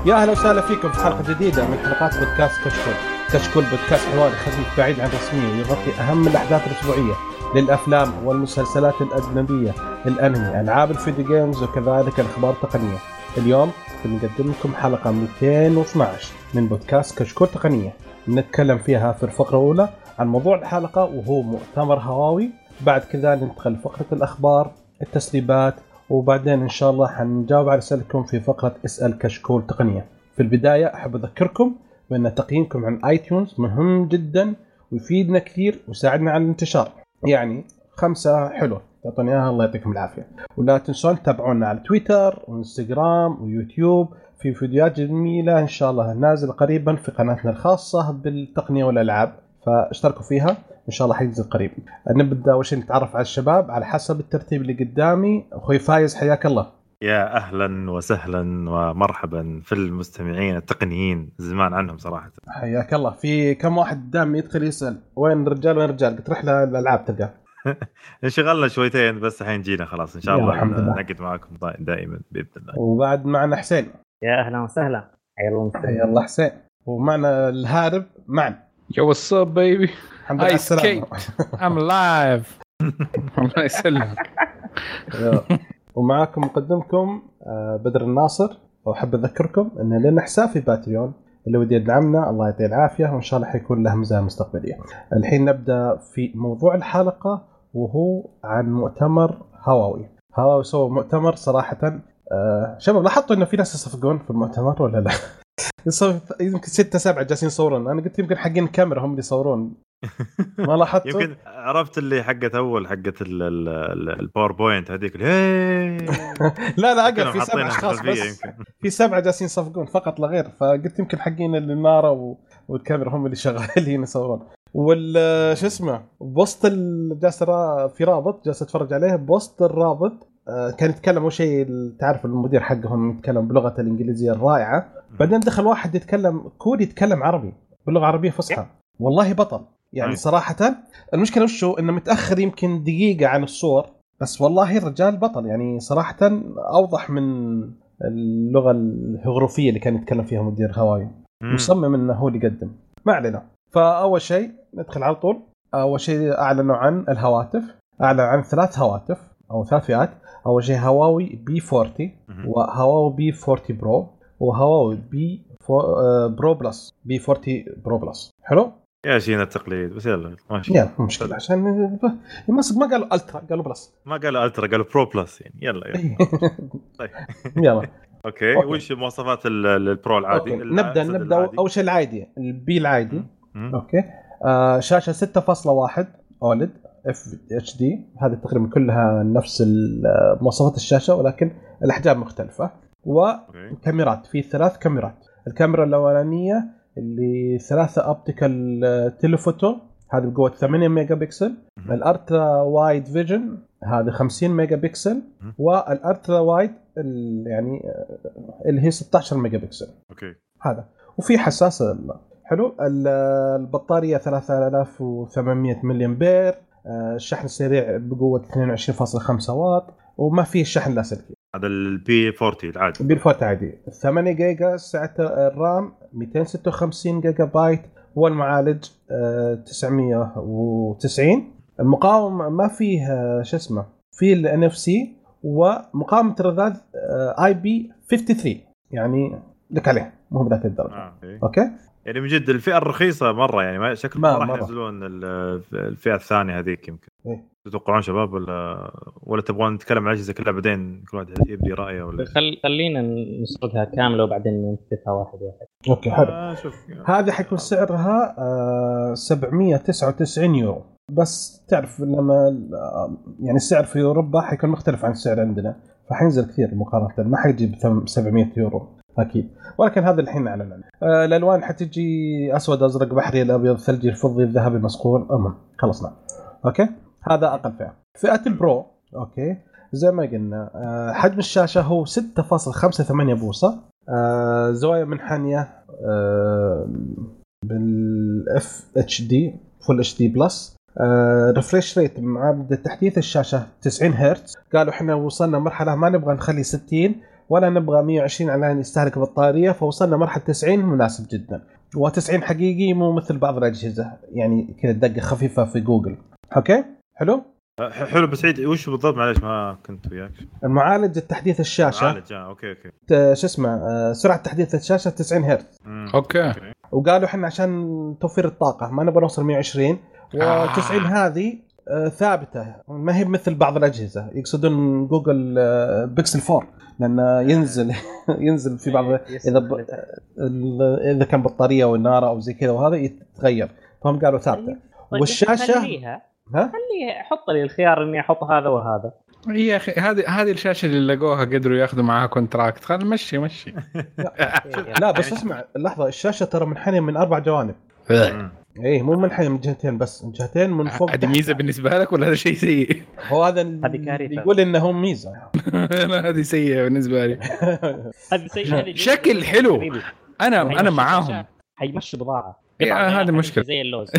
يا أهلا وسهلا فيكم في حلقة جديدة من حلقات بودكاست كشكول. كشكول بودكاست حواري خفيف بعيد عن الرسمية، يغطي أهم الأحداث الأسبوعية للأفلام والمسلسلات الأجنبية، الأنمي، ألعاب الفيديو جيمز، وكذلك الأخبار التقنية. اليوم بنقدم لكم حلقة 212 من بودكاست كشكول تقنية، نتكلم فيها في الفقرة الأولى عن موضوع الحلقة وهو مؤتمر هواوي. بعد كذا ننتقل لفقرة الأخبار، التسريبات، وبعدين إن شاء الله حنجاوب على رسالتكم في فقرة اسأل كشكول تقنية. في البداية أحب أذكركم بأن تقييمكم عن آيتونز مهم جدا ويفيدنا كثير ويساعدنا على الانتشار. يعني 5 حلو تعطوني إياها، الله يعطيكم العافية. ولا تنسون تتابعونا على تويتر وإنستغرام ويوتيوب، في فيديوهات جميلة إن شاء الله نازل قريبا في قناتنا الخاصة بالتقنية والألعاب، فاشتركوا فيها إن شاء الله حينزل قريب. نبدأ أول شيء نتعرف على الشباب على حسب الترتيب اللي قدامي. أخوي فايز حياك الله. يا أهلا وسهلا ومرحبا في المستمعين التقنيين، زمان عنهم صراحة. حياك الله. في كم واحد قدام يدخل يسأل وين الرجال وين الرجال، تروح للألعاب تلقى. انشغلنا شويتين بس الحين جينا خلاص إن شاء الله نقعد معكم دائما بإذن الله. وبعد معنا حسين. يا أهلا وسهلا. حيا الله حسين. ومعنا الهارب معنا. Yo, what's up, baby? الحمد لله على السلامة. I'm alive. الله يسلمك. ومعكم مقدمكم بدر الناصر. وأحب أذكركم أن لنا حساب في باتريون، اللي ودي يدعمنا الله يعطيه العافية، وإن شاء الله حيكون له مزايا مستقبلية. الحين نبدأ في موضوع الحلقة وهو عن مؤتمر هواوي. هواوي سووا مؤتمر صراحة. شباب لاحظتوا إنه في ناس يصفقون في المؤتمر ولا لا؟ يمكن 6-7 جالسين يصورون. أنا قلت يمكن حقين الكاميرا هم اللي يصورون، ما لاحظتوا؟ يمكن عرفت اللي حقت أول حقت الباوربوينت هذيك. لا أقل في 7 أشخاص بس، في 7 جالسين يصفقون فقط لا غير، فقلت يمكن حقين النارة والكاميرا هم اللي شغالين يصورون. شو اسمه بوسط جالس في رابط جالس اتفرج عليه. بوسط الرابط كان يتكلم أول شيء، تعرف المدير حقهم يتكلم بلغة الإنجليزية الرائعة، بعدين دخل واحد يتكلم كوري يتكلم عربي باللغة العربية فصحى، والله بطل يعني صراحة. المشكلة وشو إنه متأخر يمكن دقيقة عن الصور، بس والله الرجال بطل يعني صراحة، أوضح من اللغة الهيروغليفية اللي كان يتكلم فيها مدير هواوي. مصمم إنه هو اللي يقدم. ما علينا. فأول شيء ندخل على طول. أول شيء أعلنوا عن الهواتف. أعلن عن 3 هواتف أو 3 فئات. أول شيء هواوي B40 وهواوي B40 برو وهواوي برو بلس B40 برو بلس. حلو يا شينا التقليد بس يلا ماشي. يلا مشكلة عشان ما قالوا ألترا، قالوا بلس. ما قالوا ألترا، قالوا برو بلس يعني. يلا طيب يلا أوكي. وش مواصفات البرو العادي؟ نبدأ أول شيء العادي، البي العادي. أوكي. شاشة 6.1 أولد FHD، هذه تقريبا كلها نفس مواصفات الشاشة ولكن الأحجام مختلفة. وكاميرات، في 3 كاميرات. الكاميرا الأولانية اللي 3 أوبتيكال تيليفوتو، هذه بقوة 8 ميجا بكسل. الألترا وايد فيجن هذه 50 ميجا بكسل. والألترا وايد يعني اللي هي 16 ميجا بكسل. أوكي. هذا. وفي حساسة حلو. البطارية 3800 ملي أمبير. الشحن السريع بقوة 22.5 واط، وما فيه شحن لاسلكي. هذا البي 40 العادي. البي 40 عادي. 8 جيجا سعة الرام، 256 جيجا بايت، والمعالج 990. المقاومة ما فيه شو اسمه، فيه ال NFC، ومقاومة الرذاذ IP53 يعني لك عليه مو بذاك الدرجة. أوكي. يعني من جد الفئة الرخيصة مرة، يعني ما شكل ما راح ينزلون الفئة الثانية هذيك. يمكن تتوقعون شباب ولا تبغون نتكلم عن الأجهزة كلها بعدين كل واحد يبدي رأيه؟ ولا خلينا نسردها كاملة وبعدين ننتبهها واحد. أوكي حلو. هذه حيكون سعرها 799 يورو، بس تعرف لما يعني السعر في أوروبا حيكون مختلف عن السعر عندنا، فحينزل كثير مقارنة، ما حيجي 700 يورو أكيد. ولكن هذا الحين أعلن عنه. الألوان حتجي أسود، أزرق، بحري، الأبيض، ثلجي، الفضي، الذهبي، المصقول. خلصنا. أوكي. هذا أقل فئة البرو. أوكي. زي ما قلنا حجم الشاشة هو 6.58 بوصة. زوايا منحنية بالFHD Full HD Plus. ريفريش ريت معدل تحديث الشاشة 90 هرتز. قالوا احنا وصلنا مرحلة ما نبغى نخلي 60 ولا نبغى 120 على يستهلك بطاريه، فوصلنا مرحله 90 مناسب جدا. و90 حقيقي مو مثل بعض الاجهزه يعني كذا دقه خفيفه في جوجل. اوكي حلو حلو. بس عيد وش بالضبط معليش ما كنت وياك. المعالج التحديث الشاشه معالج اوكي شو اسمه سرعه تحديث الشاشه 90 هرتز. اوكي. وقالوا احنا عشان توفير الطاقه ما نبغى نوصل 120 و90 هذه ثابته، ما هي مثل بعض الاجهزه يقصدون جوجل بيكسل 4 لانه ينزل في بعض اذا كان بطاريه والناره او زي كذا وهذا يتغير، فهم قالوا ثابته. والشاشه خليها حط لي الخيار اني احط هذا وهذا يا اخي. هذه الشاشه اللي لقوها قدروا ياخذوا معها كونتراكت. خل مشي لا بس اسمع اللحظه، الشاشه ترى منحنيه من 4 جوانب. ايه مو منحنيه من جهتين بس، من جهتين من فوق. هذه ميزه بالنسبه لك ولا هذا شيء سيء؟ هو هذا اللي يقول انه ميزه. هذه سيئه بالنسبه لي. هذه سيئه. شكل حلو. انا معاهم. هيمشي بضاعه. هذه المشكله زي اللوز.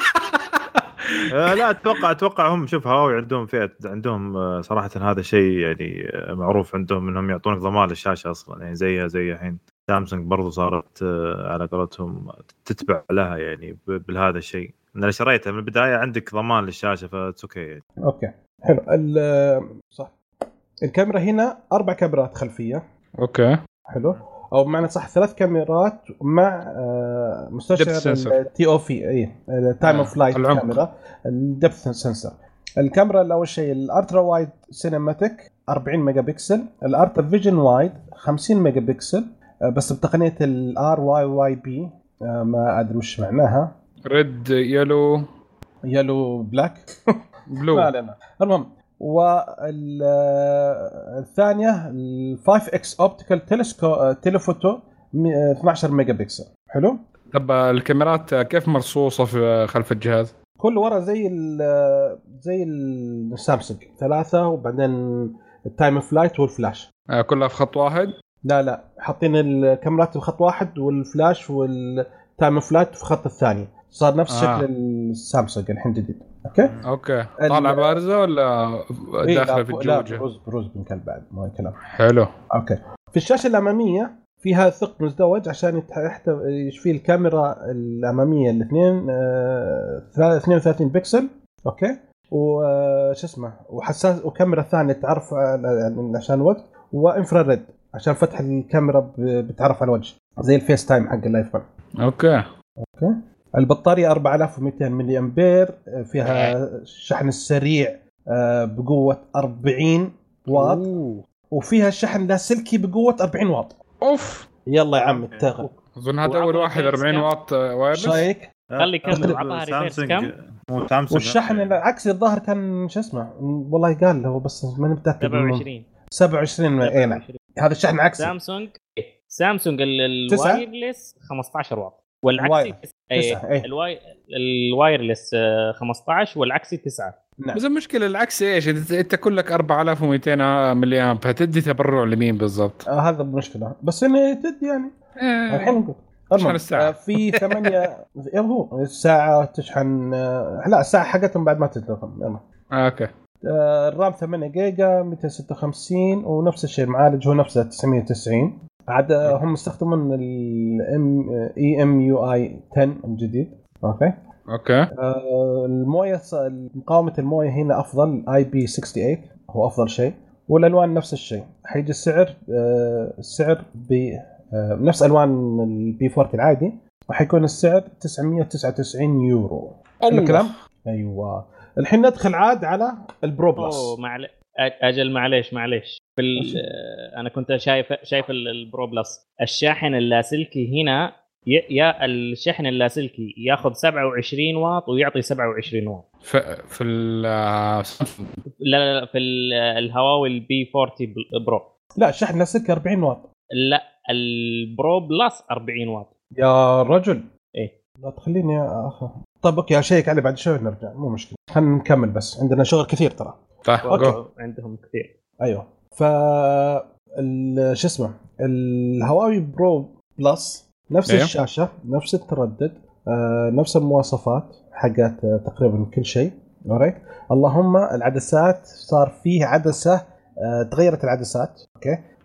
لا اتوقع هم شوف هواوي عندهم فئه، عندهم صراحه هذا شيء يعني معروف عندهم انهم يعطونك ضمان للشاشه اصلا، يعني زي الحين سامسونج برضو صارت على قولتهم تتبع لها يعني بهذا الشيء. انا شريتها من البدايه عندك ضمان للشاشه فتوكي يعني. اوكي حلو. صح الكاميرا هنا 4 كاميرات خلفيه. اوكي حلو. او بمعنى صح 3 كاميرات مع مستشعر تي او في اي تايم اوف فلايت كاميرا الدبث سنسر. الكاميرا الاول شيء الالترا وايد سينماتيك 40 ميجا بكسل، الالترا فيجن وايد 50 ميجا بكسل بس بتقنيه الار واي بي ما ادري وش معناها، ريد يلو بلاك بلو ما علينا. المهم والثانيه ال 5x اوبتيكال تيليفوتو 12 ميجا بكسل. حلو. طب الكاميرات كيف مرصوصه في خلف الجهاز؟ كل ورا زي السامسونج 3 وبعدين التايم فلايت والفلاش كلها في خط واحد. لا حاطين الكاميرات في خط واحد والفلاش والتايم فلايت في خط الثاني، صار نفس شكل السامسونج الحين جديد. اوكي طالع بارزه ولا داخله في الجوجه؟ لا بروز بنكل بعد ما كلام. حلو. اوكي. في الشاشه الاماميه فيها ثقب مزدوج عشان يشفي الكاميرا الاماميه الاثنين 32 بكسل. اوكي. وش اسمه وحساس، وكاميرا ثانيه تعرف عشان وقت، وانفراريد عشان فتح الكاميرا بتعرف على الوجه زي الفيس تايم حق الايفون. اوكي. البطاريه 4200 ملي امبير، فيها الشحن السريع بقوه 40 واط وفيها الشحن اللاسلكي بقوه 40 واط. اوف يلا يا عم اتغل. اظن هذا اول واحد 40 واط وايرلس. شايك خلي كمل عطها ريفيرس كم. والشحن العكسي الظاهر كان شو اسمه والله قال هو بس ما متاكد. 27 اي هذا الشحن عكسي. سامسونج الوايرلس 15 واط والعكسي 9. الوايرلس 15 والعكسي 9. نعم. بس المشكله العكسي ايش؟ انت كلك 4200 ملي امب هتدي تبرع لمين بالضبط؟ هذا المشكله بس انه تدي يعني الحين نقول تشحن الساعه في 8 هو الساعه تشحن. لا الساعه حقتهم بعد ما تدخل. يلا اوكي. الرام 8 جيجا 256 ونفس الشيء المعالج هو نفسه 990 عاد. هم يستخدمون EMUI 10 الجديد. اوكي. المويه مقاومه المويه هنا افضل IP68 هو افضل شيء، والالوان نفس الشيء. حيجي السعر بنفس الوان البي 40 العادي، وحيكون السعر 999 يورو. الكلام ايوه. الحين ندخل عاد على البرو بلس. اجل معليش انا كنت شايف البرو بلس الشاحن اللاسلكي هنا يا الشحن اللاسلكي ياخذ 27 واط ويعطي 27 واط في لا في الهواوي البي 40 برو. لا الشحن اللاسلكي 40 واط. لا البرو بلس 40 واط يا رجل. ايه لا تخليني اخر. طب اوكي اشيك عليه بعد شوي نرجع مو مشكله. خلينا نكمل بس عندنا شغل كثير ترى. عندهم كثير. ايوه. شو اسمه الهواوي برو بلس نفس الشاشه نفس التردد نفس المواصفات حقت تقريبا كل شيء. اللهم العدسات صار فيه عدسه تغيرت العدسات. اوكي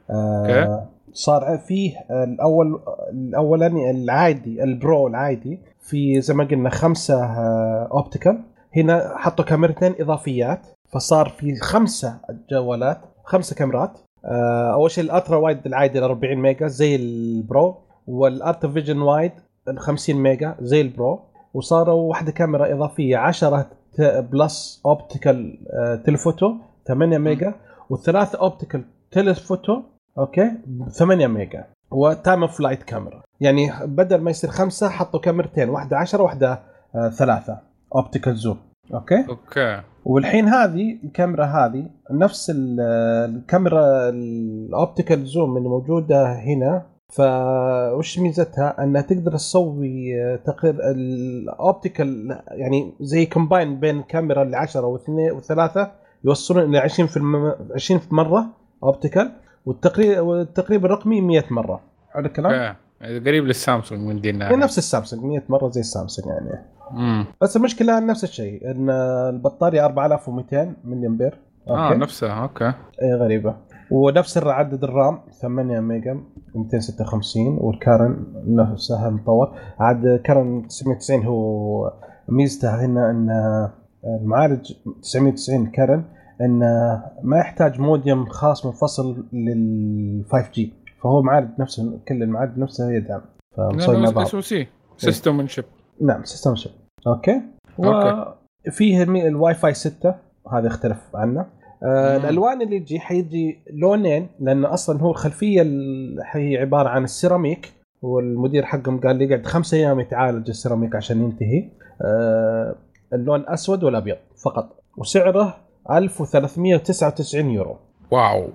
صار فيه الاولاني العادي البرو العادي في زي ما قلنا 5 اوبتيكال. هنا حطوا كاميرتين اضافيات فصار في 5 جوالات 5 كاميرات. اول شيء الالترا وايد العادي 40 ميجا زي البرو، والالترا فيجن وايد 50 ميجا زي البرو، وصاروا واحده كاميرا اضافيه 10 بلس اوبتيكال تلفوتو 8 ميجا، و3 اوبتيكال تلفوتو اوكي 8 ميجا، وتايم اوف فلايت كاميرا. يعني بدل ما يصير 5 حطوا كاميرتين، واحده 10 واحده 3 اوبتيكال زوم. اوكي. والحين هذه الكاميرا هذه نفس الكاميرا الاوبتيكال زوم اللي موجوده هنا. فوش ميزتها؟ انها تقدر تسوي تقرير الاوبتيكال يعني زي كومباين بين الكاميرا اللي 10 و2 و3 يوصلون الى 20 مره اوبتيكال، والتقريب الرقمي 100 مره. هذا الكلام قريب للسامسونج من دينا، نفس السامسونج 100 مره زي السامسونج يعني. بس المشكله نفس الشيء ان البطاريه 4200 ملي امبير. نفسها. اوكي غريبه. ونفس عدد الرام 8 ميجا 256، والكارن نفسها مطور. عاد كارن 990 هو ميزته هنا ان المعالج 990 كارن ان ما يحتاج موديم خاص منفصل لل 5G، فهو معالج نفسه كل المعالج نفسه يدعم. فمسوي مع بعض سيستم شيب. نعم سيستم شيب. اوكي. وفيه الواي فاي 6 هذا يختلف عنه. الالوان اللي تجي حيجي لونين، لان اصلا هو الخلفيه هي عباره عن السيراميك، والمدير حقهم قال لي قعد 5 ايام يتعالج السيراميك عشان ينتهي. اللون اسود والابيض فقط، وسعره 1399 يورو. واو.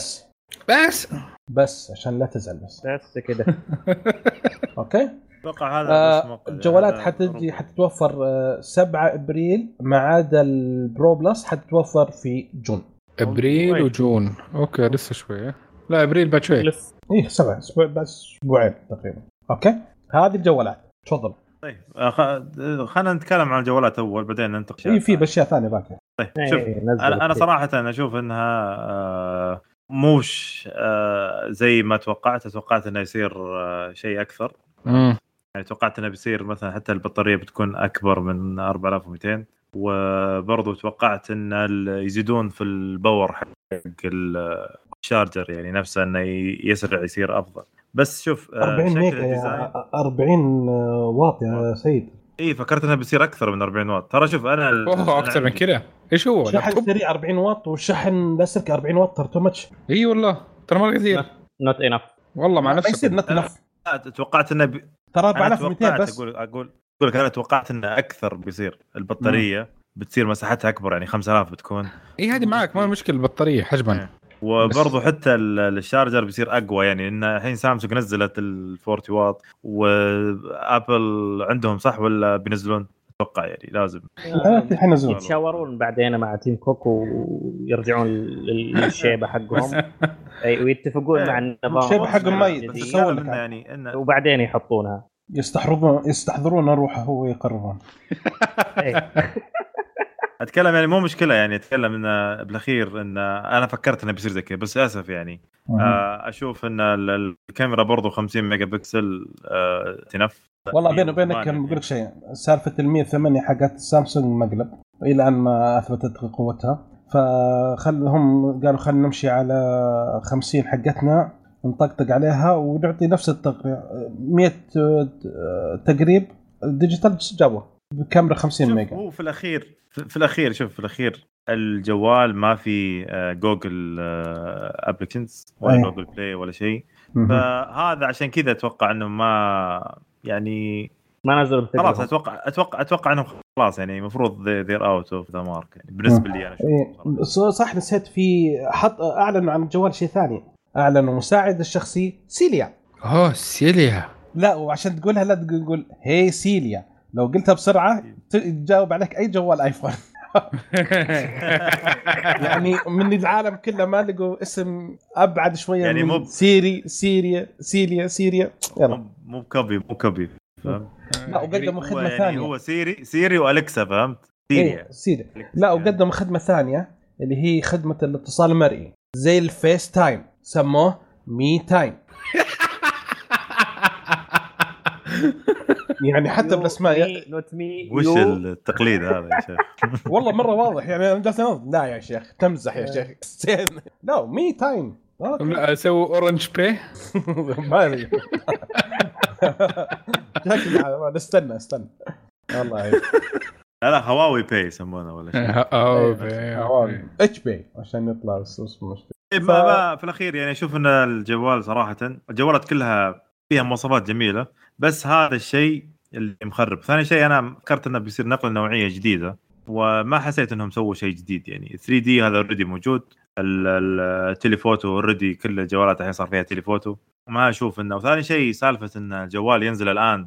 بس عشان لا تزعل بس كده. اوكي. اتوقع هذا الجوالات حتتوفر 7 ابريل، ما عدا البرو بلس حتتوفر في جون. ابريل وجون. اوكي لسه شويه. لا ابريل بعد شوي. ايه 7 اسبوع بس، اسبوعين تقريبا. اوكي هذه الجوالات. تفضل. طيب خلينا نتكلم عن الجوالات اول بعدين ننتقل. ايه في اشياء ثانيه باقي. طيب شوف انا صراحه اشوف انها موش زي ما توقعت انه يصير شيء اكثر. يعني توقعت انه بيصير مثلا حتى البطاريه بتكون اكبر من 4200، وبرضه توقعت ان يزيدون في الباور حق الشارجر، يعني نفسه انه يسرع يصير افضل. بس شوف 40 ميجا 40 واط يا سيد. اي فكرت انها بيصير اكثر من 40 واط. ترى شوف انا اكثر من كذا. ايش هو شحن سريع 40 واط والشحن لاسلكي 40 واط ترى تو ماتش. اي والله ترى ما كثير. نوت انف والله مع نفسك يصير نوت انف. توقعت انه ترى 4200 بس. اقول لك انا توقعت انه اكثر بيصير البطاريه بتصير مساحتها اكبر، يعني 5000 بتكون. اي هذه معك ما مشكله البطاريه حجما. وبرضه حتى الشارجر بيصير اقوى، يعني ان الحين سامسونج نزلت ال 40 واط وابل عندهم صح ولا بينزلون؟ اتوقع يعني لازم الحين نزلوا يتشاورون بعدين مع تيم كوك ويرجعون للشيبه حقهم. اي ويتفقون مع النظام الشيبه حقهم ما يتسوون لك يعني وبعدين يحطونها يستحضرون روحه هو يقررون. اتكلم يعني مو مشكله، يعني اتكلم ان بالاخير ان انا فكرت انه بيصير زي كذا، بس للاسف يعني اشوف ان الكاميرا برضو 50 ميجا بكسل تنف. والله بيني وبينك بقول لك شيء، سالفه ال 108 حقت السامسونج مقلب الى ان ما اثبتت قوتها، فخلهم قالوا خلينا نمشي على 50 حقتنا نطقطق عليها ونعطي نفس التقرير 100 تقريب ديجيتال جابوه بكاميرا 50 ميجا. هو في الاخير شوف في الاخير الجوال ما في جوجل ابلكيشنز ولا جوجل بلاي ولا شيء، فهذا عشان كذا اتوقع انه ما يعني ما نزلوا خلاص. اتوقع انهم خلاص يعني المفروض they're out of the market يعني بالنسبه لي انا شوف. صح نسيت في اعلنوا عن الجوال شيء ثاني، اعلنوا مساعد الشخصي سيليا. سيليا. لا وعشان تقولها لا تقول هي سيليا، لو قلتها بسرعه تجاوب عليك اي جوال ايفون. يعني من العالم كله ما لقوا اسم ابعد شويه يعني من سيريا يلا مو كوبي فهمت. لا وقدموا خدمه يعني ثانيه، هو سيري والكسا فهمت. سيريا لا وقدموا خدمه ثانيه اللي هي خدمه الاتصال المرئي زي الفيس تايم سموه مي تايم. يعني حتى بالاسماء نوت مي. وش التقليد هذا يا شيخ؟ والله مره واضح. يعني انا جالس لا يا شيخ تمزح يا شيخ. لا مي تايم. لا اسوي اورنج باي. ما ادري. استنى والله. لا هواوي باي يسمونه ولا شيء. هواوي اتش بي عشان يطلع اسمه مش ما في الاخير يعني اشوف ان الجوال صراحه الجوالات كلها فيها مواصفات جميله، بس هذا الشيء اللي مخرب. ثاني شيء انا فكرت انه بيصير نقله نوعيه جديده، وما حسيت انهم سووا شيء جديد. يعني 3D هذا اوريدي موجود، التليفوتو اوريدي كل الجوالات الحين صار فيها تليفوتو، وما اشوف انه. وثاني شيء سالفه ان الجوال ينزل الان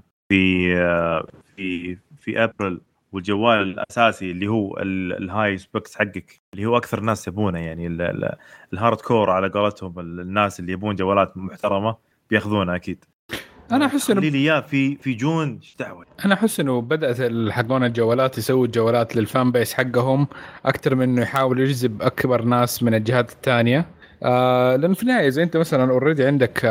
في ابريل، والجوال الاساسي اللي هو الهاي سبيكس حقك اللي هو اكثر ناس يبونه، يعني الهارد كور على قولتهم، الناس اللي يبون جوالات محترمه بياخذونها اكيد. انا احس انه لي في جون ايش دعوه. انا احس انه بدات حقون الجوالات يسووا الجوالات للفان بيس حقهم اكثر من انه يحاول يجذب اكبر ناس من الجهات الثانيه. لان في النهايه اذا انت مثلا اوريدي عندك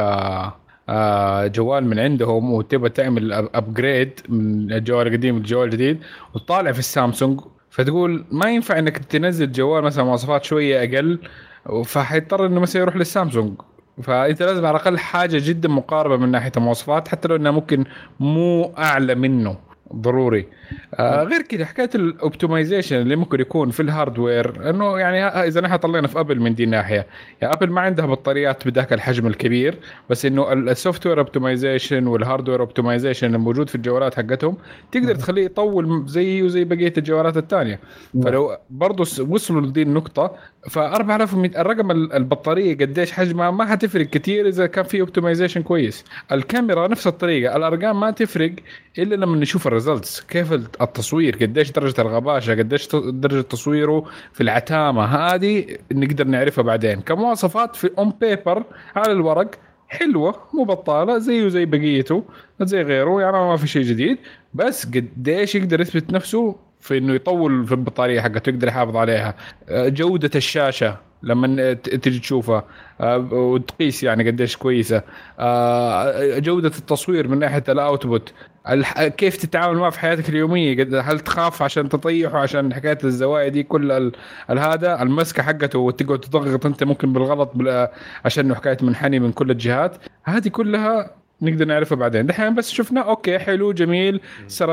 جوال من عندهم وتبغى تعمل ابجريد من الجوال القديم للجوال الجديد وتطالع في السامسونج، فتقول ما ينفع انك تنزل جوال مثلا مواصفات شويه اقل، فحيضطر انه مثلا يروح للسامسونج. فانت لازم على الاقل حاجه جدا مقاربه من ناحيه المواصفات، حتى لو انها ممكن مو اعلى منه ضروري. غير كده حكايه الاوبتمايزيشن اللي ممكن يكون في الهاردوير، انه يعني اذا نحن طلعنا في ابل من دي الناحيه، يعني ابل ما عندها بطاريات بذاك الحجم الكبير، بس انه السوفت وير اوبتمايزيشن والهاردوير اوبتمايزيشن الموجود في الجوالات حقتهم تقدر تخليه يطول زيه وزي بقيه الجوالات الثانيه. فلو برضه وصلوا لدي النقطه، ف 4100 الرقم البطاريه قديش حجمها ما حتفرق كثير اذا كان في اوبتمايزيشن كويس. الكاميرا نفس الطريقه، الارقام ما تفرق الا لما نشوف الريزلتس، كيف التصوير، قديش درجه الغباشه، قديش درجه تصويره في العتامه، هذه نقدر نعرفها بعدين. كمواصفات في اون بيبر على الورق حلوه مو بطاله زيه زي بقيته زي غيره، يعني ما في شيء جديد، بس قديش يقدر يثبت نفسه في انه يطول في البطاريه حقته، يقدر يحافظ عليها. جوده الشاشه لما تيجي تشوفها وتقيس يعني قديش كويسه. جوده التصوير من ناحيه الاوتبوت، كيف تتعامل معه في حياتك اليوميه، هل تخاف عشان تطيحه عشان حكايه الزوايا دي كل هذا، المسكه حقته وتقعد تضغط انت ممكن بالغلط عشان انه حكايه منحني من كل الجهات، هذه كلها نقدر نعرفها بعدين. دحين بس شفنا اوكي حلو جميل،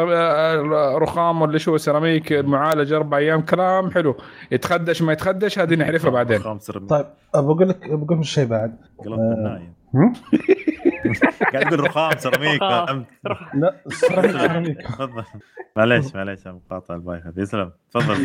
رخام ولا شو سيراميك، المعالجه 4 ايام، كلام حلو، يتخدش ما يتخدش هذه نعرفها بعدين. طيب بقول لك شيء بعد قلبت النايم. قاعد يقول رخام سيراميك. لا سيراميك. تفضل معليش مقاطع البايخ. يسلم تفضل.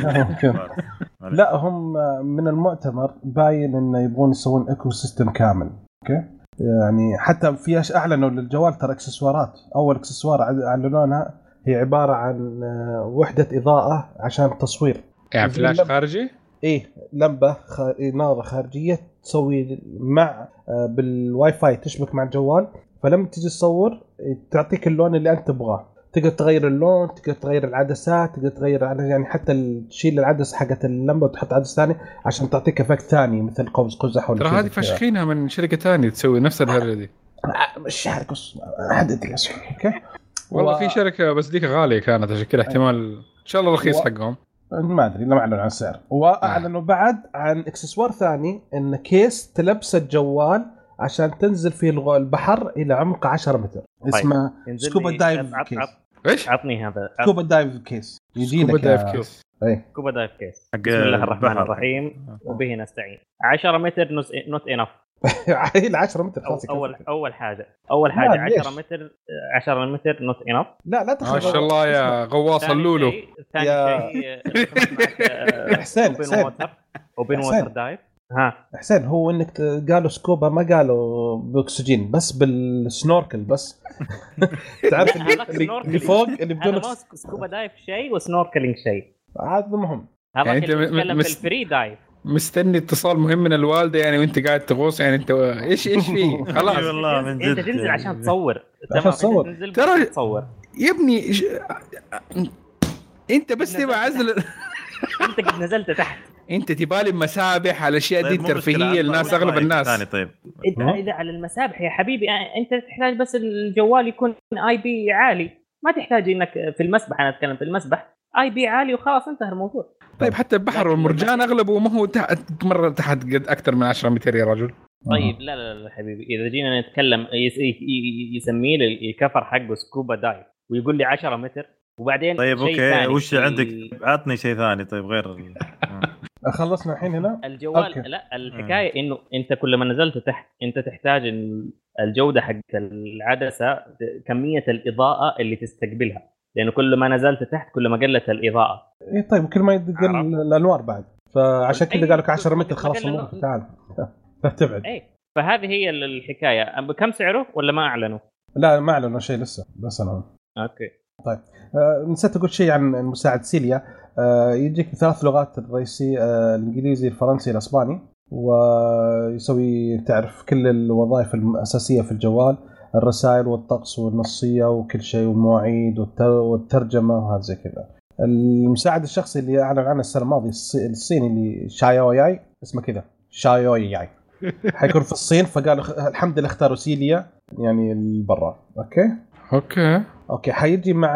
لا هم من المؤتمر باين انه يبغون يسوون ايكو سيستم كامل. اوكي يعني حتى في اعلنوا للجوال ترى اكسسوارات. اول اكسسوار اعلنوها هي عباره عن وحده اضاءه عشان التصوير، يعني فلاش خارجي. ايه لمبه ناره خارجيه تسوي مع بالواي فاي تشبك مع الجوال، فلما تيجي تصور تعطيك اللون اللي انت تبغاه. تقدر تغير اللون، تقدر تغير العدسات، تقدر تغير يعني حتى تشيل العدسه حقت اللمبه وتحط عدسه ثانيه عشان تعطيك افكت ثاني مثل قوس قزح ولا. ترى هذه فشخينها من شركه ثانيه تسوي نفس الهرجه دي. مش عارف حدد لي اسمه. اوكي والله في شركه بس ديك غاليه كانت، عشان كذا احتمال ان شاء الله رخيص حقهم، ما ادري لما اعلنوا عن السعر. واعلنوا بعد عن اكسسوار ثاني، ان كيس تلبس الجوال عشان تنزل في البحر الى عمق 10 متر. اسمه سكوبا دايف كيس. ايش عطني هذا سكوبا دايف كيس. سكوبا دايف كيس. سكوبا دايف كيس. بسم الله الرحمن الرحيم وبه نستعين. 10 متر نوت انف. عيل 10 متر خلاص. اول حاجه 10 متر نوت انف. لا ما شاء الله يا غواص اللولو. ثاني شيء حسين اوبن ووتر دايف. ها حسين هو انك قالوا سكوبا ما قالوا باكسجين، بس بالسنوركل بس. تعرف اللي فوق اللي بدون سكوبا دايف شيء وسنوركلينج شيء، هذا مهم. هذا يعني انت في الفري دايف مستني اتصال مهم من الوالده يعني وانت قاعد تغوص، يعني انت ايش فيه خلاص والله من جد انت تنزل عشان تصور. ترى تصور يا ابني انت بس تبغى عزل. انت قد نزلت تحت، انت تبالي مسابح على الاشياء دي طيب، مو مشكلة. الترفيهيه الناس اغلب الناس ثاني طيب اذا على المسابح يا حبيبي انت تحتاج بس الجوال يكون اي بي عالي، ما تحتاج انك في المسبح، انا اتكلم في المسبح اي بي عالي وخلاص انتهى الموضوع. طيب حتى البحر والمرجان اغلبه ما هو مره تحت قد اكثر من 10 متر يا رجل. طيب لا حبيبي، اذا جينا نتكلم يسميه لي الكفر حقه سكوبا دايف ويقول لي 10 متر وبعدين طيب شيء اوكي ثاني وش عندك؟ عطني شيء ثاني طيب غير خلصنا الحين هنا الجوال أوكي. لا الحكايه انه انت كل ما نزلت تحت انت تحتاج الجوده حق العدسه كميه الاضاءه اللي تستقبلها، لانه كل ما نزلت تحت كل ما قلت الاضاءه. اي طيب كل ما يقل الانوار بعد، فعشان كذا قال لك 10 متر خلاص تعال فتبعد. اي فهذه هي الحكايه. بكم سعره ولا ما اعلنوا؟ لا ما اعلنوا شيء لسه بس انا اوكي طيب. نسيت اقول شيء عن المساعد سيليا. يجيك ب3 لغات الرئيسية، الانجليزي الفرنسي الاسباني، ويسوي تعرف كل الوظائف الاساسيه في الجوال، الرسائل والطقس والنصيه وكل شيء والمواعيد والترجمه وهذا زي كذا. المساعد الشخصي اللي اعلن عنه السنه الماضيه الصيني اللي شايوياي اسمه كذا شايوياي حيكون في الصين، فقالوا الحمد لله اختاروا سيليا يعني البرا. اوكي حيجي مع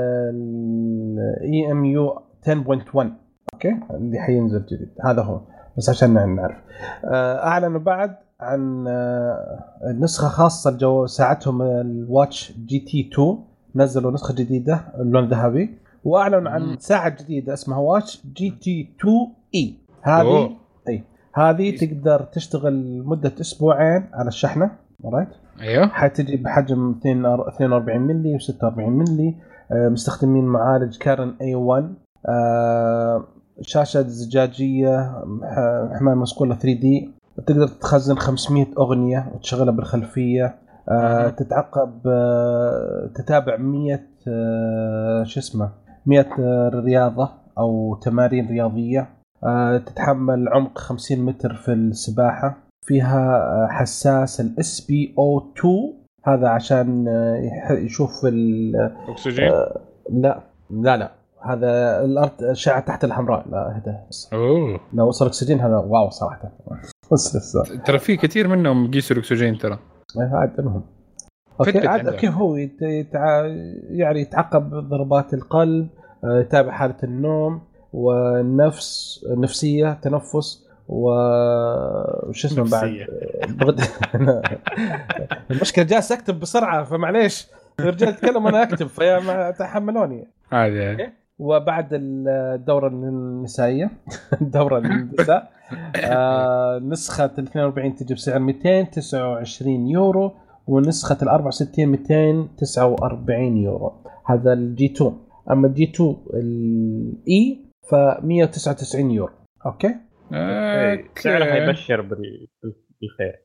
الاي ام يو 10.1 اوكي اللي حينزل جديد، هذا هو بس عشان نعرف. اعلنوا بعد عن نسخه خاصه ساعتهم الواتش جي تي 2، نزلوا نسخه جديده اللون ذهبي، واعلنوا عن ساعه جديده اسمها واتش جي تي 2 اي. هذه تقدر تشتغل مده اسبوعين على الشحنه رايت. ايوه حتجي بحجم 42 ملي و46 ملي، مستخدمين معالج كارن A1، شاشة زجاجية، حماية مصقولة 3D، تقدر تخزن 500 أغنية وتشغلها بالخلفية، تتعقب تتابع 100 100 رياضة أو تمارين رياضية، تتحمل عمق 50 متر في السباحة، فيها حساس ال SpO2 هذا عشان يشوف الأكسجين. لا هذا الارض اشعه تحت الحمراء، لا هذا لو وصل اكسجين هذا واو صراحه. بس ترى في كثير منهم يقيسوا الاكسجين ترى عاد منهم. اوكي عاد كيف هو يعني يتعقب ضربات القلب، يتابع حاله النوم والنفس النفسيه تنفس وش اسمه بعد المشكله جالس اكتب بسرعه فمعليش الرجال يتكلم وانا اكتب فيا تحملوني عادي. وبعد الدورة النسائية الدورة النساء نسخة 42 تجي بسعر 229 يورو، ونسخة 64 249 يورو. هذا الجي 2. أما الجي 2 الإي ف 199 يورو. أوكي سعرها يبشر بالخير.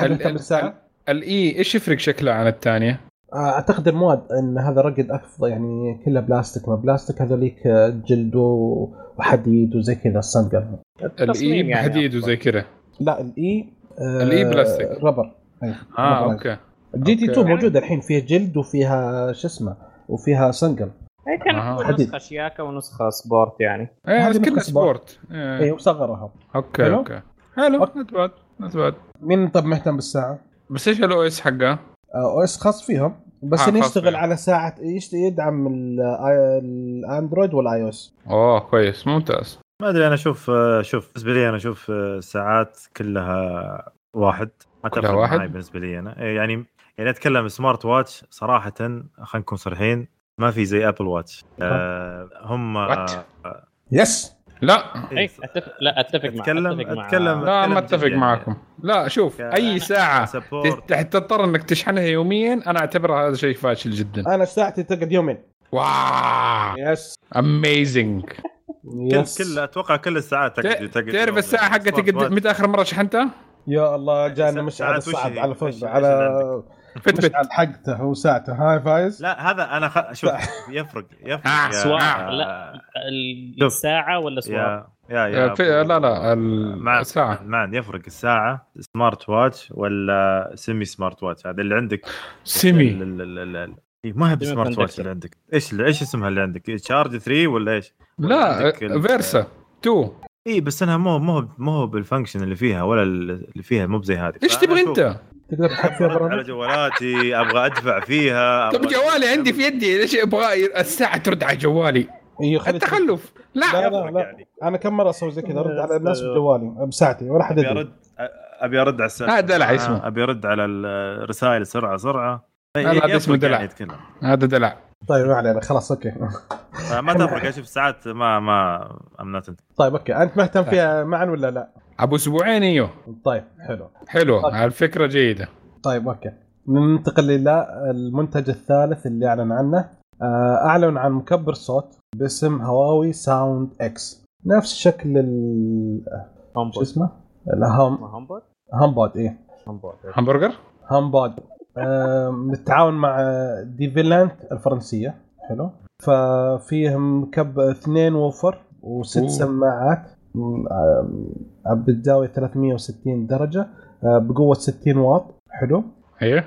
الإي إيش يفرق شكله عن الثانية؟ اعتقد المواد ان هذا رقد افضل، يعني كله بلاستيك، ما بلاستيك هذوليك جلد وحديد وزي كذا الصنقر. الاي بحديد يعني وزي كذا. لا الاي بلاستيك ربر. اوكي. جي تي 2 موجوده الحين فيها جلد وفيها شو اسمه وفيها صنقر. هي كانت نسخه شياكه ونسخه سبورت يعني. هذه كلها سبورت. اي وصغرها. اوكي حلو. نتبعد. مين طب مهتم بالساعه؟ بس ايش الاو اس حقه؟ او اس خاص فيهم بس انه يشتغل على ساعه يدعم الاندرويد والاي او اس. كويس ممتاز. ما ادري انا شوف بالنسبه لي انا اشوف الساعات كلها واحد، ما تفرق معي بالنسبه لي انا. يعني اتكلم سمارت واتش صراحه خلينا نكون صريحين، ما في زي ابل واتش. هم يس لا اتفق ما اتفق معكم. لا شوف اي ساعه تضطر انك تشحنها يوميا انا اعتبرها هذا شيء فاشل جدا. انا ساعتي تقعد يومين. واو يس اميزنج. كل اتوقع كل الساعات تقعد. تعرف الساعه حقتك متى اخر مره شحنتها؟ يا الله جانا مشعل صعب على فوز على مشعل حقته وساعته هاي فايز. لا هذا انا شوف يفرق سواء لا الساعه ولا سواء لا الساعه ما يفرق. الساعه سمارت واتش ولا سيمي سمارت واتش؟ هذا اللي عندك سيمي ما هي بسمارت واتش اللي عندك. ايش اسمها اللي عندك؟ شارج 3 ولا ايش؟ لا فيرسا 2 اي بس انها مو بالفانكشن اللي فيها ولا اللي فيها مو زي هذه. ايش تبغى انت؟ تقدر تحط فيها على برامج. جوالاتي ابغى ادفع فيها. طب جوالي عندي في يدي، ليش ابغى الساعه ترد على جوالي؟ ايوه خلي التخلف. لا لا انا كم مره اسوي زي كذا، ارد على الناس بجوالي بساعتي ولا حد يدري. ابي ارد على الساعه. هذا دلع اسمه. ابي ارد على الرسائل سرعه. هذا اسمه دلع. هذا دلع. طيب ما علينا خلاص اوكي. ما تفرق اشوف الساعات ما امنات انت. طيب اوكي انت مهتم فيها معا ولا لا؟ ابو اسبوعين ايوه. طيب حلو الفكره جيده. طيب اوكي ننتقل الى المنتج الثالث اللي اعلن عنه. اعلن عن مكبر صوت باسم هواوي ساوند اكس، نفس شكل شو اسمه هامبود ايه همبرجر هامبود. متعاون مع ديفيلانت الفرنسيه. حلو. ففيه مكبر 2 ووفر و6 سماعات بالزاويه 360 درجه بقوه 60 واط. حلو. ايوه.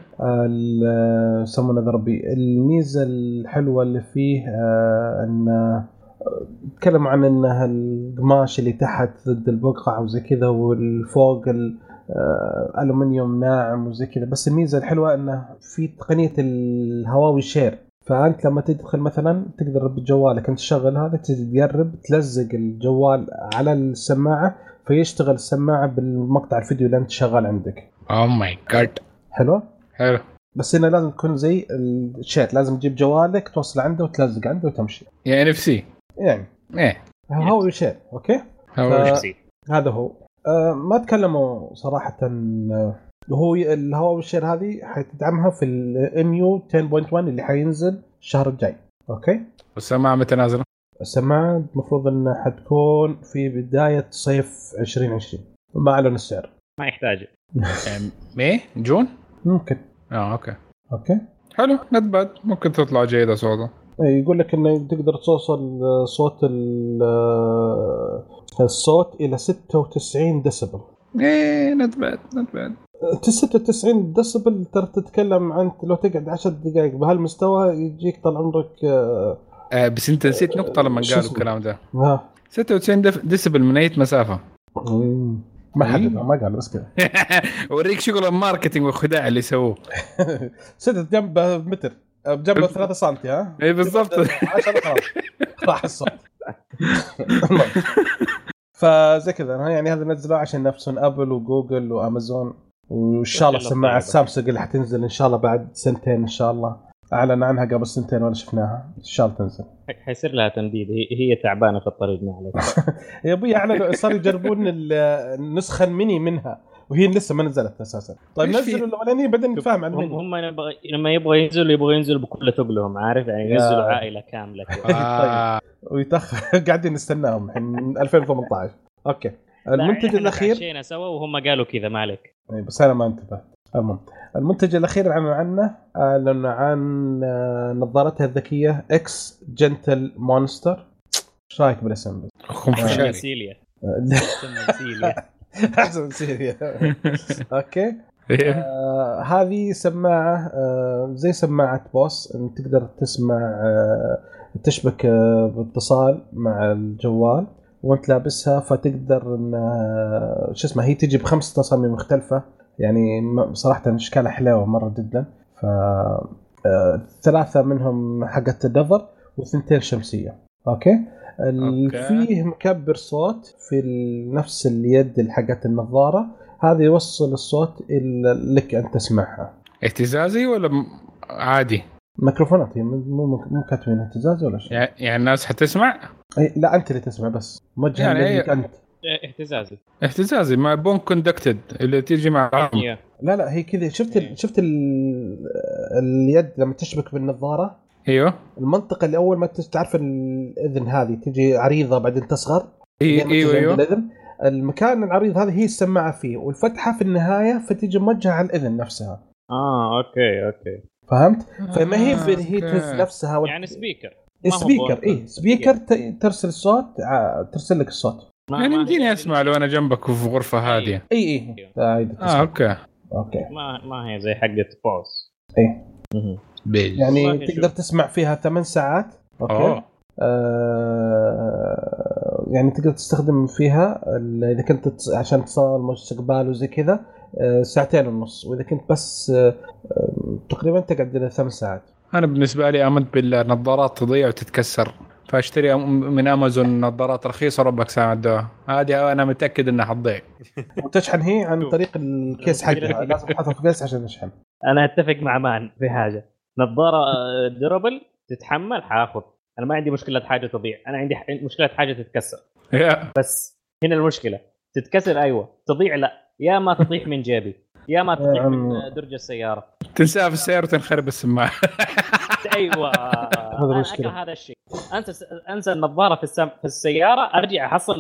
يسمونه ذربي. الميزه الحلوه اللي فيه ان نتكلم عن انها القماش اللي تحت ضد البقعه وزي كذا، والفوق الالومنيوم ناعم وزي كذا. بس الميزه الحلوه انه في تقنيه الهواوي شير، فانت لما تدخل مثلا تقدر بجوالك انت تشغل هذا، تقرب تلزق الجوال على السماعه فيشتغل السماعه بالمقطع الفيديو اللي انت شغال عندك. اوه ماي جاد. حلو. بس هنا لازم تكون زي الشات، لازم تجيب جوالك توصل عنده وتلزق عنده وتمشي يعني NFC يعني ايه هو الشات. اوكي هذا هو. ما تكلموا صراحه. هو الهواوي شير هذه حتدعمها في الMU 10.1 اللي حينزل الشهر الجاي. اوكي. والسماعه متى نازله؟ السماعه المفروض انها حتكون في بدايه صيف 2020. ما اعلن السعر. ما يحتاج. مي جون ممكن. اوكي حلو ندبد ممكن تطلع جيده صوته. يقول لك انه تقدر توصل صوت الصوت الى 96 ديسبل. ايه ندبد 96 ديسبل ترى تتكلم عن لو تقعد 10 دقائق بهالمستوى يجيك طال عمرك. بس انت نسيت نقطه لما قالوا الكلام ده. 96 ديسبل من اي مسافه؟ ما حد ما قال بس كذا. اوريك شغل الماركتينج والخداع اللي سووه. ستة جنب متر بجنب 3 سم. ها اي بالضبط. 10 خلاص راح الصوت. فزي كذا يعني هذا نزلوه عشان نفسهم ابل وجوجل وامازون، وان شاء الله سماعه سامسونج اللي حتنزل ان شاء الله بعد سنتين ان شاء الله. اعلن عنها قبل سنتين ولا شفناها. ان شاء الله تنزل. حيصير لها تمديد. هي تعبانه في الطريق ما عليك. يا ابوي اعلنوا صار يجربون النسخه الميني منها وهي لسه ما نزلت اساسا. طيب نزلوا الاولانيه بعدين نتفاهم عن الميني. هم لما يبغى ينزلوا بكل ثقلهم عارف يعني ينزلوا عائله كامله طيب ويتاخر قاعدين نستناهم من 2018. اوكي المنتج الاخير مشينا سوا وهم قالوا كذا ما عليك. بس انا ما انتبهت. المنتج الاخير عنه اعلن عن نظارتها الذكيه اكس جنتل مونستر. ايش رايك بالاسم؟ خنفشاري سيليا. احسن من سيليا. اوكي. هذه سماعه زي سماعه بوس تقدر تسمع تشبك باتصال مع الجوال وانت لابسها، فتقدر ان شو اسمه هي تجي ب5 تصاميم مختلفه يعني صراحه اشكالها حلوه مره جدا. ف 3 منهم حقت النظر و2 شمسيه. اوكي. فيه مكبر صوت في نفس اليد حقت النظاره هذه يوصل الصوت لك انت تسمعها. اهتزازي ولا عادي؟ ميكروفونات مو كاتبين اهتزازي ولا شيء يعني الناس حتسمع؟ لا انت اللي تسمع بس موجه يعني لك انت. اهتزازي ما بون كوندكتد اللي تيجي مع لا هي كذا. شفت اليد لما تشبك بالنظاره. ايوه المنطقه اللي اول ما تعرف الاذن هذه تجي عريضه بعدين تصغر. ايوه الاذن المكان العريض هذا هي السماعه فيه والفتحه في النهايه فتيجي موجهه على الاذن نفسها. اوكي فهمت. فما هي تهز نفسها يعني سبيكر سبيكر ترسل الصوت ترسل لك الصوت. يعني يمديني اسمع لو انا جنبك في غرفه هاديه. اي اوكي ما هي زي حقه بوس. يعني تقدر تسمع فيها 8 ساعات. اوكي. يعني تقدر تستخدم فيها اذا كنت عشان اتصال استقبال وزي كذا 2.5 ساعة، واذا كنت بس تقريبا تقعد لها 8 ساعات. انا بالنسبه لي امنت بالله نظارات تضيع وتتكسر، فاشتري من امازون نظارات رخيصه ربك ساعه الدواء، هذه انا متاكد انها حتضيع. وتشحن هي عن طريق الكيس حقها، لازم تحطها في كيس عشان تشحن. انا اتفق مع مان في حاجه، نظاره ديورابل تتحمل حاخذ، انا ما عندي مشكله حاجه تضيع، انا عندي مشكله حاجه تتكسر. بس هنا المشكله تتكسر ايوه، تضيع لا، يا ما تطيح من جيبي يا ما تطيح من درج السياره، تنساها في السياره وتنخرب السماعه. ايوه انا اكره هذا الشيء. انسى النظاره في السياره، ارجع احصل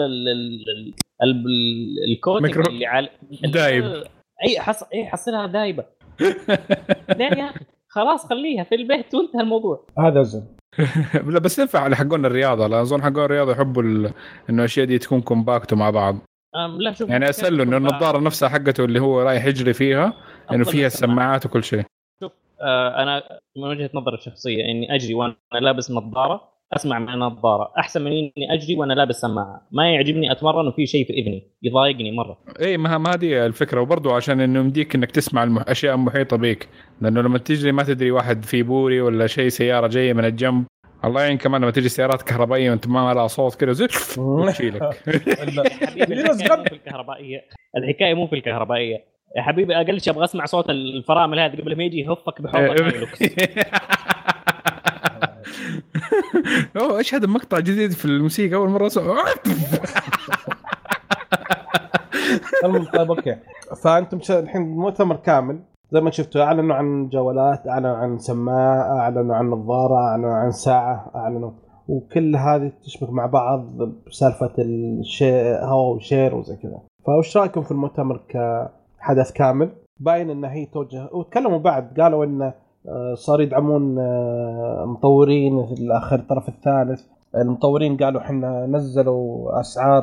الكوتنج اللي على دايب، اي حصلها دايبه. لا يا اخي خلاص خليها في البيت وانتهى الموضوع. هذا زين. لا بس ينفع على حقون الرياضه، لا اظن حقون الرياضه يحبوا انه الاشياء دي تكون كومباكت مع بعض. لا شوف يعني اسأله انه النظاره نفسها حقته اللي هو رايح يجري فيها انه فيها السماعات وكل شيء. شوف انا من وجهه نظري الشخصيه اني اجري وانا لابس نظاره اسمع من النظاره احسن من اني اجري وانا لابس سماعه. ما يعجبني اتمرن وفي شيء في اذني يضايقني مره. اي ما هذه الفكره، وبرضه عشان انه يمديك انك تسمع الاشياء المحيطه بك، لانه لما تجري ما تدري واحد في بوري ولا شيء سياره جايه من الجنب، الله يعين كمان لما تجي سيارات كهربائيه وانت ما لها صوت كذا زف وتشيلك. حبيبي الحكايه مو في الكهربائيه يا حبيبي، اقل شيء ابغى اسمع صوت الفرامل هذه قبل ما يجي يهفك بحوضك. ايش هذا مقطع جديد في الموسيقى اول مره اسمع. طيب اوكي، فانتم الحين مؤتمر كامل زي ما شفتوا، اعلنوا عن جوالات، اعلنوا عن سماعه، اعلنوا عن نظاره، اعلنوا عن ساعه، اعلنوا، وكل هذه تشبك مع بعض بسالفه هو شير وزي كذا. فايش رايكم في المؤتمر كحدث كامل؟ باين ان هي توجه، وتكلموا بعد قالوا ان صار يدعمون مطورين في الاخر الطرف الثالث. المطورين قالوا احنا نزلوا اسعار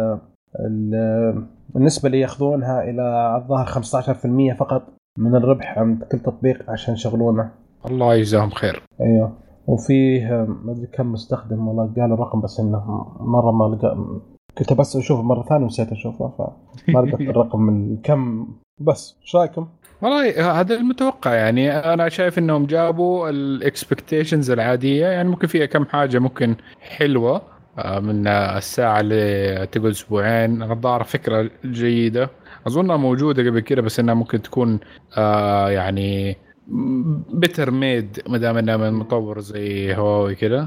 النسبه اللي ياخذونها الى الظاهر 15% فقط من الربح عند كل تطبيق عشان يشغلونه. الله يجزاهم خير. ايوه، وفيه ما ادري كم مستخدم، والله قالوا الرقم بس انه مره ما لقى، كنت بس اشوفه مره ثانيه ونسيت اشوفه فما لقيت الرقم الكم. بس ايش رايكم؟ والله هذا المتوقع، يعني انا شايف انهم جابوا الاكسبكتيشنز العاديه، يعني ممكن فيها كم حاجه ممكن حلوه من الساعه اللي تقعد اسبوعين. نظاره فكره جيده اظنها موجوده قبل كده، بس انها ممكن تكون يعني بيتر ميد ما دام انها من مطور زي هواوي كده.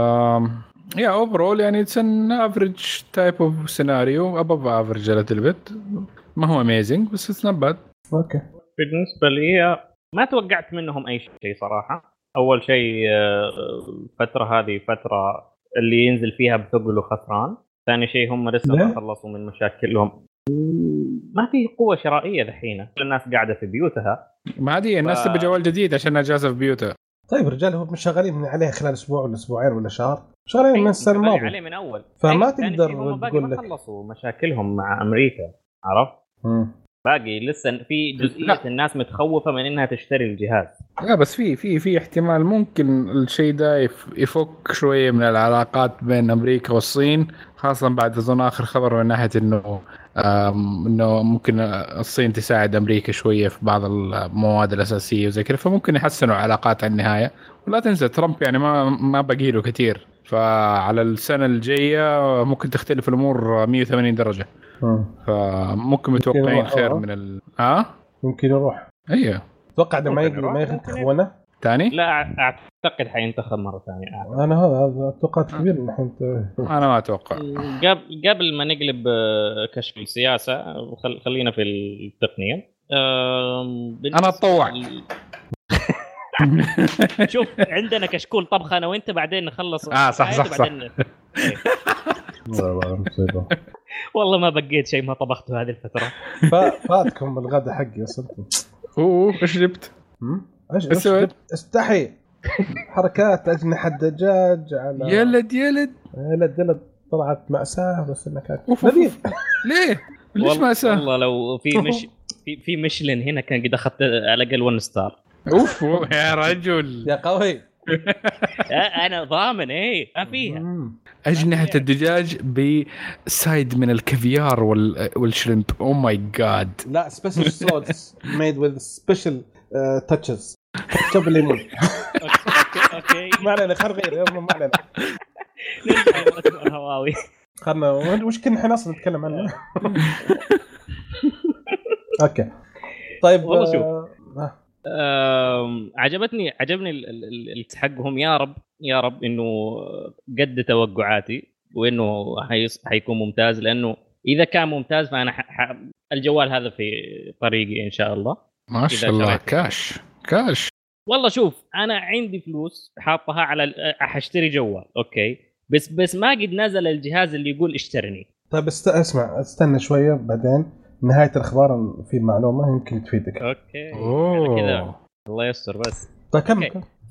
يا اوفرول يعني اتس ان افريج تايب اوف سيناريو ابوف افريج ا ليتل بيت، ما هو اميزنج بس اتس نوت باد. اوكي، بالنسبه لي ما توقعت منهم اي شيء صراحه. اول شيء الفتره هذه فتره اللي ينزل فيها بثقل وخسران. ثاني شيء هم لسه ما خلصوا من مشاكلهم، ما في قوه شرائيه الحين، الناس قاعده في بيوتها. ما هذه الناس تبي جوال جديد عشان اجازه في بيوتها. طيب رجال هو مش شغالين عليه خلال اسبوع ولا اسبوعين ولا شهر، شغالين من السنه الماضيه عليه من اول، فما تقدر تقول لك خلصوا مشاكلهم مع امريكا. عرفت؟ باقي لسه في جزئيه الناس متخوفه من انها تشتري الجهاز. لا بس في احتمال ممكن الشيء ده يفك شويه من العلاقات بين امريكا والصين، خاصه بعد اظن اخر خبر من ناحيه انه ممكن الصين تساعد امريكا شويه في بعض المواد الاساسيه وزي كذا، فممكن يحسنوا علاقات على النهايه. ولا تنسى ترامب يعني ما باقي له كثير، فعلى السنه الجايه ممكن تختلف الامور 180 درجه. فممكن متوقعين خير من ممكن يروح. ايوه اتوقع ده ما ينتخبونه ثاني. لا اعتقد حينتخب مره ثانيه. انا هذا اتوقع كبير الحين. انا ما اتوقع. قبل ما نقلب كشف السياسه خلينا في التقنيه. انا اتطوع. شوف عندنا كشكول طبخ انا وانت، بعدين نخلص. صح بعدين والله ما بقيت شيء ما طبخته هذه الفتره. فاتكم الغداء حقي وصلتوا. ايش جبت؟ ايش استحي حركات اجنحه دجاج على يلد طلعت مأساة، بس انك نظيف. ليه ليش مأساة؟ والله لو في ميشلين هنا كان قد اخذت على الاقل 1 ستار. يا رجل يا قوي. انا ضامن ايه ما فيها. أجنحة الدجاج بسايد من الكافيار والشريمب. أو ماي جاد. لا سبيشال صوص ميد وذ سبيشال تاتشز كاتشب ليمون. اوكي ما علينا خلينا نغير يلا ما علينا. نرجع لمؤتمر هواوي. خلنا وش كنا احنا اصلا نتكلم عنه. اوكي طيب والله شوف عجبني حقهم. يا رب انه قد توقعاتي وانه حيكون ممتاز، لانه اذا كان ممتاز فانا الجوال هذا في طريقي ان شاء الله. ما شاء الله كاش. والله شوف انا عندي فلوس حاطها على حاشتري جوال اوكي، بس ما قد نزل الجهاز اللي يقول اشترني. طيب اسمع استنى شويه بعدين نهايه الاخبار في معلومه يمكن تفيدك. اوكي كذا الله يستر بس. طيب كمل.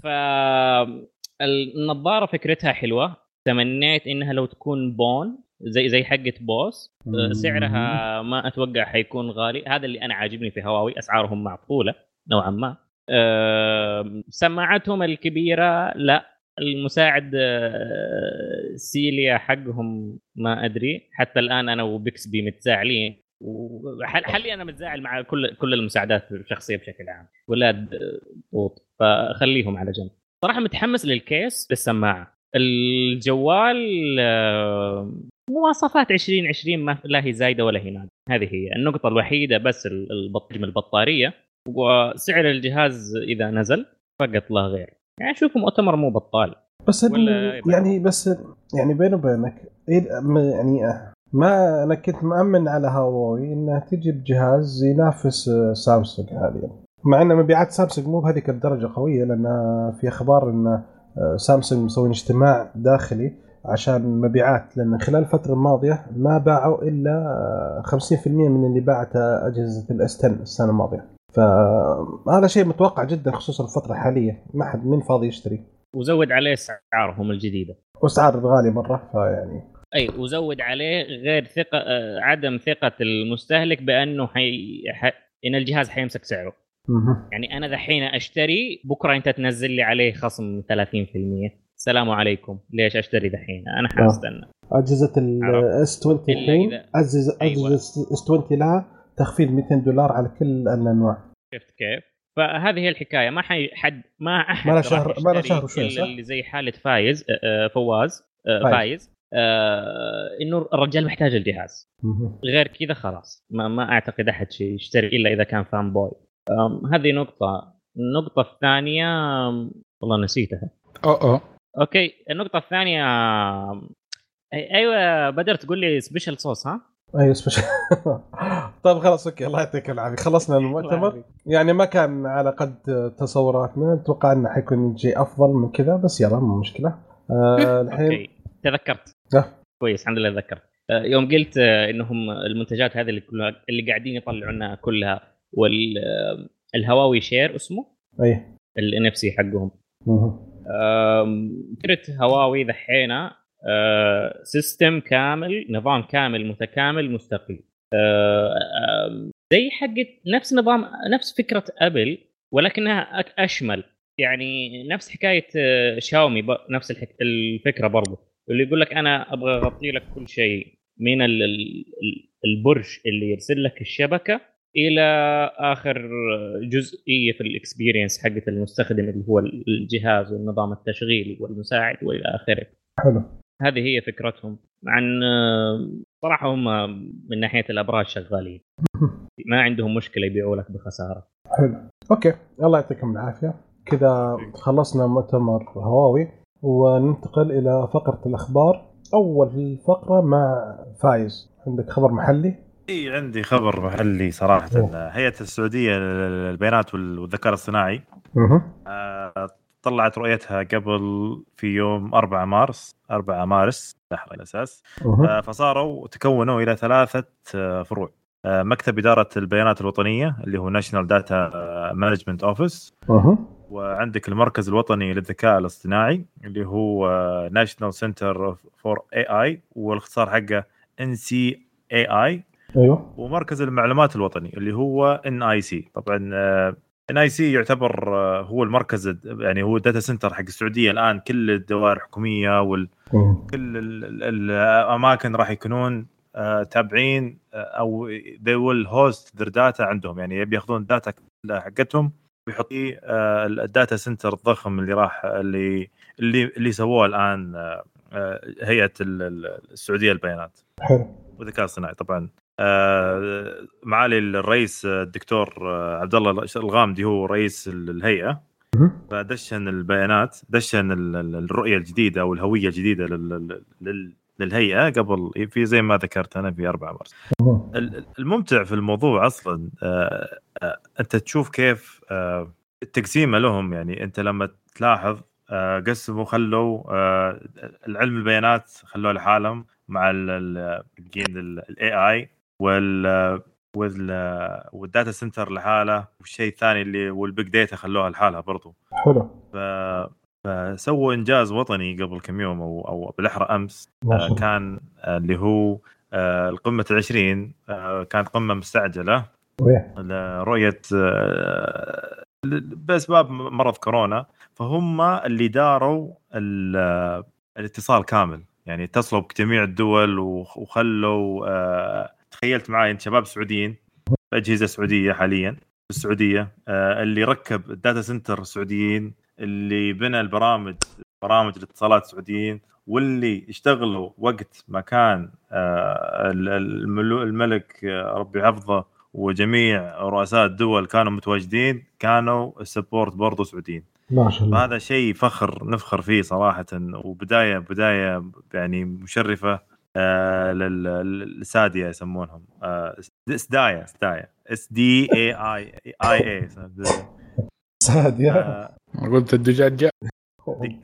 فالنظاره فكرتها حلوه، تمنيت انها لو تكون بون زي حقه بوس. سعرها ما اتوقع حيكون غالي، هذا اللي انا عاجبني في هواوي، اسعارهم معقوله نوعا ما. سماعتهم الكبيره لا، المساعد سيليا حقهم ما ادري حتى الان انا وبيكسبي متزاعلين، وحلي انا متزاعل مع كل المساعدات الشخصيه بشكل عام ولاد طوط، فخليهم على جنب. صراحه متحمس للكيس للسماعه. الجوال مواصفات 2020 ما لا هي زايده ولا هي ناقصه، هذه هي النقطه الوحيده بس. البطاريه وسعر الجهاز اذا نزل فقط لا غير. يعني اشوف مؤتمر مو بطال بس يعني بيني وبينك يعني ما انا كنت مأمن على هواوي انها تجي بجهاز ينافس سامسونج حاليا، مع ان مبيعات سامسونج مو بهذيك الدرجه قويه، لان في اخبار ان سامسونج مسوين اجتماع داخلي عشان مبيعات، لان خلال الفتره الماضيه ما باعوا الا 50% من اللي باعتها اجهزه الاس 10 السنه الماضيه. فهذا شيء متوقع جدا خصوصا الفتره الحاليه، ما حد من فاضي يشتري. وزود عليه اسعارهم الجديده واسعار غاليه مره، فيعني اي وزود عليه غير ثقه عدم ثقه المستهلك بانه ان الجهاز حيمسك سعره. يعني انا دحين اشتري بكره انت تنزل لي عليه خصم 30%. السلام عليكم، ليش اشتري دحين؟ انا حاستنى. اجهزه الاس 20 الحين اجهزه اس 20 لها تخفيض $200 على كل الانواع. شفت كيف؟ فهذه هي الحكايه. ما احد ما له شهر وشوي صح؟ اللي زي حاله فواز انه الرجال محتاج الجهاز. غير كذا خلاص ما اعتقد احد يشتري الا اذا كان فان بوي. هذه نقطه. النقطه الثانيه والله نسيتها. اوكي النقطه الثانيه ايوه بدر تقول لي سبيشال صوص. ها ايوه سبيشال. طيب خلاص اوكي الله يعطيك العافيه. خلصنا المؤتمر يعني ما كان على قد تصوراتنا، اتوقع انه حيكون يجي افضل من كذا، بس يلا مو مشكله. الحين اوكي تذكرت كويس الحمد لله تذكرت يوم قلت انهم المنتجات هذه اللي قاعدين يطلعونها كلها، والهواوي شير اسمه اي الNFC حقهم. فكرة هواوي ذحينا سيستم كامل، نظام كامل متكامل مستقل، زي حقت نفس فكرة أبل ولكنها أشمل. يعني نفس حكاية شاومي نفس الفكرة برضو، اللي يقول لك أنا أبغى أغطي لك كل شيء من البرج اللي يرسل لك الشبكة إلى آخر جزئية في الإكسبيرينس حقة المستخدم اللي هو الجهاز والنظام التشغيلي والمساعد وإلى آخره. حلو. هذه هي فكرتهم. عن صراحة هم من ناحية الأبراج شغالين، ما عندهم مشكلة يبيعوا لك بخسارة. حلو أوكي الله يعطيكم العافية. كذا خلصنا مؤتمر هواوي وننتقل إلى فقرة الأخبار. أول فقرة مع فايز، عندك خبر محلي؟ اي عندي خبر محلي صراحة. هيئة السعودية للبيانات والذكاء الصناعي طلعت رؤيتها قبل في يوم 4 مارس على الأساس. فصاروا تكونوا إلى 3 فروع. مكتب إدارة البيانات الوطنية اللي هو National Data Management Office، وعندك المركز الوطني للذكاء الاصطناعي اللي هو National Center for AI والاختصار حقه NCAI. أيوة. ومركز المعلومات الوطني اللي هو NIC. طبعا NIC يعتبر هو المركز، يعني هو الداتا سنتر حق السعوديه الان. كل الدوائر الحكوميه وكل الاماكن راح يكونون تابعين او they will host their data عندهم، يعني يبي ياخذون الداتا حقتهم ويحطيه الداتا سنتر الضخم اللي راح اللي سووه الان هيئه السعوديه للبيانات والذكاء الصناعي. طبعا معالي الرئيس الدكتور عبد الله الغامدي هو رئيس الهيئه، فدشن البيانات، دشن الرؤيه الجديده او الهويه الجديده للهيئه قبل في زي ما ذكرت انا في 4 مارس. الممتع في الموضوع اصلا انت تشوف كيف التقسيمه لهم. يعني انت لما تلاحظ قسموا، خلوا العلم البيانات خلوه لحالهم مع الاي اي والداتا سنتر لحاله، والشيء الثاني اللي والبيج داتا خلوها لحالها برضو. حلو. فسووا انجاز وطني قبل كم يوم او بالاحرى امس، كان اللي هو القمه 20 كانت قمه مستعجله لرؤيه باسباب مرض كورونا، فهم اللي داروا الاتصال كامل، يعني اتصلوا بجميع الدول وخلوا تخيلت معي انت شباب سعوديين باجهزه سعوديه حاليا في السعوديه، اللي ركب الداتا سنتر سعوديين، اللي بنى برامج الاتصالات سعوديين، واللي اشتغلوا وقت ما كان الملك ربي حفظه وجميع رؤساء الدول كانوا متواجدين، كانوا السبورت برضو سعوديين ما شاء الله. هذا شيء فخر نفخر فيه صراحة، وبداية يعني مشرفة للسادية يسمونهم سدايا SDAIA سادية. قلت الدجاج جاء ديك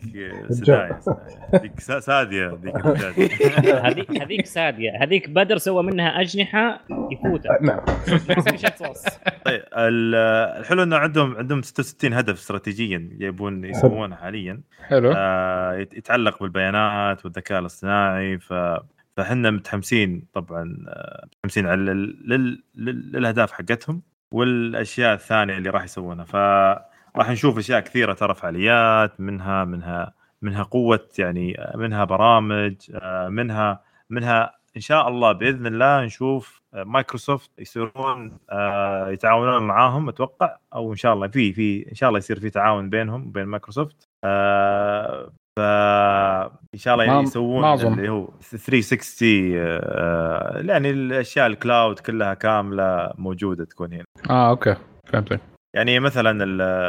سادية ديك هذيك سادية، هذيك بدر سوى منها أجنحة يفوتها. نعم. طيب الحلو انه عندهم 66 هدف استراتيجيا يبون يسوونه حاليا. حلو. يتعلق بالبيانات والذكاء الاصطناعي، فحنا متحمسين طبعا، متحمسين على للاهداف حقتهم والاشياء الثانيه اللي راح يسوونها. فراح نشوف اشياء كثيره ترى، فعاليات منها قوه، يعني منها برامج، منها ان شاء الله باذن الله نشوف مايكروسوفت يصيرون يتعاونون معاهم اتوقع، او ان شاء الله في ان شاء الله يصير في تعاون بينهم وبين مايكروسوفت، فإن شاء الله يسوون اللي هو 360 يعني الأشياء الكلاود كلها كاملة موجودة تكون هنا. أوكي فهمت. يعني مثلا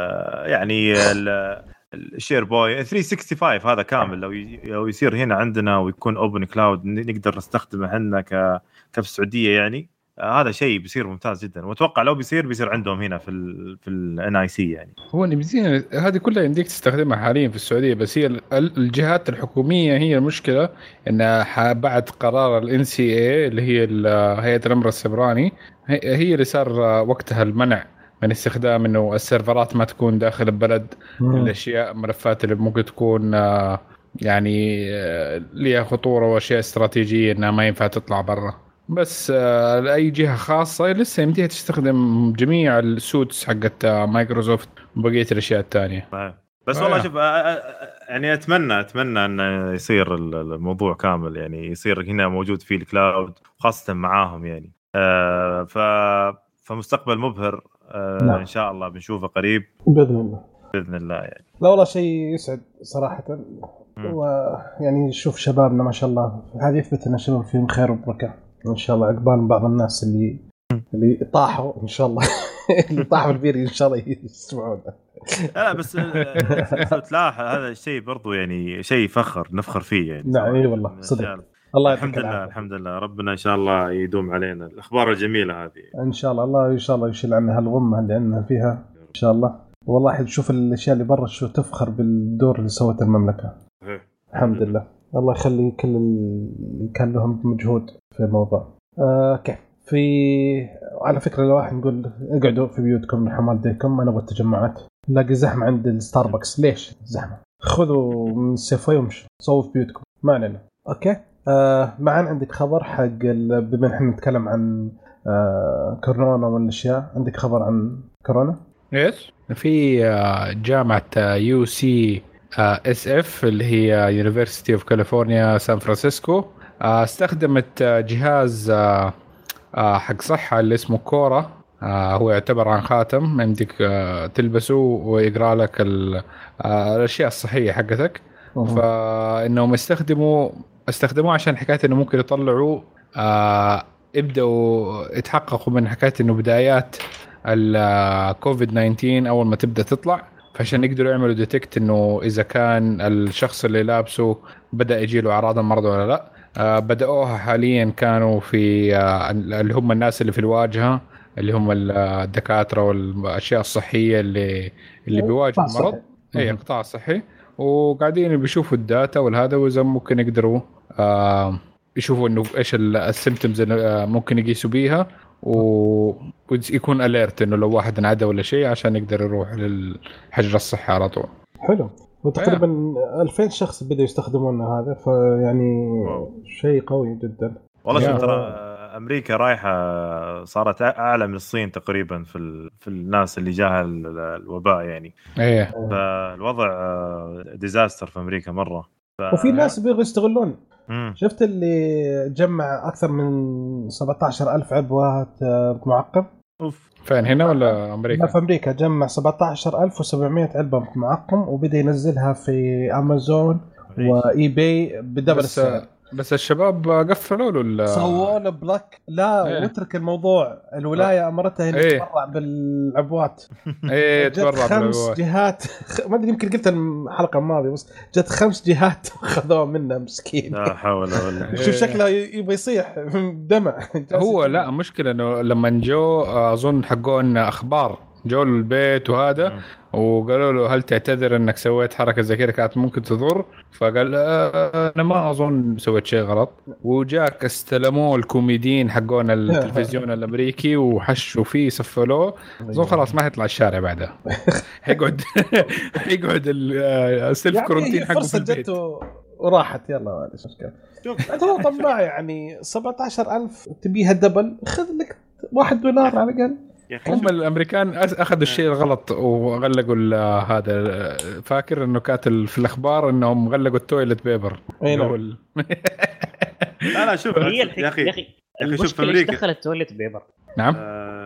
الشير بوي 365 هذا كامل لو يصير هنا عندنا ويكون اوبن كلاود نقدر نستخدمه احنا في السعودية، يعني هذا شيء بيصير ممتاز جدا، واتوقع لو بيصير عندهم هنا في ال NIC. يعني هو اللي بيزين هذه كلها يمديك تستخدمها حاليا في السعوديه، بس هي الجهات الحكوميه هي المشكله، ان بعد قرار NCA اللي هي هيئه الامر السبراني هي اللي صار وقتها المنع من استخدام انه السيرفرات ما تكون داخل البلد، الاشياء ملفات اللي ممكن تكون يعني ليها خطوره واشياء استراتيجيه انها ما ينفع تطلع برا. بس لأي جهة خاصة لسه يمديها تستخدم جميع السوتس حقت مايكروسوفت وبقية الأشياء الثانية. بس والله شوف يعني أتمنى أن يصير الموضوع كامل، يعني يصير هنا موجود فيه الكلاود خاصة معاهم، يعني فمستقبل مبهر إن شاء الله بنشوفه قريب بإذن الله يعني. لا والله شيء يسعد صراحة، ويعني نشوف شبابنا ما شاء الله، هذا يثبت أن الشباب فيهم خير وبركة ان شاء الله، عقبال بعض الناس اللي طاحوا ان شاء الله اللي طاحوا البير ان شاء الله يسمعونا. لا بس تلاحظ هذا الشيء برضو يعني شيء فخر نفخر فيه يعني. نعم اي والله صدق. الله الحمد لله ربنا ان شاء الله يدوم علينا الاخبار الجميله هذه ان شاء الله. الله ان شاء الله يشيل عنا هالغمه اللي عندنا فيها ان شاء الله. والله تشوف الاشياء اللي برا شو تفخر بالدور اللي سوته المملكه. الحمد لله. الله يخلي كل اللي كان لهم مجهود في الموضوع. اوكي على فكره لو واحد نقول اقعدوا في بيوتكم من حمال ديكم، ما نبغى التجمعات، نلاقي زحمه عند الستاربكس، ليش زحمه؟ خذوا من السيفوي ومشوا صووا في بيوتكم، ما علينا. اوكي معنا عندك خبر حق بما احنا نتكلم عن كورونا والاشياء، عندك خبر عن كورونا؟ ايش في جامعه يو سي اس اف اللي هي يونيفرسيتي اوف كاليفورنيا سان فرانسيسكو استخدمت جهاز حق صحة اللي اسمه كورا. هو يعتبر عن خاتم يمديك تلبسه ويقرأ لك الأشياء الصحية حقتك. فإنهم استخدموه عشان حكاية إنه ممكن يطلعوا يبدأوا يتحققوا من حكاية إنه بدايات الكوفيد 19 أول ما تبدأ تطلع، فعشان يقدروا يعملوا ديتكت إنه إذا كان الشخص اللي لابسه بدأ يجيله أعراض المرض ولا لأ. بدأوها حاليا كانوا في اللي هم الناس اللي في الواجهة اللي هم الدكاترة والأشياء الصحية اللي بيواجهوا المرض، أي قطاع صحي، وقاعدين بيشوفوا الداتا والهذا، وإذا ممكن يقدروا يشوفوا إنه إيش السيمتومز اللي ممكن يقيسوا بيها، ويكون أليرت إنه لو واحد انعدى ولا شيء عشان يقدر يروح للحجر الصحي على طول. حلو. وتقريبا 2000 شخص بدأوا يستخدمون هذا، فيعني شيء قوي جدا والله. شوف ترى امريكا رايحه صارت اعلى من الصين تقريبا في الناس اللي جاها الوباء يعني. ايه فالوضع ديزاستر في امريكا مره. وفي ناس بيغوا يستغلون. شفت اللي جمع اكثر من 17,000 عبوه معقم. فين هنا ولا امريكا؟ في امريكا جمع 17,700 علبه معقم وبدا ينزلها في امازون واي باي بدبل السعر. بس الشباب قفلوا له سووا له بلاك. لا واترك الموضوع. الولايه امرتها انه تبرع بالعبوات. تبرع 5 جهات ما ادري يمكن قلت الحلقه الماضيه، بس جت 5 جهات خذوها منه مسكين. لا حول ولا شوف شكله يبغى يصيح دمع. هو لا مشكله انه لما جو اظن حقون اخبار جو البيت وهذا وقالوا له هل تعتذر انك سويت حركه زي كده كانت ممكن تضر؟ فقال انا ما اظن سويت شيء غلط. وجاك استلموه الكوميديين حقون التلفزيون الامريكي وحشوا فيه سفلوه، اظن خلاص ما يطلع الشارع بعدها. يقعد السيلف كورنتين حقه في البيت وراحت. يلا ما عندي مشكله. انت لو طماع يعني 17,000 تبيها دبل، خذ لك $1 على الاقل. هم الامريكان اخذوا الشيء الغلط وغلقوا هذا. فاكر انه كاتل في الاخبار انهم غلقوا التويلت بيبر. انا شوف يا اخي شوف في امريكا دخل التويلت بيبر. نعم.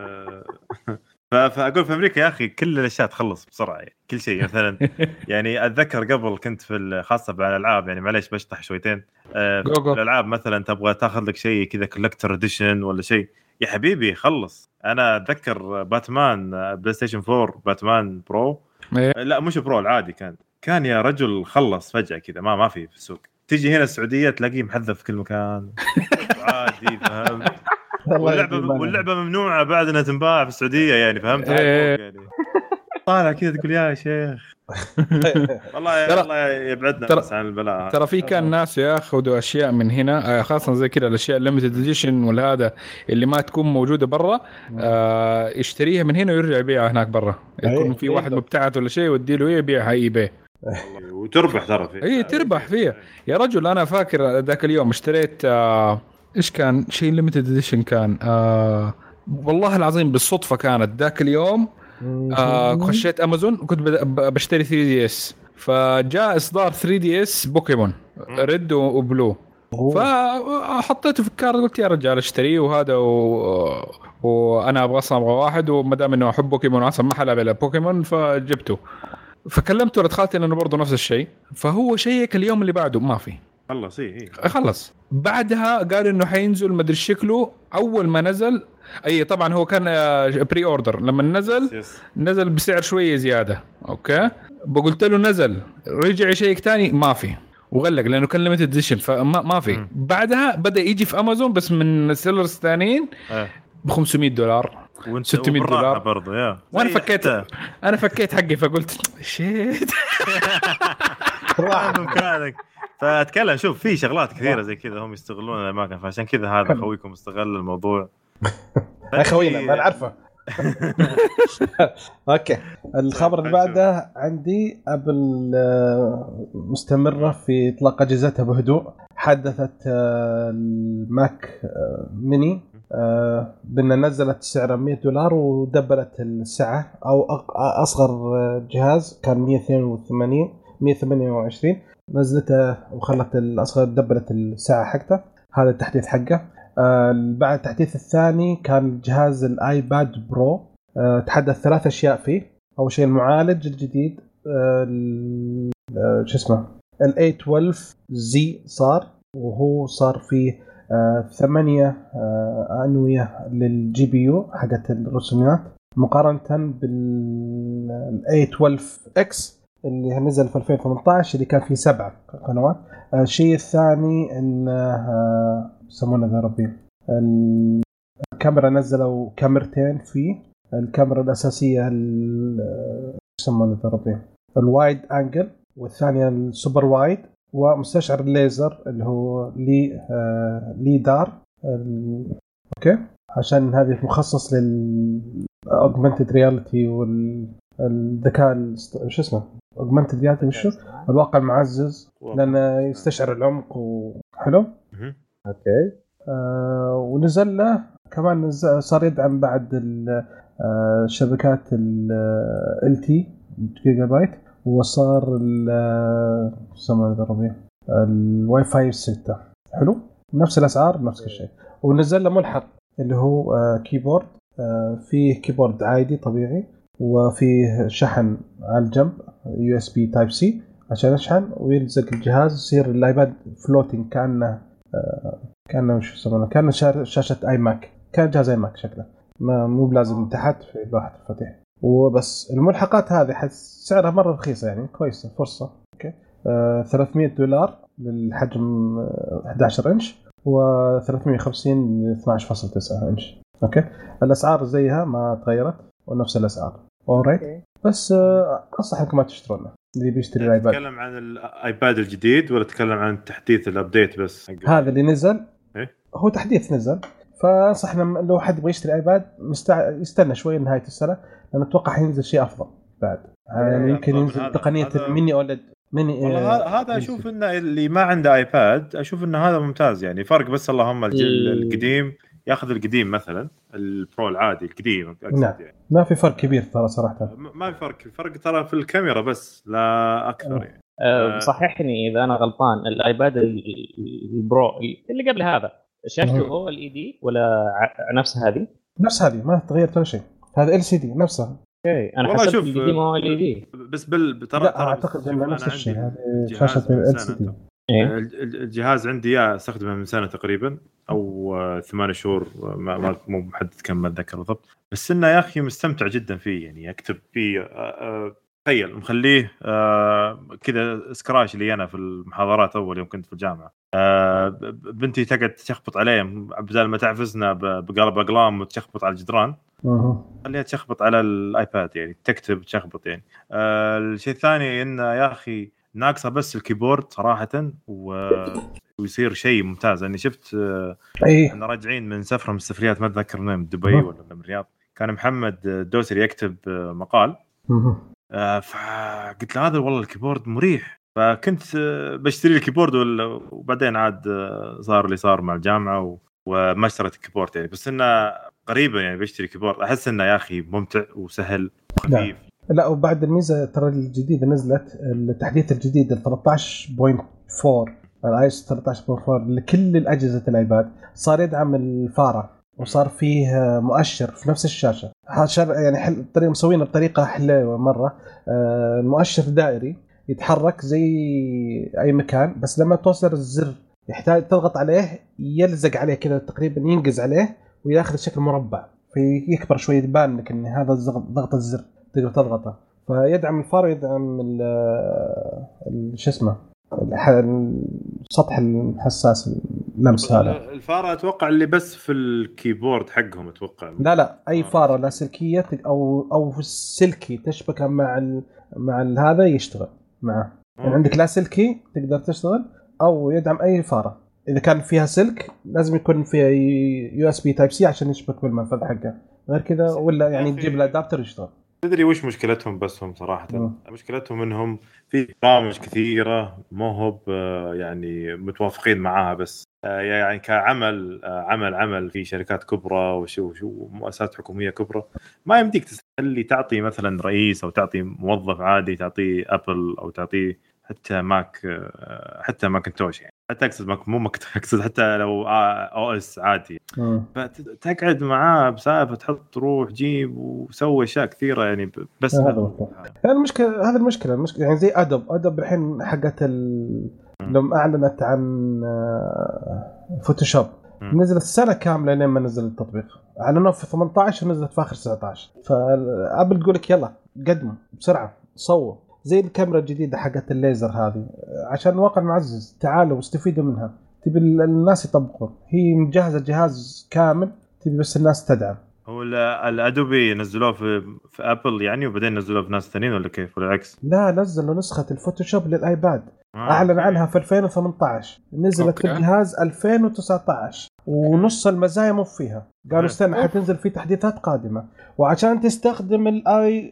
فاقول في امريكا يا اخي كل الاشياء تخلص بسرعه يعني. كل شيء مثلا يعني اتذكر قبل كنت في خاصه بالالعاب يعني معليش بشطح شويتين. الالعاب مثلا تبغى تاخذ لك شيء كذا كولكتر اديشن ولا شيء، يا حبيبي خلص. انا اتذكر باتمان بلاي ستيشن 4 باتمان برو. لا مش برو العادي، كان يا رجل خلص فجأة كذا ما في السوق. تيجي هنا السعودية تلاقيه محذف في كل مكان عادي. فهمت؟ واللعبة ممنوعة بعد انها تنباع في السعودية يعني. فهمت يعني طالع كذا تقول يا شيخ والله يبعدنا بس عن البلاء. ترى في كان ناس ياخذوا اشياء من هنا خاصه زي كذا الاشياء الليميتد اديشن والهذا اللي ما تكون موجوده برا، يشتريها من هنا ويرجع يبيعها هناك برا. يكون في واحد مبتعث ولا شيء ودي له يبيعها اي باي وتربح ترى فيها. اي تربح فيها يا رجل. انا فاكر ذاك اليوم اشتريت ايش كان شيء ليميتد اديشن كان والله العظيم بالصدفه كانت ذاك اليوم خشيت امازون وكنت بشتري 3DS، فجاء اصدار 3DS بوكيمون ريد وبلو، فحطيته في الكارت قلت يا رجال اشتريه وهذا وانا ابغى واحد، وما دام انه احب بوكيمون اصلا ما حلعب على بوكيمون فجبته. فكلمته ولد خالتي انه برضه نفس الشيء، فهو شيك اليوم اللي بعده ما في خلص. خلص بعدها قال انه حينزل مدري شكله. اول ما نزل طبعا هو كان بري اوردر، لما نزل بسعر شويه زياده. اوكي بقولت له نزل، رجع شيء تاني ما في وغلق لانه كان ليميتد اديشن فما في. بعدها بدا يجي في امازون بس من سيلرز ثانيين ب$500 $600 برضه يا. وانا فكيت حقي فقلت شيت مكانك. فاتكلم شوف في شغلات كثيره زي كذا هم يستغلون الاماكن، فعشان كذا هذا خويكم استغل الموضوع. خوينا ما نعرفه. اوكي الخبر اللي بعده عندي ابل مستمره في اطلاق اجهزتها بهدوء. حدثت الماك ميني بدنا نزلت سعره $100 ودبلت السعة، أو أصغر جهاز كان 128 نزلته وخلت الأصغر دبلت السعة حقته. هذا التحديث حقه. بعد التحديث الثاني كان جهاز الآيباد برو. تحدث 3 أشياء فيه. أول شيء المعالج الجديد، شو اسمه ال A12Z صار، وهو صار فيه 8 أنوية للجي بي يو حقت الرسومات مقارنة بال A12X اللي نزل في 2018 اللي كان فيه 7 قنوات. الشيء الثاني ان يسمونه ذا ربي الكاميرا، نزلوا كاميرتين فيه. الكاميرا الأساسية يسمونه ذا ربي الوايد أنجل، والثانية السوبر وايد، ومستشعر الليزر اللي هو ليدار. اوكي، عشان هذه مخصص للأوجمنتد رياليتي والذكاء شو اسمه أوجمنتد رياليتي، وشو الواقع المعزز، لأنه يستشعر العمق وحلو. اوكي. ونزل له كمان صار يدعم بعد الشبكات LT جيجا بايت، وصار يسمونه ذا الربيع الواي فاي 6. حلو، نفس الأسعار نفس كل شيء. ونزل له ملحق اللي هو كيبورد، فيه كيبورد عادي طبيعي، وفيه شحن على الجنب USB Type C عشان يشحن ويلزق الجهاز، يصير الايباد فلوتينج كأنه مش يسمونه كأنه شاشة اي ماك، كان جهاز اي ماك شكله، مو بلازم من تحت في لوحة الفتح وبس. الملحقات هذه سعرها مرة رخيصة يعني كويسة، فرصة. اوكي، $300 للحجم 11 انش، و350 ل 12.9 انش. اوكي، الاسعار زيها ما تغيرت ونفس الاسعار. اوريت، بس انصح انكم ما تشترونه اللي بيشتري الايباد. تتكلم عن الايباد الجديد ولا تتكلم عن تحديث الابديت بس؟ هذا اللي نزل إيه؟ هو تحديث نزل، فانصحنا لو حد يبغى يشتري ايباد يستنى شوي نهاية السنة، لأن أتوقع حينزل شيء أفضل بعد. يعني يمكن ينزل تقنية الميني أولد ميني. والله هذا أشوف إنه اللي ما عنده ايباد أشوف إنه هذا ممتاز يعني. فرق بس اللهم الجيل القديم ياخذ القديم مثلا البرو العادي القديم. نعم يعني. ما في فرق كبير ترى صراحة، ما في فرق ترى في الكاميرا بس لا أكثر يعني. صححني إذا أنا غلطان، الآيباد البرو اللي قبل هذا شاشته هو LED ولا نفس هذه؟ نفس هذه ما تغير ولا شيء، هذا LCD نفسها. اوكي، انا حسبت القديم هو LED بس ترى اعتقد انه نفس الشيء، هذه شاشة LCD. الجهاز عندي يا استخدمه من سنة تقريبا او 8 شهور، مو محدد كم، ما اتذكر بالضبط، بس انه يا اخي مستمتع جدا فيه يعني. اكتب فيه تخيل مخليه كذا سكراش لي انا في المحاضرات اول يوم كنت في الجامعه. بنتي تقعد تشخبط عليه بدل ما تعفزنا بقلب اقلام وتشخبط على الجدران، خليها تشخبط على الايباد يعني، تكتب تشخبط يعني. الشيء الثاني انه يا اخي ناقصه بس الكيبورد صراحه، ويصير شيء ممتاز. اني شفت احنا راجعين من سفره من السفريات، ما اتذكر من دبي ولا من الرياض، كان محمد الدوسري يكتب مقال، فقلت له هذا والله الكيبورد مريح، فكنت بشتري الكيبورد وبعدين عاد صار اللي صار مع الجامعه وما اشتريت الكيبورد يعني. بس انه قريبا يعني بشتري كيبورد، احس انه يا اخي ممتع وسهل وخفيف. لا وبعد الميزه ترى الجديده نزلت التحديث الجديد 13.4 الايس 13.4 لكل الاجهزه الايباد، صار يدعم الفاره وصار فيه مؤشر في نفس الشاشه. يعني الطريقه مسوينه بطريقه حلوه مره. المؤشر دائري يتحرك زي اي مكان، بس لما توصل الزر يحتاج تضغط عليه يلزق عليه كذا تقريبا، ينقز عليه وياخذ شكل مربع، فيكبر شوي يبان لك ان هذا ضغط الزر تقدر تضغطه. فيدعم الفار ويدعم شو اسمه السطح الحساس اللمس. هذا الفاره اتوقع اللي بس في الكيبورد حقهم اتوقع. لا اي فاره لاسلكيه او سلكي تشبكها مع هذا يشتغل معه. يعني عندك لاسلكي تقدر تشتغل، او يدعم اي فاره. اذا كان فيها سلك لازم يكون فيها USB Type C عشان يشبك بالمنفذ حقه، غير كذا ولا يعني تجيب الادابتر يشتغل. تدري وش مشكلتهم؟ بس هم صراحة مشكلتهم انهم في برامج كثيرة مو هو يعني متوافقين معاها، بس يعني كعمل عمل في شركات كبرى وشو مؤسسات حكومية كبرى ما يمديك تخلي تعطي مثلا رئيس او تعطي موظف عادي تعطيه ابل او تعطيه حتى ماكنتوش يعني، حتى اقصد مو اقصد حتى لو او اس عادي، فتقعد معاه بسالفه تحط روح جيب وسوي اشياء كثيره يعني. بس هذا المشكله يعني زي ادوب الحين حقت لما اعلنت عن فوتوشوب نزلت السنه كامله لين ما نزل التطبيق، اعلنوا في 18 ونزلت في اخر 19. فابل تقول لك يلا قدموا بسرعه صوروا زي الكاميرا الجديده حقت الليزر هذه عشان الواقع المعزز، تعالوا واستفيدوا منها. تبي الناس يطبقون، هي مجهزه جهاز كامل، تبي بس الناس تدعم. هو الادوبي نزلوه في ابل يعني وبعدين نزلوه في ناس ثانيين ولا كيف ولا العكس؟ لا نزلوا نسخه الفوتوشوب للايباد. اعلن عنها في 2018 نزلت في الجهاز 2019 ونص المزايا مو فيها. قالوا استنى حتنزل في تحديثات قادمه، وعشان تستخدم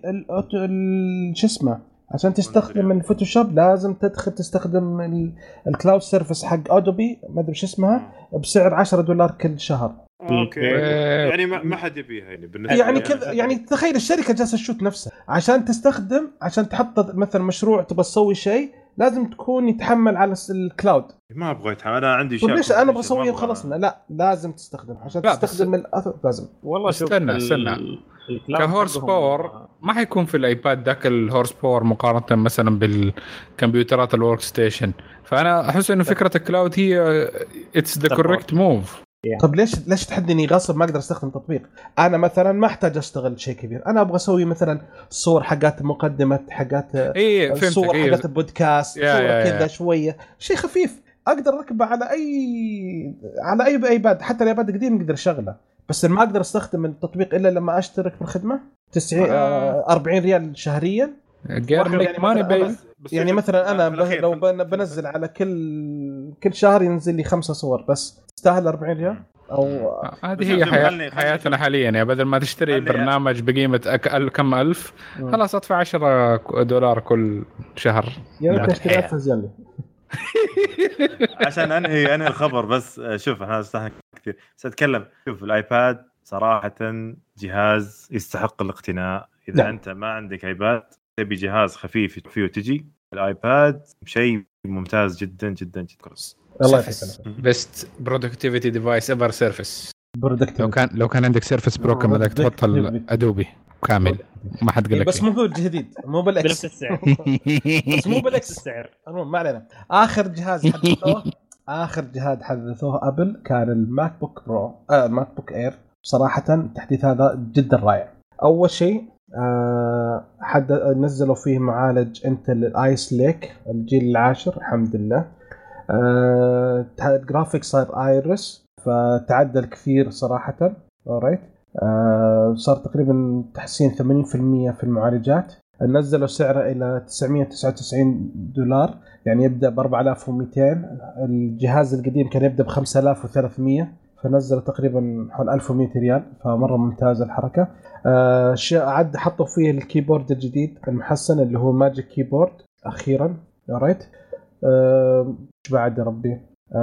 شو اسمه عشان تستخدم الفوتوشوب لازم تستخدم الكلاود سيرفيس حق ادوبي ما ادري شو اسمها بسعر $10 كل شهر. اوكي يعني ما حد يبيها يعني بالنسبه يعني كذا يعني تخيل الشركه جالسه تشوت نفسها عشان تستخدم، عشان تحط مثلا مشروع تبغى تسوي شيء لازم تكون يتحمل على الكلاود. ما ابغى يتحمل، انا عندي شيء ليش انا ابغى اسويه وخلصنا؟ لا لازم تستخدم عشان تستخدم الاثر لازم. والله استنى كهورس باور ما حيكون في الايباد ذاك الهورس باور مقارنه مثلا بالكمبيوترات الورك ستيشن، فانا احس انه فكره الكلاود هي اتس ذا كوريكت موف. طب ليش تحدني غصب ما اقدر استخدم تطبيق؟ انا مثلا ما احتاج اشتغل شيء كبير، انا ابغى اسوي مثلا صور حقات مقدمه حقات صور حقات البودكاست صور كذا شويه شيء خفيف اقدر اركبه على اي ايباد، حتى الايباد القديم اقدر اشغله، بس ما اقدر استخدم التطبيق الا لما اشترك في الخدمه 40 ريال شهريا. يعني مثلا انا لو بنزل على كل شهر ينزل لي 5 صور بس تستاهل 40 ريال؟ او هذه هي حياتنا حاليا يعني، بدل ما تشتري برنامج بقيمه كم الف خلاص ادفع $10 كل شهر يعني تشتري فزيان عشان انهي الخبر. بس شوف احنا استحق كثير بس اتكلم. شوف الايباد صراحه جهاز يستحق الاقتناء. اذا انت ما عندك ايباد تبي جهاز خفيف فيه تجي الايباد شيء ممتاز جدا جدا جدا. الله يسلمك. بيست برودكتيفيتي ديفايس ايفر سيرفيس. لو كان عندك سيرفيس برو كان بدك تبطل ادوبي كامل ما حد قال لك بس مو بالجديد مو بالاكس السعر بس مو بالاكس السعر. المهم ما علينا. اخر جهاز حدثوه ابل كان الماك بوك برو الماك بوك اير. صراحه التحديث هذا جدا رائع. اول شيء نزلوا فيه معالج انتل الايس ليك الجيل 10 الحمد لله. الجرافيك صار ايرس فتعدل كثير صراحه. alright. صار تقريبا تحسين 80% في المعالجات. نزلوا سعره الى $999 يعني يبدا ب 4200. الجهاز القديم كان يبدا ب 5300 فنزلوا تقريبا حول 1100 ريال فمره ممتازه الحركه. عد حطوا فيه الكيبورد الجديد المحسن اللي هو ماجيك كيبورد اخيرا. alright. بعد يا ربي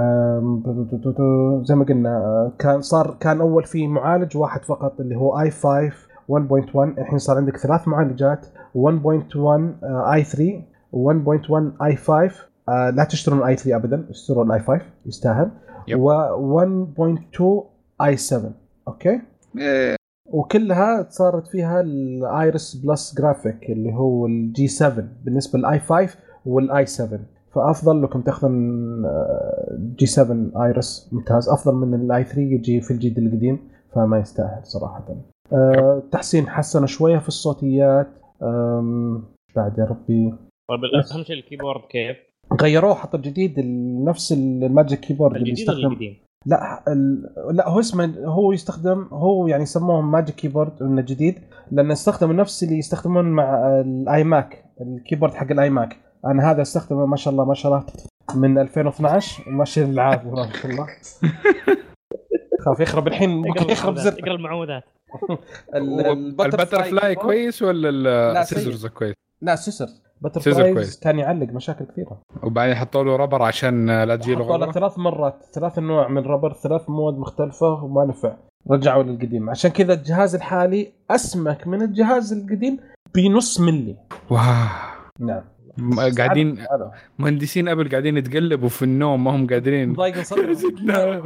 زي ما قلنا كان اول فيه معالج واحد فقط اللي هو i5 1.1. الحين صار عندك 3 معالجات 1.1 i3 1.1 i5. لا تشترون i3 ابدا اشترون i5 يستاهل. و1.2 i7 اوكي. وكلها صارت فيها الايرس بلس جرافيك اللي هو الجي 7 بالنسبه للاي 5 والاي 7. فافضل لكم تاخذون جي 7 ايرس ممتاز افضل من الاي 3 يجي في الجيل القديم فما يستاهل صراحه. تحسين حسنوا شويه في الصوتيات. بعد يا ربي طيب اهم شيء الكيبورد كيف غيروه حطوا جديد نفس الماجيك كيبورد اللي يستخدم. لا هو اسمه هو يستخدم هو يعني يسموه ماجيك كيبورد انه جديد لانه يستخدم نفس اللي يستخدمون مع الاي ماك الكيبورد حق الاي ماك. انا هذا استخدمه ما شاء الله من 2012 ماشي العاب ما شاء الله. خاف يخرب الحين يخرب زر. اقرا المعوذات البتر فلاي كويس ولا السيزرز كويس؟ لا سيسر بتر سيزر فلاي كويس. كان يعلق مشاكل كثيره. وبعدين حطوا له ربر عشان لا تجي له حطوا له غلطه. 3 مرات 3 انواع من ربر 3 مواد مختلفه وما نفع، رجعوا للقديم. عشان كذا الجهاز الحالي اسمك من الجهاز القديم بنص ملي. واو. نعم قاعدين مهندسين ابل قاعدين يتقلبوا في النوم، ما هم قادرين. ضايق صدرهم.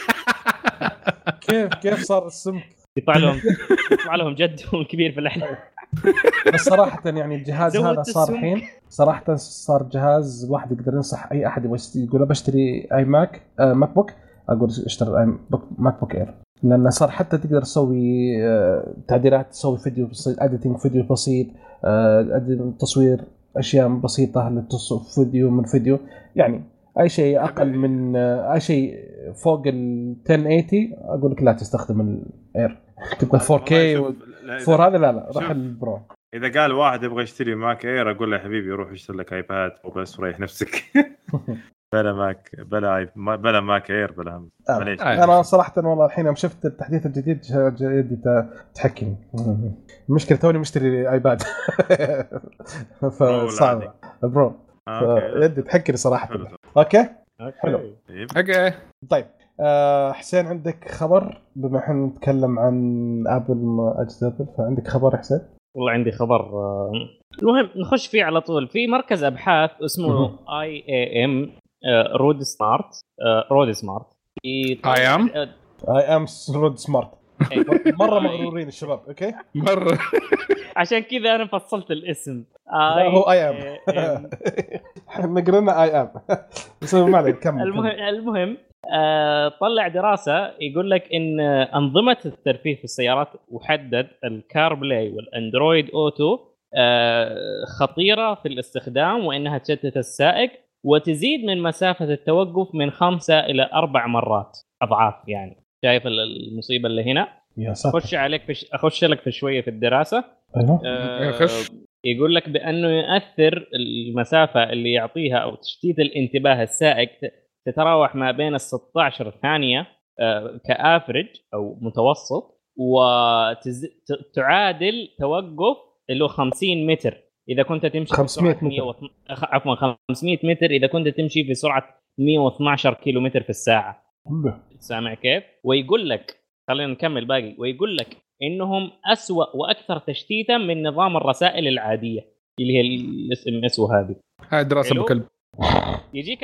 كيف صار السمك يطلع لهم جدهم الكبير في الاحلام. بس صراحه يعني الجهاز هذا صار الحين صراحه صار جهاز واحد يقدر ينصح اي احد يقول بشتري اي ماك بوك، اقول اشتري ماك بوك اير، لانه صار حتى تقدر تسوي تعديلات، تسوي فيديو بسيط، اديتنج فيديو بسيط، تصوير اشياء بسيطه للتصوير فيديو من فيديو، يعني اي شيء اقل من اي شيء فوق ال 1080 اقول لك لا تستخدم الاير. تبغى 4K فور هذا لا روح البرو. اذا قال واحد يبغى يشتري ماك اير اقول له يا حبيبي روح اشتري لك ايباد وبس وريح نفسك. بلا ماك بلا ماك اير بلا هم. انا صراحه والله الحين يوم شفت التحديث الجديد يدي تحكم. المشكله توني مشتري ايباد فصعب برو يدي تحكي صراحه. اوكي حلو. اوكي طيب حسين عندك خبر بما احنا نتكلم عن ابل اجهزه ابل، فعندك خبر حسين؟ والله عندي خبر المهم نخش فيه على طول. في مركز ابحاث اسمه IAM رود سمارت I am رود سمارت. مره مغرورين الشباب. اوكي مره عشان كذا انا فصلت الاسم. هو I am احنا قلنا I am بس ما عليك كمل. المهم طلع دراسة يقول لك إن أنظمة الترفيه في السيارات وحدد الكار بلاي والأندرويد أوتو خطيرة في الاستخدام، وإنها تشتت السائق وتزيد من مسافة التوقف من 5 إلى 4 مرات أضعاف. يعني شايف المصيبة اللي هنا؟ أخش لك في شوية في الدراسة. يقول لك بأنه يؤثر المسافة اللي يعطيها أو تشتيت الانتباه السائق تتراوح ما بين 16 ثانية كافرج أو متوسط، وتعادل توقف اللي هو 50 متر إذا كنت تمشي 500 متر 500 متر إذا كنت تمشي في سرعة 112 كيلومتر في الساعة. سامع كيف؟ ويقول لك خلينا نكمل باقي. ويقول لك إنهم أسوأ وأكثر تشتيتا من نظام الرسائل العادية اللي هي الSMS وهذه. هاي دراسة بكلب. يجيك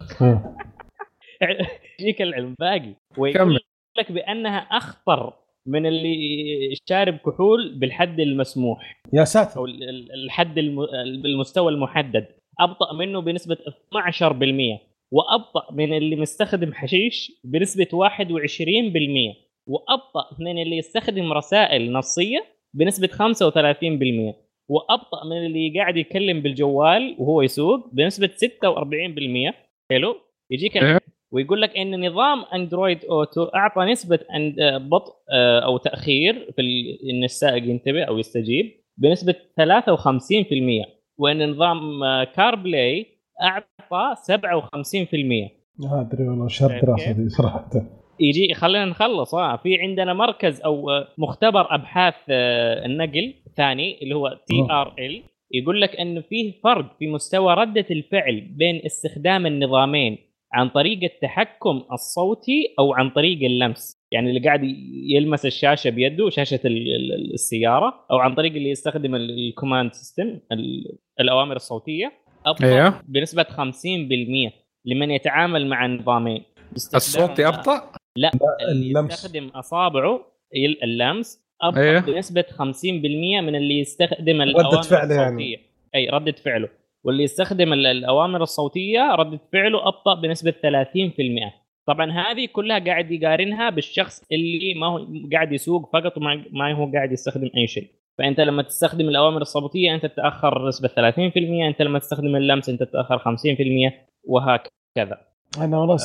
العلم باقي. ويقول لك بأنها أخطر من اللي شارب كحول بالحد المسموح. يا ساتر. أو الحد بالمستوى المحدد. أبطأ منه بنسبة 12%، وأبطأ من اللي مستخدم حشيش بنسبة 21%، وأبطأ من اللي يستخدم رسائل نصية بنسبة 35%، وأبطأ من اللي قاعد يتكلم بالجوال وهو يسوق بنسبة 46%. حلو. يجيك ويقول لك إن نظام أندرويد أوتو أعطى نسبة بطء أو تأخير في إن السائق ينتبه أو يستجيب بنسبة 53%، وإن نظام كار بلاي أعطى 57%. أدري والله شر دراسة دي صراحة. يجي خلينا نخلص. في عندنا مركز أو مختبر أبحاث النقل ثاني اللي هو TRL، يقول لك أنه فيه فرق في مستوى ردة الفعل بين استخدام النظامين عن طريق التحكم الصوتي أو عن طريق اللمس. يعني اللي قاعد يلمس الشاشة بيده شاشة السيارة، أو عن طريق اللي يستخدم الكوماند سيستم الأوامر الصوتية، أبطأ بنسبة 50% لمن يتعامل مع النظامين. الصوتي أبطأ؟ لا اللي يستخدم أصابعه اللمس أبطأ بنسبة 50% من اللي يستخدم الأوامر الصوتية. يعني. أي ردة فعله. واللي يستخدم الأوامر الصوتية ردة فعله أبطأ بنسبة 30%. طبعا هذه كلها قاعد يقارنها بالشخص اللي ما هو قاعد يسوق فقط وما هو قاعد يستخدم أي شيء. فأنت لما تستخدم الأوامر الصوتية أنت تتأخر نسبة 30%، أنت لما تستخدم اللمس أنت تتأخر 50%، وهكذا. أنا والله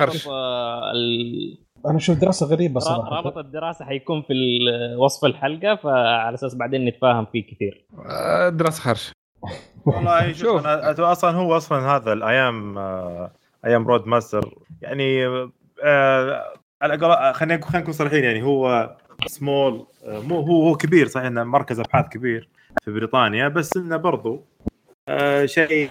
أنا شوف دراسة غريبة صراحة. رابط الدراسة حيكون في وصف الحلقة، فعلى أساس بعدين نتفاهم فيه كثير. دراسة خرش والله. شوف أصلا هو أصلا هذا الأيام رود ماستر يعني خلينا نكون صريحين، يعني هو سمول، مو هو كبير صحيح انه مركز ابحاث كبير في بريطانيا، بس انه برضو شيء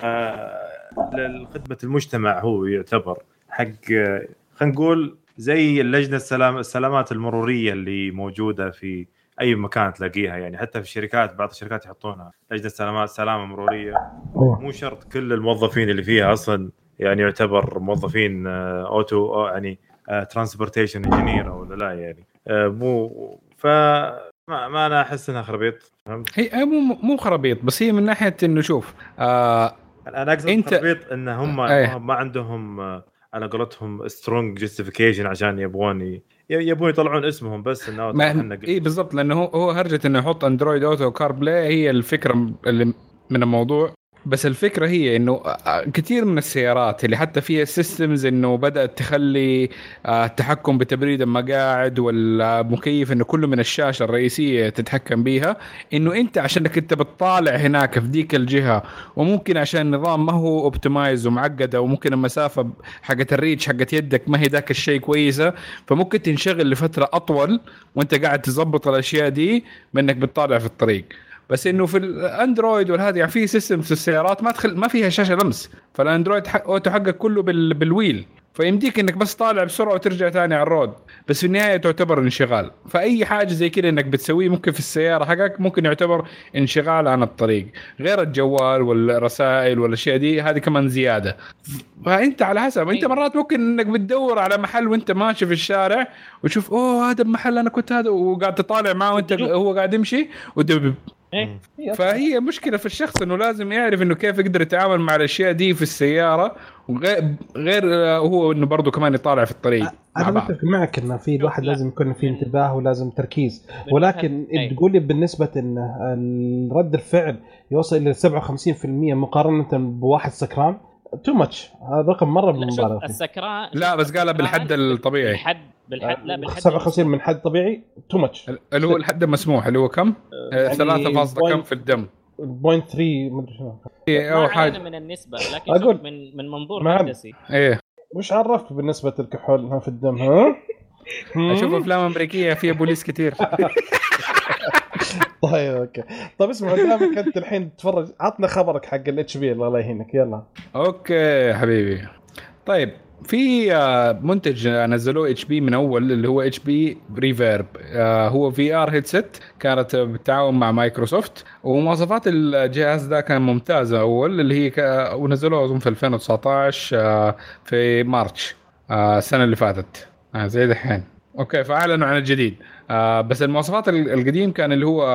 لخدمه المجتمع. هو يعتبر حق خلينا نقول زي اللجنه السلامات المروريه اللي موجوده في اي مكان تلاقيها، يعني حتى في الشركات بعض الشركات يحطونها لجنه سلامه مروريه. مو شرط كل الموظفين اللي فيها اصلا يعني يعتبر موظفين اوتو يعني ترانسبورتيشن انجينير ولا لا، يعني مو ما انا احس انها خرابيط. فهمت؟ هي مو خرابيط، بس هي من ناحيه انه شوف انا اقصد خرابيط ان هم ما عندهم على قولتهم سترونج جاستيفيكيشن عشان يبون يطلعون اسمهم بس انه اي بالضبط، لانه هو هرجه انه يحط اندرويد اوتو كار بلاي هي الفكره اللي من الموضوع. بس الفكرة هي إنه كثير من السيارات اللي حتى فيها سيستمز إنه بدأت تخلي التحكم بتبريد المقاعد والمكيف إنه كله من الشاشة الرئيسية تتحكم بيها، إنه أنت عشانك أنت بتطالع هناك في ديك الجهة، وممكن عشان النظام ما هو اوبتمايز ومعقدة، وممكن المسافة حقت الريتش حقت يدك ما هي ذاك الشيء كويسة، فممكن تنشغل لفترة أطول وأنت قاعد تزبط الأشياء دي منك بتطالع في الطريق. بس انه في الاندرويد والهذه يعني في سيستم في السيارات ما فيها شاشه لمس، فالاندرويد اوتو حقك كله بالويل، فيمديك انك بس طالع بسرعه وترجع ثاني على الرود، بس في النهايه تعتبر انشغال. فاي حاجه زي كده انك بتسويه ممكن في السياره حقك ممكن يعتبر انشغال عن الطريق، غير الجوال والرسائل والاشياء دي هذه كمان زياده. فانت على حسب، انت مرات ممكن انك بتدور على محل وانت ماشي في الشارع وتشوف هذا المحل انا كنت هذا، وقاعد تطالع معه وانت هو قاعد يمشي فهي مشكلة في الشخص انه لازم يعرف انه كيف يقدر يتعامل مع الاشياء دي في السيارة، وغير هو انه برضو كمان يطالع في الطريق. انا متفق معك انه في الواحد لازم يكون فيه انتباه ولازم تركيز، ولكن تقول لي بالنسبة ان رد الفعل يوصل الى 57% مقارنة بواحد سكران، تو ماتش. هذا رقم مرة مبالغ فيه. السكران لا بس قالها بالحد الطبيعي، بالحد 57 من حد طبيعي تو ماتش، اللي هو الحد المسموح اللي هو كم 3 كم في الدم 0.3 مدري شنو او حاجه من النسبه، لكن أقول من منظور هندسي ايه مش عرفت بالنسبه الكحول في الدم. ها اشوف افلام امريكيه فيها بوليس كتير. طيب اوكي، طيب اسمع دامك انت الحين تتفرج، عطنا خبرك حق الاتش بي الله يهينك. يلا اوكي حبيبي. طيب في منتج نزلوه اتش بي من اول اللي هو اتش بي ريفيرب، هو في ار هيدسيت كانت بالتعاون مع مايكروسوفت، ومواصفات الجهاز ده كان ممتازه اول اللي هي ونزلوه اظن في 2019 في مارش السنه اللي فاتت زي دحين. اوكي فاعلنوا عن الجديد، بس المواصفات القديم كان اللي هو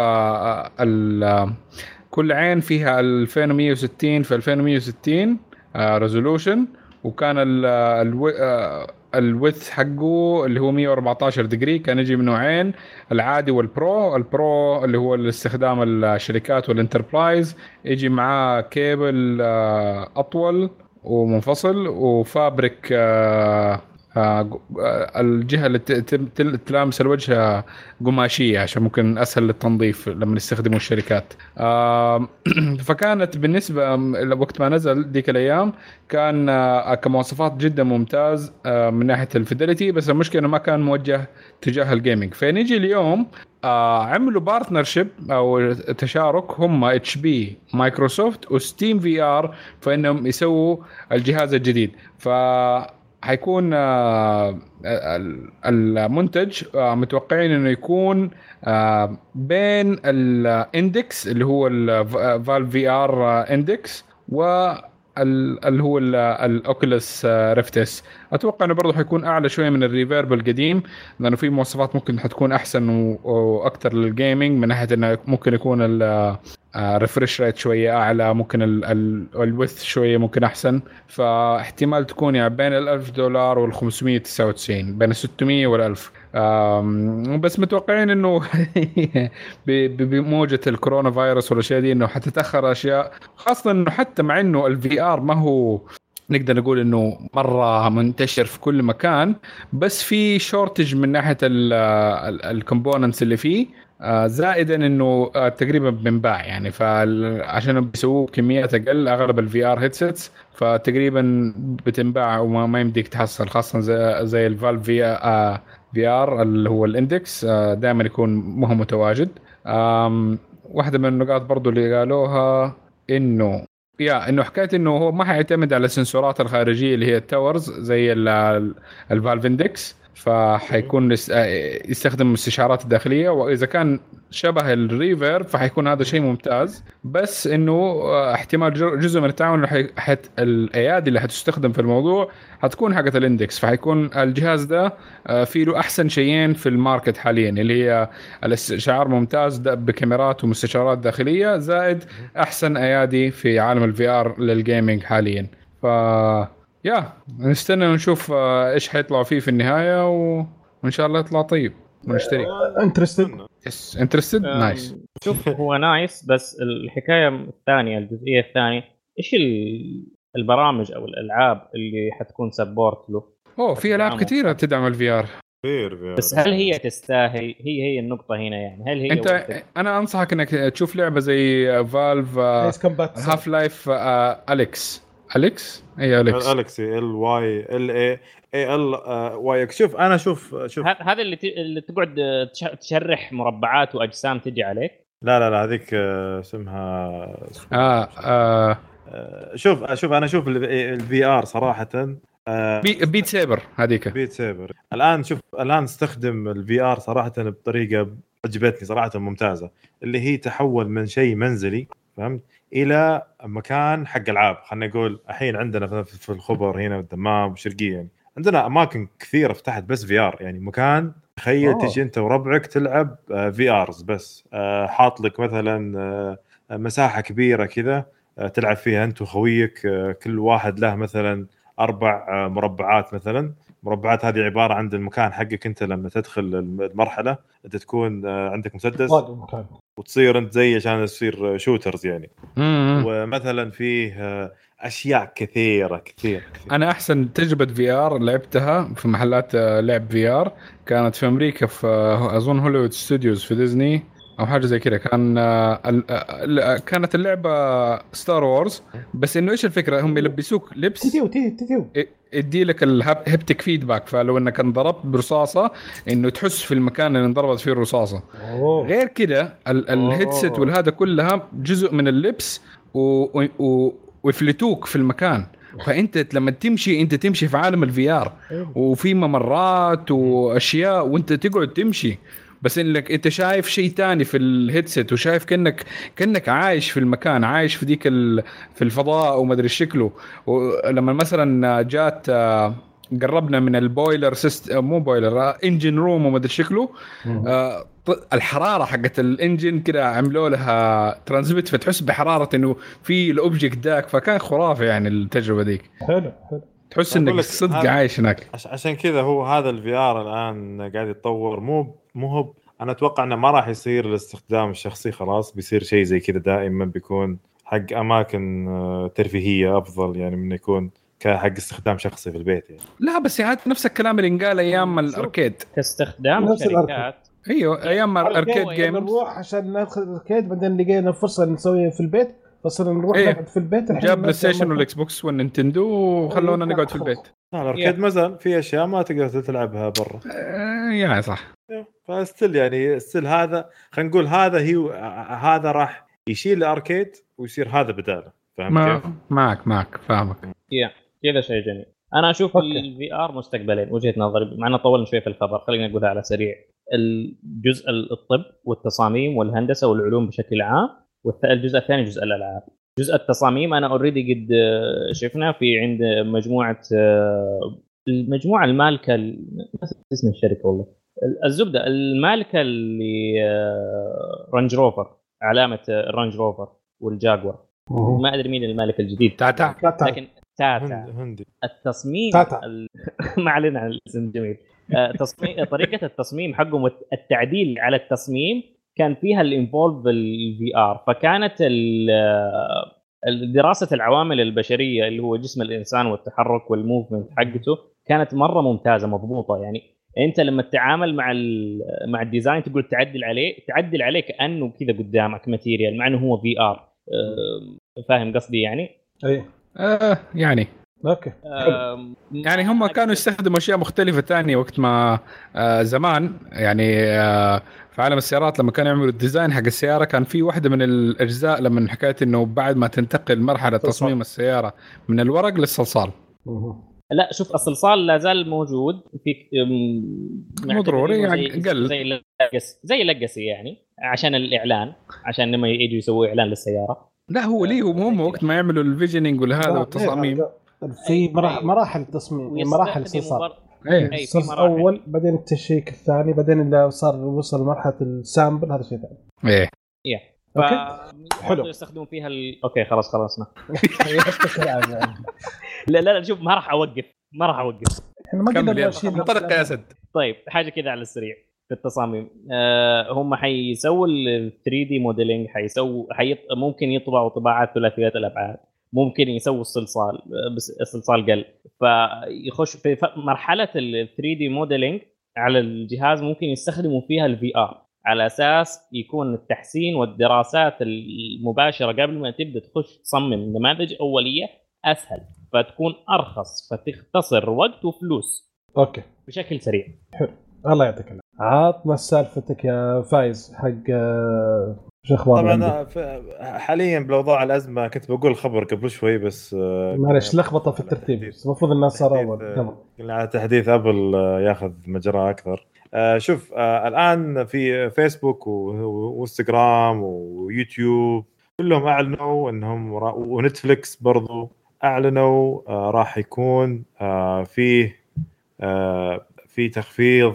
كل عين فيها 2160 في 2160 ريزولوشن، وكان الويدث حقه اللي هو 114 ديجري، كان يجي من نوعين العادي والبرو. البرو اللي هو الاستخدام الشركات والانتربرايز، يجي معاه كيبل اطول ومنفصل، وفابريك الجهة اللي تلامس الوجه قماشية عشان ممكن أسهل للتنظيف لما يستخدموا الشركات. فكانت بالنسبة وقت ما نزل ديك الأيام كان كمواصفات جدا ممتاز من ناحية الفيدليتي، بس المشكلة إنه ما كان موجه تجاه الجيمينج. فنيجي اليوم عملوا بارتنرشيب أو تشارك هم اتش بي مايكروسوفت وستيم في ار فإنهم يسووا الجهاز الجديد. حيكون المنتج متوقعين انه يكون بين الاندكس اللي هو الفالف في ار اندكس اللي هو الاوكيوليس ريفتس. اتوقع انه برضه حيكون اعلى شويه من الريفيرب القديم، لانه في مواصفات ممكن حتكون احسن واكثر للجيمنج، من ناحيه انه ممكن يكون الريفرش ريت شويه اعلى، ممكن الويث شويه ممكن احسن. فاحتمال تكون يعني بين $1000 وال599، بين 600 وال1000. بس متوقعين انه بموجة الكورونا فيروس والاشياء دي انه حتتاخر اشياء، خاصه انه حتى مع انه الفي ار ما هو نقدر نقول انه مره منتشر في كل مكان، بس في شورتج من ناحيه الكومبوننتس اللي فيه، زائدا انه تقريبا بنباع يعني، فعشان بيسووا كميات اقل اغلب الفي ار هيدسيتس، فتقريبا بتنباع وما يمديك تحصل، خاصه زي الفالف VR اللي هو الاندكس دائما يكون مهم متواجد. واحدة من النقاط برضو اللي قالوها انه انه حكايه انه هو ما حيعتمد على السنسورات الخارجيه اللي هي التاورز زي الفالف اندكس، فحيكون يستخدم المستشعرات الداخليه، واذا كان شبه الريفير فحيكون هذا شيء ممتاز. بس انه احتمال جزء من التعاون الايادي اللي حتستخدم في الموضوع حتكون حقه الاندكس، فحيكون الجهاز ده فيه له احسن شيئين في الماركت حاليا، اللي هي الاستشعار ممتاز بكاميرات ومستشعرات داخليه، زائد احسن ايادي في عالم الفي ار للجيمنج حاليا. ف نستنى ونشوف ايش حيطلع فيه في النهايه وان شاء الله يطلع طيب ونشتري. انترستد نايس. شوف هو نايس، بس الحكايه الثانيه، الجزئيه الثانيه، ايش البرامج او الالعاب اللي حتكون سبورت له؟ في العاب كثيره تدعم الفي ار، بس هل هي تستاهل؟ هي النقطه هنا، يعني هل هي انا انصحك انك تشوف لعبه زي فالف هاف لايف أليكس هي أليكس LYLAALY. شوف انا شوف هذا اللي تقعد تشرح مربعات واجسام تجي عليك. لا هذيك اسمها شوف انا اشوف الفي ار صراحه بيت سيبر. هذيك بيت سيبر الان استخدم الفي ار صراحه بطريقه عجبتني صراحه ممتازه، اللي هي تحول من شيء منزلي فهمت الى مكان حق العاب. خلينا نقول الحين عندنا في الخبر هنا والدمام والشرقيه، يعني عندنا اماكن كثيره فتحت بس في ار، يعني مكان تخيل تجي انت وربعك تلعب في ارز بس، حاط لك مثلا مساحه كبيره كذا تلعب فيها انت وخويك، كل واحد له مثلا 4 مربعات مثلا. مربعات هذه عباره عن المكان حقك انت لما تدخل المرحله انت تكون عندك مسدس وتصير انت زي عشان تصير شوترز يعني. ومثلا فيه اشياء كثيره. انا احسن تجربه في ار لعبتها في محلات لعب في ار كانت في امريكا، في اظن هوليوود ستوديوز في ديزني او حاجه زي كده. كانت اللعبه ستار وورز، بس انه ايش الفكره، هم يلبسوك لبس يدي لك الهبتك فيدباك، فلو انك انضربت برصاصه انه تحس في المكان اللي انضربت فيه الرصاصه. غير كده الهيدسيت والهذا كلها جزء من اللبس ويفلتوك في المكان. فانت لما تمشي في عالم الفي ار وفي ممرات واشياء وانت تقعد تمشي، بس انك انت شايف شيء تاني في الهيدسيت، وشايف كأنك عايش في المكان، عايش في في الفضاء وما ادري شكله. ولما مثلا جات قربنا من البويلر مو بويلر، انجن روم وما ادري شكله، الحراره حقت الانجن كده عملوا لها ترانزميت، فتحس بحراره انه في الاوبجكت داك. فكان خرافي يعني التجربه ديك. حلو تحس انك الصدق عايش هناك. عشان كذا هو هذا الفي ار الان قاعد يتطور. مو انا اتوقع انه ما راح يصير الاستخدام الشخصي، خلاص بيصير شيء زي كذا دائما بيكون حق اماكن ترفيهيه افضل يعني من يكون كحق استخدام شخصي في البيت يعني. لا بس يعني نفس الكلام اللي انقال ايام الاركيد، كاستخدام شركات. ايوه ايام الاركيد جيمز نروح عشان ناخذ الاركيد، بعدين لقينا فرصه نسوي في البيت، فصرنا نروح نقعد في البيت. جاب بلاي ستيشن والاكس بوكس والنينتندو وخلونا نقعد في البيت. الاركيد مازال في اشياء ما تقدر تلعبها برا يعني صح. فاستل يعني استل هذا خلينا نقول هذا راح يشيل الاركيد ويصير هذا بداله. فاهم كيف؟ معك فاهمك. كذا شيء جميل. انا اشوف الفي ار مستقبلين، وجهه نظري، معنا طولنا شوي في الخبر، خلينا نقولها على سريع. الجزء الطب والتصاميم والهندسه والعلوم بشكل عام، والجزء الثاني جزء الالعاب. جزء التصاميم انا اوريدي قد شفنا في عند المجموعه المالكه، اسم الشركه والله الزبده، المالكه اللي رانج روفر، علامه الرانج روفر والجاكور. ما ادري مين المالك الجديد، تاتا. لكن تاتا هندي. التصميم ما علينا عن الاسم جميل. طريقه التصميم حقهم والتعديل على التصميم كان فيها الانفولف بالفي ار. فكانت دراسه العوامل البشريه اللي هو جسم الانسان والتحرك والموفمنت حقته كانت مره ممتازه مضبوطه. يعني انت لما تتعامل مع الديزاين تقول تعدل عليه كانه كذا قدامك ماتيريال، مع انه هو في ار. فاهم قصدي يعني؟ اي يعني اوكي يعني هم كانوا يستخدموا اشياء مختلفه ثانيه وقت ما زمان يعني في عالم السيارات لما كانوا يعملوا الديزاين حق السياره كان في واحده من الاجزاء لما حكايه انه بعد ما تنتقل مرحله تصميم السياره من الورق للصلصال. لا شوف الصلصال لا زال موجود في مو ضروري يعني قل زي لقسي يعني عشان الاعلان عشان لما يجوا يسووا اعلان للسياره. لا هو ليهم هم وقت ما يعملوا الفيجنينج والهذا والتصاميم في مراحل تصميم مراحل صلصال في اول بعدين التشيك الثاني بعدين اللي وصل مرحله السامبل هذا شيء ثاني. ايه حلو يستخدمون فيها اوكي خلصنا لا شوف ما راح اوقف احنا ما قلنا شيء طرق يا اسد. طيب حاجه كذا على السريع في التصاميم هم حيسووا ال 3D موديلينج ممكن يطبعوا طباعات ثلاثيات الابعاد ممكن يسووا الصلصال بس الصلصال قل فيخش في مرحله ال 3D موديلينج على الجهاز ممكن يستخدموا فيها الفي ار على اساس يكون التحسين والدراسات المباشره قبل ما تبدا تخش تصمم نماذج اوليه اسهل فتكون ارخص فتختصر وقت وفلوس. اوكي بشكل سريع. حلو الله يعطيك العافيه. عطنا سالفتك يا فايز حق شو اخبار طبعا حاليا بالاوضاع الازمه كنت بقول خبر قبل شوي بس معلش لخبطه في الترتيب المفروض الناس صار اول قلنا على تحديث ابل ياخذ مجرى اكثر. شوف الان في فيسبوك وانستغرام ويوتيوب كلهم اعلنوا انهم ونتفليكس برضو اعلنوا راح يكون في تخفيض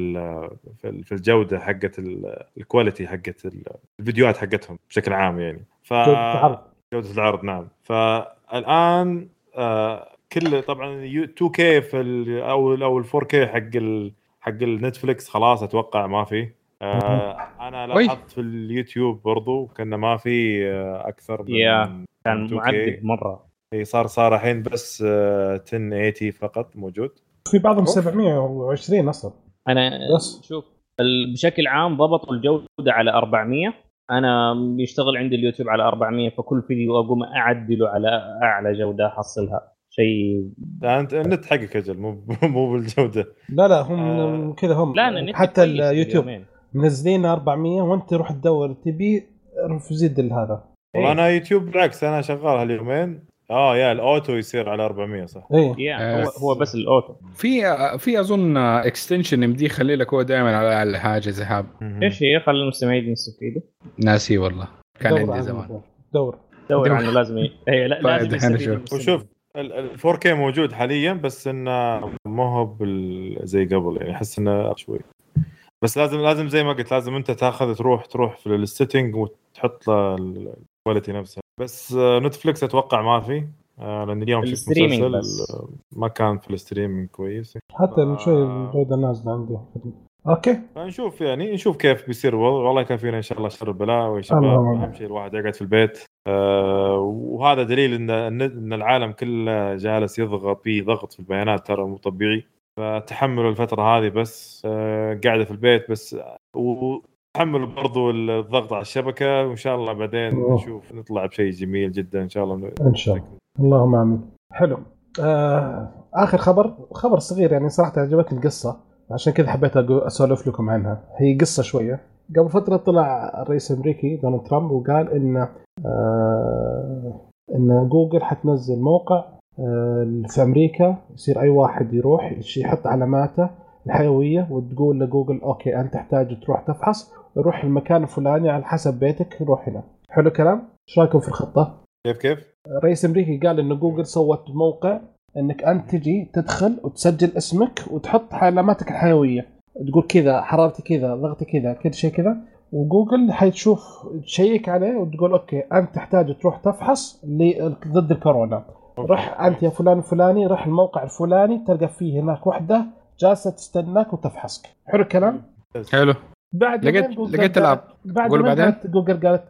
في الجوده حقت الكواليتي حقت الفيديوهات حقتهم بشكل عام يعني جوده العرض نعم. فالان كل طبعا 2K في او ال 4K حق النتفليكس خلاص اتوقع ما في. انا لاحظت في اليوتيوب برضو كنا ما في اكثر من كان معدل مره صار الحين بس 1080 فقط موجود في بعضهم 720 اصلا. انا شوف بشكل عام ضبطوا الجوده على 400 انا بيشتغل عندي اليوتيوب على 400 فكل فيديو اقوم اعدله على اعلى جوده احصلها شيء. انت النت حقك اجل مو بالجوده. لا هم كذا هم حتى اليوتيوب منزلين 400 وانت تروح تدور تبي زيد هذا. والله انا يوتيوب بالعكس انا شغال هاليومين يا الاوتو يصير على 400 صح. هو بس الاوتو في اظن اكستنشن يمدي يخلي لك هو دائما على حاجه زهاب. ايش هي خلي المستمعين يستفيدوا ناسي والله كان عندي زمان دور عنه لازم لازم وشوف ال 4K موجود حاليا بس انه ما هو زي قبل يعني احس انه شوي بس لازم زي ما قلت لازم انت تروح في السيتنج وتحط له الكواليتي نفسها. بس نتفليكس اتوقع ما في لان اليوم شفت مسلسل ما كان في الستريمينج كويس حتى شوي الجوده نازله عندي. اوكي نشوف كيف بيصير والله يكفينا ان شاء الله شر البلاء ويا شباب اهم شيء الواحد يقعد في البيت. وهذا دليل ان العالم كله جالس يضغط في البيانات ترى مو طبيعي. فتحملوا الفتره هذه بس قاعده في البيت بس وتحملوا برضو الضغط على الشبكه وان شاء الله بعدين نشوف نطلع بشيء جميل جدا ان شاء الله. ان شاء الله اللهم امين. حلو. اخر خبر صغير يعني صراحه عجبتني القصه عشان كذا حبيت اسولف لكم عنها. هي قصه شويه قبل فتره طلع الرئيس الامريكي دونالد ترامب وقال ان جوجل حتنزل موقع في امريكا يصير اي واحد يروح يحط علاماته الحيويه وتقول لجوجل اوكي انت تحتاج تروح تفحص روح المكان الفلاني على حسب بيتك روح هنا. حلو كلام. ايش رايكم في الخطه؟ كيف الرئيس الامريكي قال ان جوجل سوت موقع انك انت تجي تدخل وتسجل اسمك وتحط علاماتك الحيويه تقول كذا حرارتي كذا ضغطي كذا كل شيء كذا وجوجل حتشوف تشيك عليه وتقول اوكي انت تحتاج تروح تفحص ضد الكورونا. روح انت يا فلان الفلاني روح الموقع الفلاني تلقى فيه هناك وحده جالسه تستناك وتفحص. حلو الكلام. حلو. بعد لقيت تلعب بعدين جوجل قالت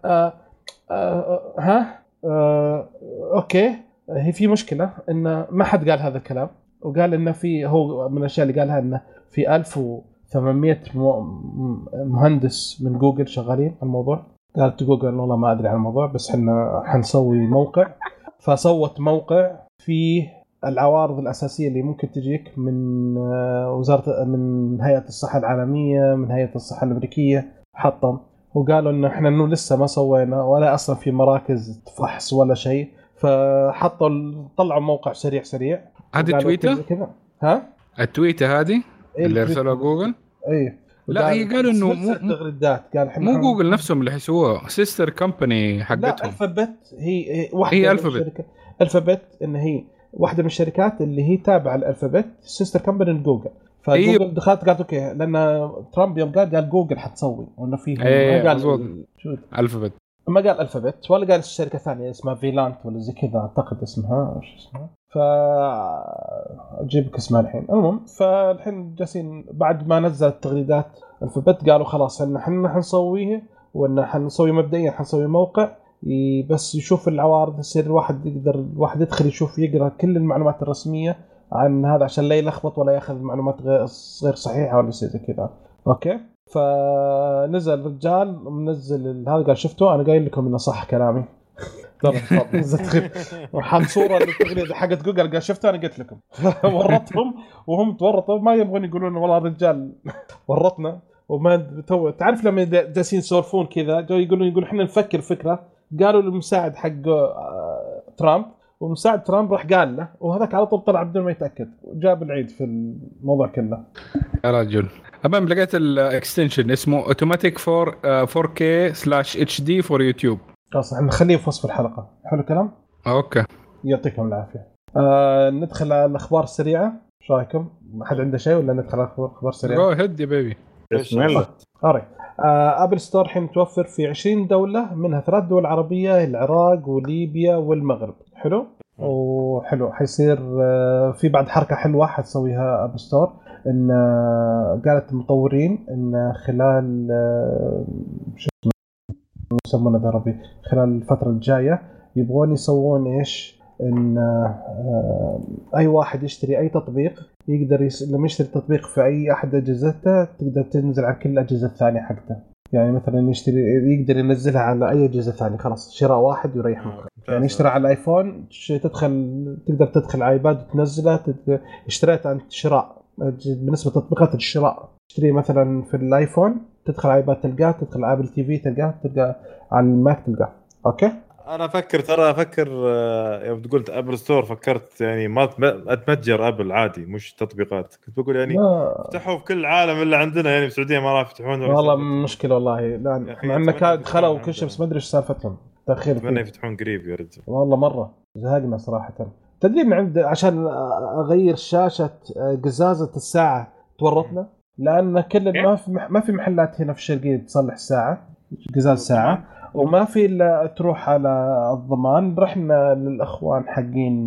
اوكي هي في مشكله ان ما حد قال هذا الكلام وقال انه في هو من الاشياء اللي قالها انه في 1800 مهندس من جوجل شغالين على الموضوع. قالت جوجل والله ما ادري عن الموضوع بس احنا حنسوي موقع. فصوت موقع فيه العوارض الأساسية اللي ممكن تجيك من من هيئة الصحة العالمية، من هيئة الصحة الأمريكية، حطم وقالوا إن إحنا إنه لسه ما سوينا ولا أصلا في مراكز فحص ولا شيء. فحطوا طلعوا موقع سريع هذه تويتر كذا. ها التويتة هذه إيه اللي ارسلوها جوجل؟ ايه لا هي قالوا انه تغريدات، قال مو جوجل نفسهم اللي حيسووها، سيستر كمباني حقتهم. لا الفابت هي واحده هي من الفابت. الشركات. الفابت ان هي واحده من الشركات اللي هي تابعه للالفابت، سيستر كمباني لجوجل. فجوجل دخلت قالت اوكي، لان ترامب يوم قال جوجل حتسوي وانه فيه ما قال الفابت، ما قال الفابت ولا قال الشركه ثانيه اسمها فيلانت ولا زي كذا اعتقد اسمها ايش اسمها. فاجيبك اسمها الحين. المهم فالحين جالسين بعد ما نزل التغريدات الفابت قالوا خلاص ان احنا حنسويه، وان حنسوي مبدئيا حنسوي موقع بس يشوف العوارض، يصير الواحد يدخل يشوف يقرا كل المعلومات الرسميه عن هذا عشان لا يلخبط ولا ياخذ معلومات غير صحيحه ولا شيء زي كذا. اوكي فنزل رجال منزل هذا قال شفتوا انا قايل لكم انه صح كلامي ترى نزلت وحط صوره للتغريده حقت جوجل قال شفتوا انا قلت لكم. ورطهم وهم تورطوا ما يبغون يقولون والله الرجال ورطنا وما تعرف لما جالسين يسولفون كذا جو يقولون احنا نفكر فكره. قالوا للمساعد حق ترامب ومساعد ترامب راح قال له وهذاك على طول طلع بدون ما يتاكد وجاب العيد في الموضوع كله يا رجل. امام لقيت الاكستنشن اسمه اوتوماتيك 4K/HD فور يوتيوب. خلاص احنا نخليه في وصف الحلقه. حلو الكلام. اوكي يعطيكم العافيه. ندخل على الاخبار السريعه. ايش رايكم؟ ما حد عنده شيء ولا ندخل على الاخبار السريعه؟ جو هيد يا بيبي. بسم الله. ابل ستور الحين متوفر في 20 دوله، منها 3 دول عربيه، العراق وليبيا والمغرب. حلو وحلو. حيصير في بعد حركه حلوه حتسويها ابل ستور، ان قالت المطورين ان خلال شو يسمونه ذا ربي خلال الفتره الجايه يبغون يسوون ايش، ان اي واحد يشتري اي تطبيق يقدر لما يشتري تطبيق في اي احد اجهزته تقدر تنزل على كل الاجهزه الثانيه حقته. يعني مثلا يقدر ينزلها على اي اجهزه ثانيه، خلاص شراء واحد ويريح مخك. يعني يشتري على الايفون تقدر تدخل على ايباد وتنزله. اشتريت عن شراء بالنسبه لتطبيقات الشراء، تشتري مثلا في الايفون تدخل على ايباد تلقاه، تدخل على ابل تي في تلقاه على الماك تلقاه. اوكي انا افكر يوم قلت ابل ستور فكرت يعني ما اتمتجر ابل عادي مش تطبيقات. كنت بقول يعني فتحوا في كل العالم اللي عندنا، يعني في السعوديه ما راح يفتحون. والله مشكله والله، لا مع انك دخلوا وكل شيء بس ما ادري ايش سالفتهم تاخير. اتمنى يفتحون قريب يا رجل. والله مره زهقنا صراحه. تدري من عند عشان اغير شاشه قزازه الساعه تورطنا، لان كل ما في محلات هنا في الشرقيه تصلح الساعه قزاز الساعه، وما في الا تروح على الضمان. رحنا للاخوان حقين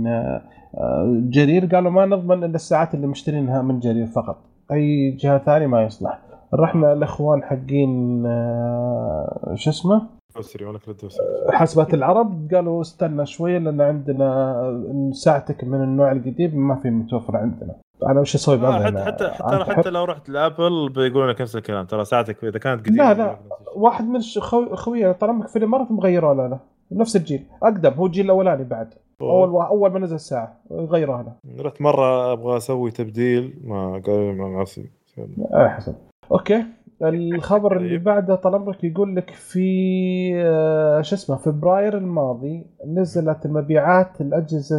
جرير قالوا ما نضمن الا الساعات اللي مشترينها من جرير فقط، اي جهه ثانيه ما يصلح. رحنا الاخوان حقين شو اسمه حاسبات العرب، قالوا استنى شويه لان عندنا ساعتك من النوع القديم ما في متوفر عندنا. انا وش اسوي بعد؟ حتى لو رحت لابل بيقولون لك نفس الكلام، ترى ساعتك اذا كانت قديمه. لا واحد من خويه طالما في مره مغيروها. لا نفس الجيل اقدم، هو الجيل الاولاني بعد اول ما نزل الساعه غيروها له. رحت مره ابغى اسوي تبديل ما قالوا ما معصي حسن. اوكي الخبر اللي بعده طال عمرك يقول لك في شو اسمه فبراير الماضي نزلت المبيعات الاجهزه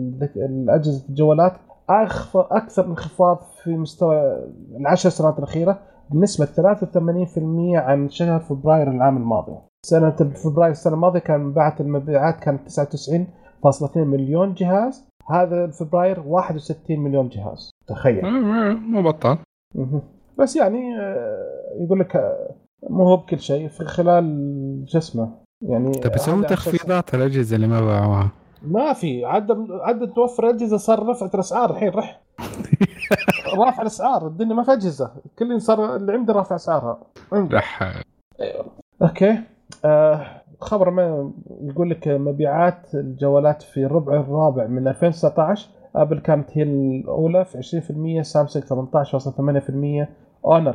الجوالات اكثر انخفاض في مستوى العشر سنوات الاخيره بنسبه 83% عن شهر فبراير العام الماضي. سنه فبراير السنه الماضيه كان مبيعات المبيعات كانت 99.2 مليون جهاز، هذا فبراير 61 مليون جهاز. تخيل مو بطال. بس يعني يقول لك مو هو بكل شيء في خلال جسمه يعني. طب يسوون تخفيضات الاجهزه اللي ما باعوها؟ ما في عدد توفر اجهزه صار رفعت الاسعار الحين رافع الاسعار الدنيا ما في اجهزه، كل صار اللي عنده رافع اسعارها. اوكي خبر ما يقول لك مبيعات الجوالات في الربع الرابع من 2019 ابل كانت هي الاولى في 20%، سامسونج 18.8%، اونر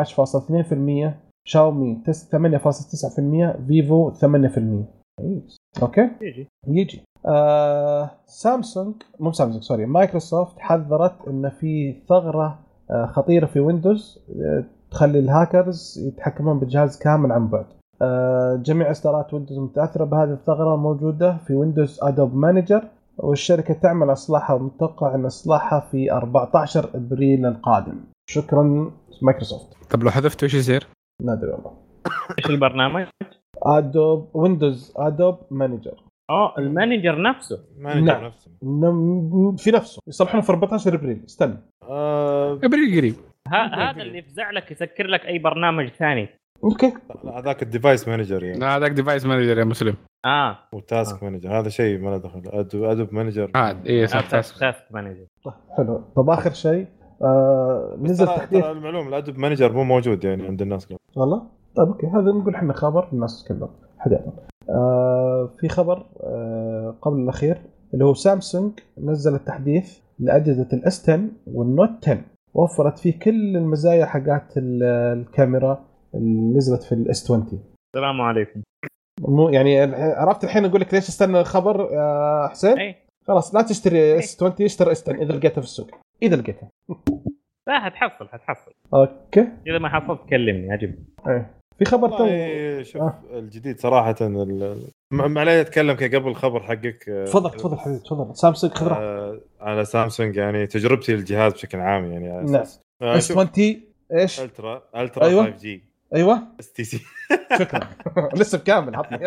15.2%، شاومي 8.9%، فيفو 8%. اوكي يجي سامسونج مو سامسونج سوري مايكروسوفت حذرت ان في ثغره خطيره في ويندوز تخلي الهاكرز يتحكمون بالجهاز كامل عن بعد. جميع اصدارات ويندوز متاثره بهذه الثغره موجوده في ويندوز ادوب مانجر، والشركه تعمل اصلاحها ومتوقع ان اصلاحها في 14 ابريل القادم. شكرا مايكروسوفت. طب لو حذفته ايش يصير؟ ما ادري والله. ايش البرنامج؟ ادوب ويندوز ادوب مانجر. المانجر نفسه. نعم. نفسه في نفسه يصلحونه في 14 ابريل. استنى ابريل قريب. هذا اللي يفزع لك يسكر لك اي برنامج ثاني. اوكي هذاك الديفايس مانجر يعني. لا هذاك ديفايس مانجر يا مسلم. وتاسك مانجر هذا شيء ما له دخل. ادوب مانجر ايه صح تاسك مانجر. حلو. طب اخر شيء نزل تحديث المعلومه الادوب مانجر مو موجود يعني عند الناس كلهم والله. طيب اوكي هذا نقول احنا خبر الناس كلهم حدا. في خبر قبل الاخير اللي هو سامسونج نزل التحديث لاجهزه الاس 10 والنوت 10 وفرت فيه كل المزايا حقات الكاميرا اللي نزلت في الاس 20. السلام عليكم. مو يعني عرفت الحين اقول لك ليش استنى الخبر يا حسين؟ أي. خلاص لا تشتري اس 20 اشتري اس 10 اذا لقيتها في السوق. اذا لقيتها لا هتحصل اوكي. اذا ما حصلت كلمني عجب. ايه في خبر تو شوف الجديد صراحه ما عليه اتكلم قبل الخبر حقك. تفضل حبيبي تفضل. سامسونج خبره على سامسونج يعني تجربتي للجهاز بشكل عام يعني نعم. اس 20 ايش الترا أيوة. 5 جي ايوه اس تي سي. شكرا لسه بكامل عطني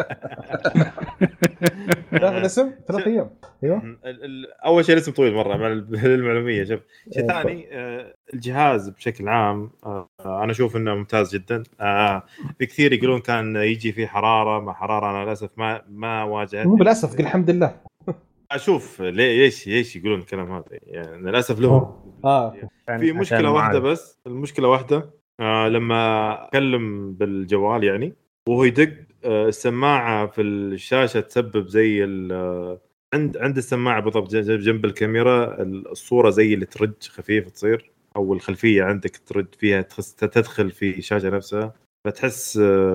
لا الاسم 3 ايام. ايوه اول شيء الاسم طويل مره مع المعلوميه. شوف شيء ثاني الجهاز بشكل عام انا اشوف انه ممتاز جدا. في كثير يقولون كان يجي فيه حراره ما حراره. انا للاسف ما واجهت. مو بالاسف قل الحمد لله. اشوف ليش يقولون الكلام هذا يعني للاسف لهم في مشكله واحده بس. المشكله واحده لما اكلم بالجوال يعني وهو يدق السماعه في الشاشه تسبب زي عند السماعه بالضبط جنب الكاميرا الصوره زي اللي ترج خفيف تصير او الخلفيه عندك ترج فيها تدخل في الشاشه نفسها فتحس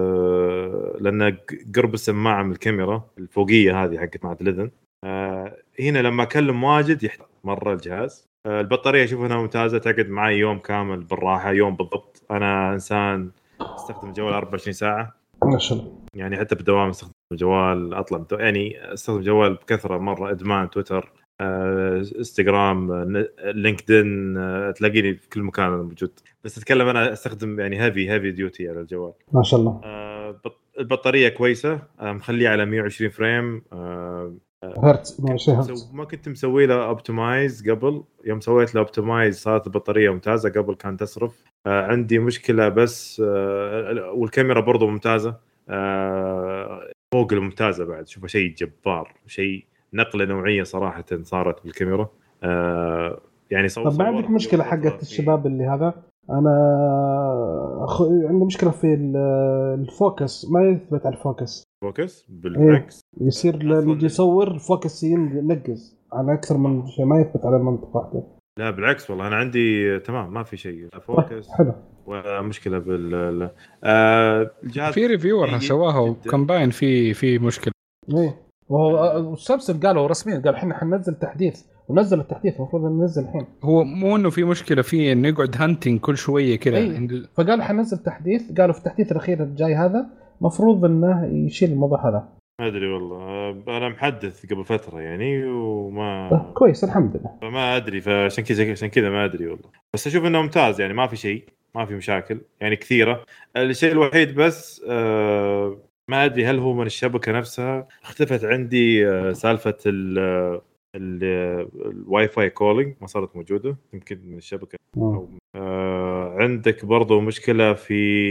لان قرب السماعه من الكاميرا الفوقيه هذه حقت مع الاذن. هنا لما اكلم واجد يحتاج مره الجهاز. البطاريه اشوف انها ممتازه تقعد معي يوم كامل بالراحه يوم بالضبط. انا انسان استخدم الجوال 24 ساعه ما شاء الله يعني حتى بالدوام استخدم الجوال اطلع يعني استخدم الجوال بكثره مره ادمان تويتر انستغرام لينكدين تلاقيني في كل مكان موجود. بس اتكلم انا استخدم يعني هيفي ديوتي على الجوال ما شاء الله. البطاريه كويسه مخليه على 120 فريم هرتز ما كنت مسوي له اوبتمايز قبل. يوم سويت له اوبتمايز صارت البطاريه ممتازه. قبل كان تصرف. عندي مشكله بس والكاميرا برضو ممتازه فوق الممتازه بعد. شوف شيء جبار شيء نقله نوعيه صراحه صارت بالكاميرا يعني طب ما عندك مشكله حقت الشباب اللي هذا انا عندي مشكله في الفوكس ما يثبت على الفوكس بالعكس يصير لما يجي يصور الفوكس ينقز على اكثر من شيء ما يثبت على منطقه واحده. لا بالعكس والله انا عندي تمام ما في شيء فوكس حلو ومشكله بال الجهاز في ريفيور سواه كان باين في مشكله. ايه وهو سامسونج قالوا رسميا قال احنا حننزل تحديث ونزل التحديث المفروض ننزل الحين. هو مو انه في مشكله في انه يقعد هانتنج كل شويه كذا فقالوا حننزل تحديث. قالوا في التحديث الاخير الجاي هذا مفروض انه يشيل الموضوع هذا. ما ادري والله انا محدث قبل فتره يعني وما كويس الحمد لله فما ادري فعشان كذا ما ادري والله. بس اشوف انه ممتاز يعني ما في شيء ما في مشاكل يعني كثيره. الشيء الوحيد بس ما ادري هل هو من الشبكه نفسها اختفت عندي سالفه الواي فاي كولينج ما صارت موجوده يمكن من الشبكه أو عندك برضو مشكله في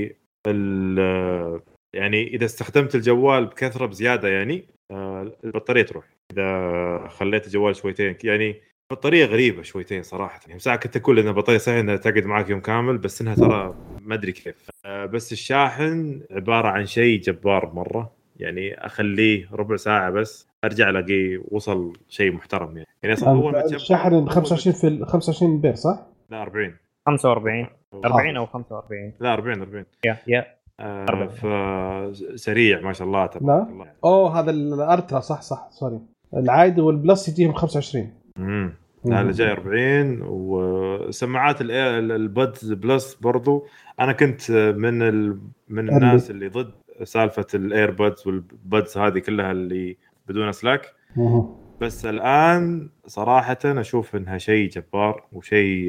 يعني اذا استخدمت الجوال بكثره بزياده يعني البطاريه تروح. اذا خليت الجوال شويتين يعني بطاريه غريبه شويتين صراحه يعني ساعه كنت اقول انها بطاريه سهله انها تقعد معك يوم كامل بس انها ترى ما ادري كيف. بس الشاحن عباره عن شيء جبار مره يعني اخليه ربع ساعه بس ارجع الاقيه وصل شيء محترم يعني اصلا اول ما الشاحن 25 في 25 امبير صح؟ لا 40 45 40 او 45 لا 40 يا فسريع ما شاء الله تبارك الله. هذا الارترا صح سوري، العادي والبلس يجيهم 25. لا اللي جاي 40. وسماعات البادز بلس برضو انا كنت من الناس اللي ضد سالفه الايربودز والبادز هذه كلها اللي بدون اسلاك. بس الان صراحه اشوف انها شيء جبار وشيء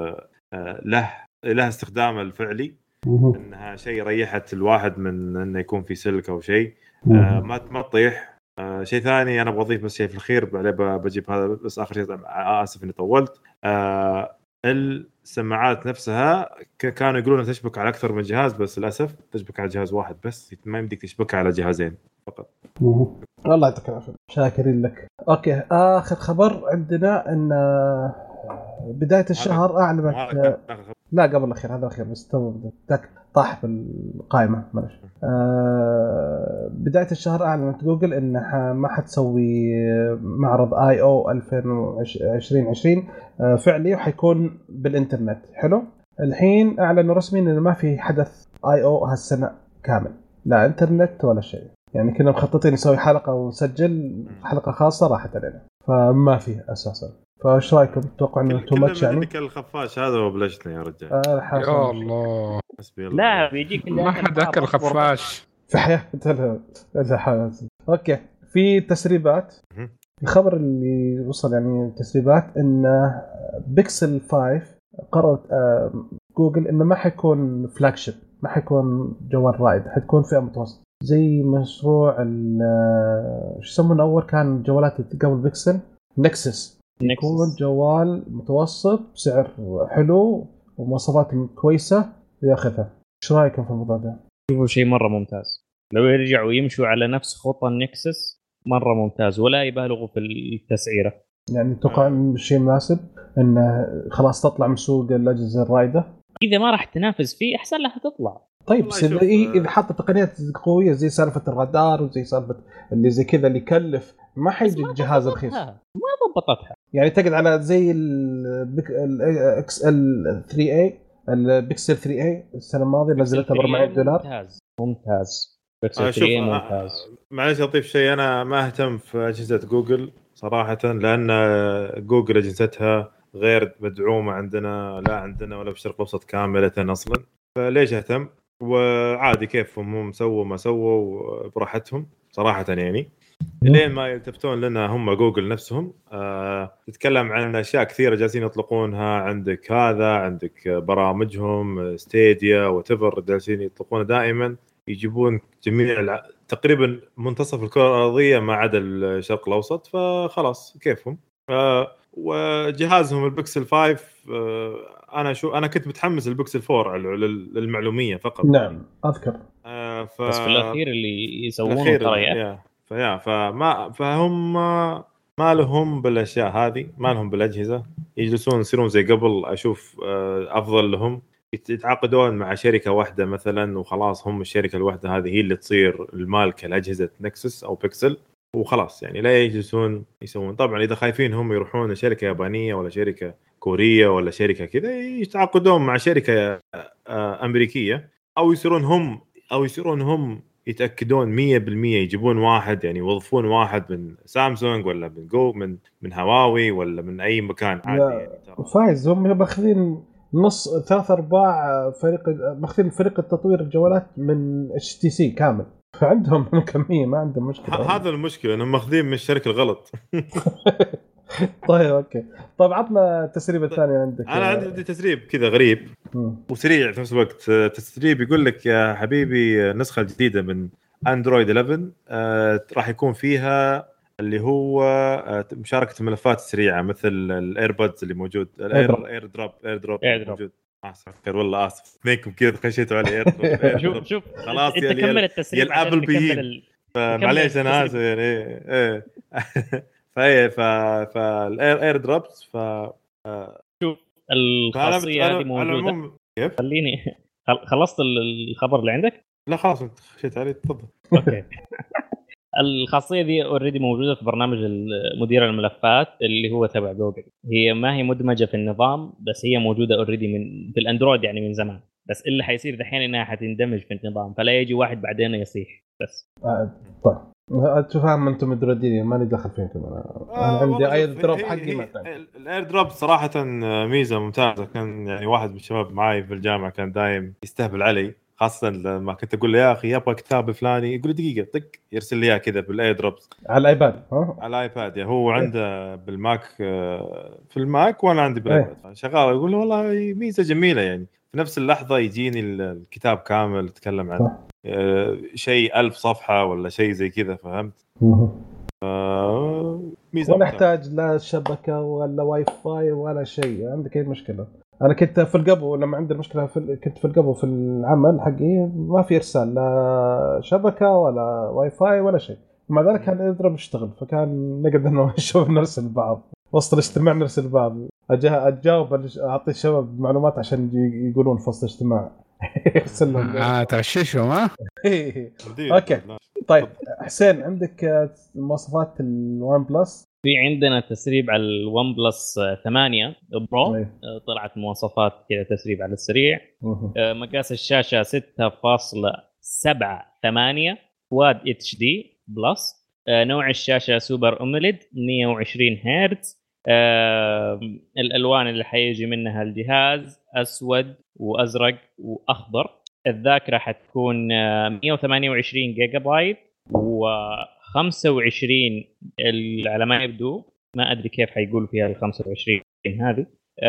له استخدامه الفعلي، انها شيء ريحت الواحد من انه يكون في سلك او شيء ما تطيح. شيء ثاني انا ابغى اضيف بس شيء في الاخير بعدين بجيب هذا بس اخر شيء. اسف اني طولت. السماعات نفسها كانوا يقولون تشبك على اكثر من جهاز، بس للاسف تشبك على جهاز واحد بس، ما يمديك تشبكها على جهازين فقط. الله يعطيك العافيه، شاكرين لك. اوكي اخر خبر عندنا ان بدايه الشهر اعلنت لا قبل الاخير، هذا الاخير بس تو طاح بالقائمه معلش. بدايه الشهر اعلنت جوجل انها ما حتسوي معرض I/O 2020 فعلي وحيكون بالانترنت. حلو. الحين اعلنوا رسميا انه ما في حدث I/O هالسنه كامل، لا انترنت ولا شيء. يعني كنا مخططين نسوي حلقه ونسجل حلقه خاصه راحت علينا، فما فيه اساسا. فايش رايكم؟ تتوقع انه تو ماتش يعني؟ كل الخفاش هذا وبلشنا يا رجال. يا الله لا بيجيك ما حد اكل خفاش في حياته الا اوكي. في تسريبات. الخبر اللي وصل يعني تسريبات ان بيكسل 5 قررت جوجل انه ما حيكون فلاج شيب، ما حيكون جوال رائد، حتكون فئه متوسطه زي مشروع شو يسمونه اول كان جوالات قبل بيكسل نكسس. يكون جوال متوسط بسعر حلو ومواصفات كويسه وياخذها. ايش رايكم في الموضوع ده؟ شوفوا شيء مره ممتاز لو يرجعوا يمشوا على نفس خطى النكسس، مره ممتاز ولا يبالغوا في التسعيره. يعني توقع ان شيء مناسب انه خلاص تطلع من سوق الاجهزه الرائده. اذا ما راح تنافس فيه احسن لها تطلع. طيب بس اذا حط تقنيات قويه زي سالفه الرادار وزي سالفه اللي زي كذا اللي يكلف ما حيجي الجهاز رخيص. ما ضبطتها يعني تقعد على زي الاكسل 3A البيكسل 3A السنه الماضيه نزلتها ب $400. ممتاز بيكسل 3A ممتاز. معلش اضيف شيء، انا ما اهتم في اجهزه جوجل صراحه، لان جوجل اجهزتها غير مدعومه عندنا، لا عندنا ولا في الشرق الاوسط كامله اصلا، فليش اهتم؟ وعادي كيفهم هم سووا ما سووا براحتهم صراحه. يعني لين ما يلتفتون لنا هم جوجل نفسهم. تتكلم عن اشياء كثيره جالسين يطلقونها، عندك هذا، عندك برامجهم ستيديا وتفر جالسين يطلقونها دائما، يجيبون جميع تقريبا منتصف الكره الارضيه ما عدا الشرق الاوسط، فخلاص كيفهم. وجهازهم البكسل 5 انا كنت متحمس البكسل 4 للمعلوميه فقط. نعم اذكر. بس في الاخير اللي يسوونه ترى فهم ما لهم بالاشياء هذه، ما لهم بالاجهزه، يجلسون يصيرون زي قبل. اشوف افضل لهم يتعاقدون مع شركه واحده مثلا وخلاص، هم الشركه الواحده هذه هي اللي تصير المالكه لاجهزه نكسس او بيكسل وخلاص. يعني لا يجلسون يسوون. طبعا اذا خايفين هم يروحون لشركه يابانيه ولا شركه كوريه ولا شركه كذا، يتعاقدون مع شركه امريكيه، او يصيرون هم يتاكدون 100% يجيبون واحد، يعني يوظفون واحد من سامسونج ولا من من هواوي ولا من اي مكان عادي. يعني فايز هم ماخذين نص 3/4 فريق، ماخذين فريق التطوير الجوالات من HTC كامل، فعندهم كميه ما عندهم مشكله. هذا المشكله انهم ماخذين من الشركه الغلط. طيب اوكي. طيب عطنا تسريب الثاني عندك. انا عندي تسريب كذا غريب وسريع في نفس الوقت. تسريب يقول لك يا حبيبي النسخه الجديده من اندرويد 11 راح يكون فيها اللي هو مشاركه الملفات السريعه مثل الايربودز اللي موجود، الاير دروب موجود. اسف والله اسف اثنينكم كذا خشيتوا على اير شوف خلاص انت كمل التسريب الابل بي. معليش انا اسف يعني فالاير دروبس شوف الخاصيه هذه موجوده. خليني خلصت الخبر اللي عندك؟ لا خلاص انت خشيت عليه تفضل. اوكي. الخاصيه دي اوريدي موجوده في برنامج مدير الملفات اللي هو تبع جوجل. هي ما هي مدمجه في النظام، بس هي موجوده اوريدي في الاندرويد يعني من زمان، بس اللي حيصير دحين انها حتندمج في النظام، فلا يجي واحد بعدين يصيح بس. طيب تفهم انتم مدردين ماني دخل فيكم انا عندي اير دروب حقي ما الاير دروب صراحه ميزه ممتازه. كان يعني واحد من الشباب معي في الجامعه كان دايم يستهبل علي، خاصه لما كنت اقول له يا اخي يبغى كتاب فلاني، يقول دقيقه طق يرسل لي اياه كذا بالاير دروب على الايباد. على الايباد. يعني هو عنده بالماك في الماك وانا عندي بالايباد شغال. يقول له والله ميزه جميله، يعني في نفس اللحظه يجيني الكتاب كامل يتكلم عن شيء 1000 صفحه ولا شيء زي كذا، فهمت؟ ميزه ولا احتاج لا شبكه ولا واي فاي ولا شيء. عندك اي مشكله؟ انا كنت في القبو لما عندي المشكله كنت في القبو في العمل حقي ما في ارسال لا شبكه ولا واي فاي ولا شيء، مع ذلك كان يضرب يشتغل، فكان نقدر انه نشوف نرسل بعض وسط الاجتماع، نرسل بعض اجاوب اعطي الشباب معلومات عشان يقولون في وسط الاجتماع يرسل لهم تغششهم. ها اوكي طيب حسين عندك مواصفات الوان بلس؟ في عندنا تسريب على الون بلس 8 برو. طلعت مواصفات كذا تسريب على السريع. مقاس الشاشه 6.78 كواد اتش دي بلس. نوع الشاشه سوبر أوموليد 120 هرتز. الالوان اللي حيجي منها الجهاز اسود وازرق واخضر. الذاكره حتكون 128 جيجا بايت و25 على ما يبدو، ما ادري كيف حيقول فيها ال 25 هذه.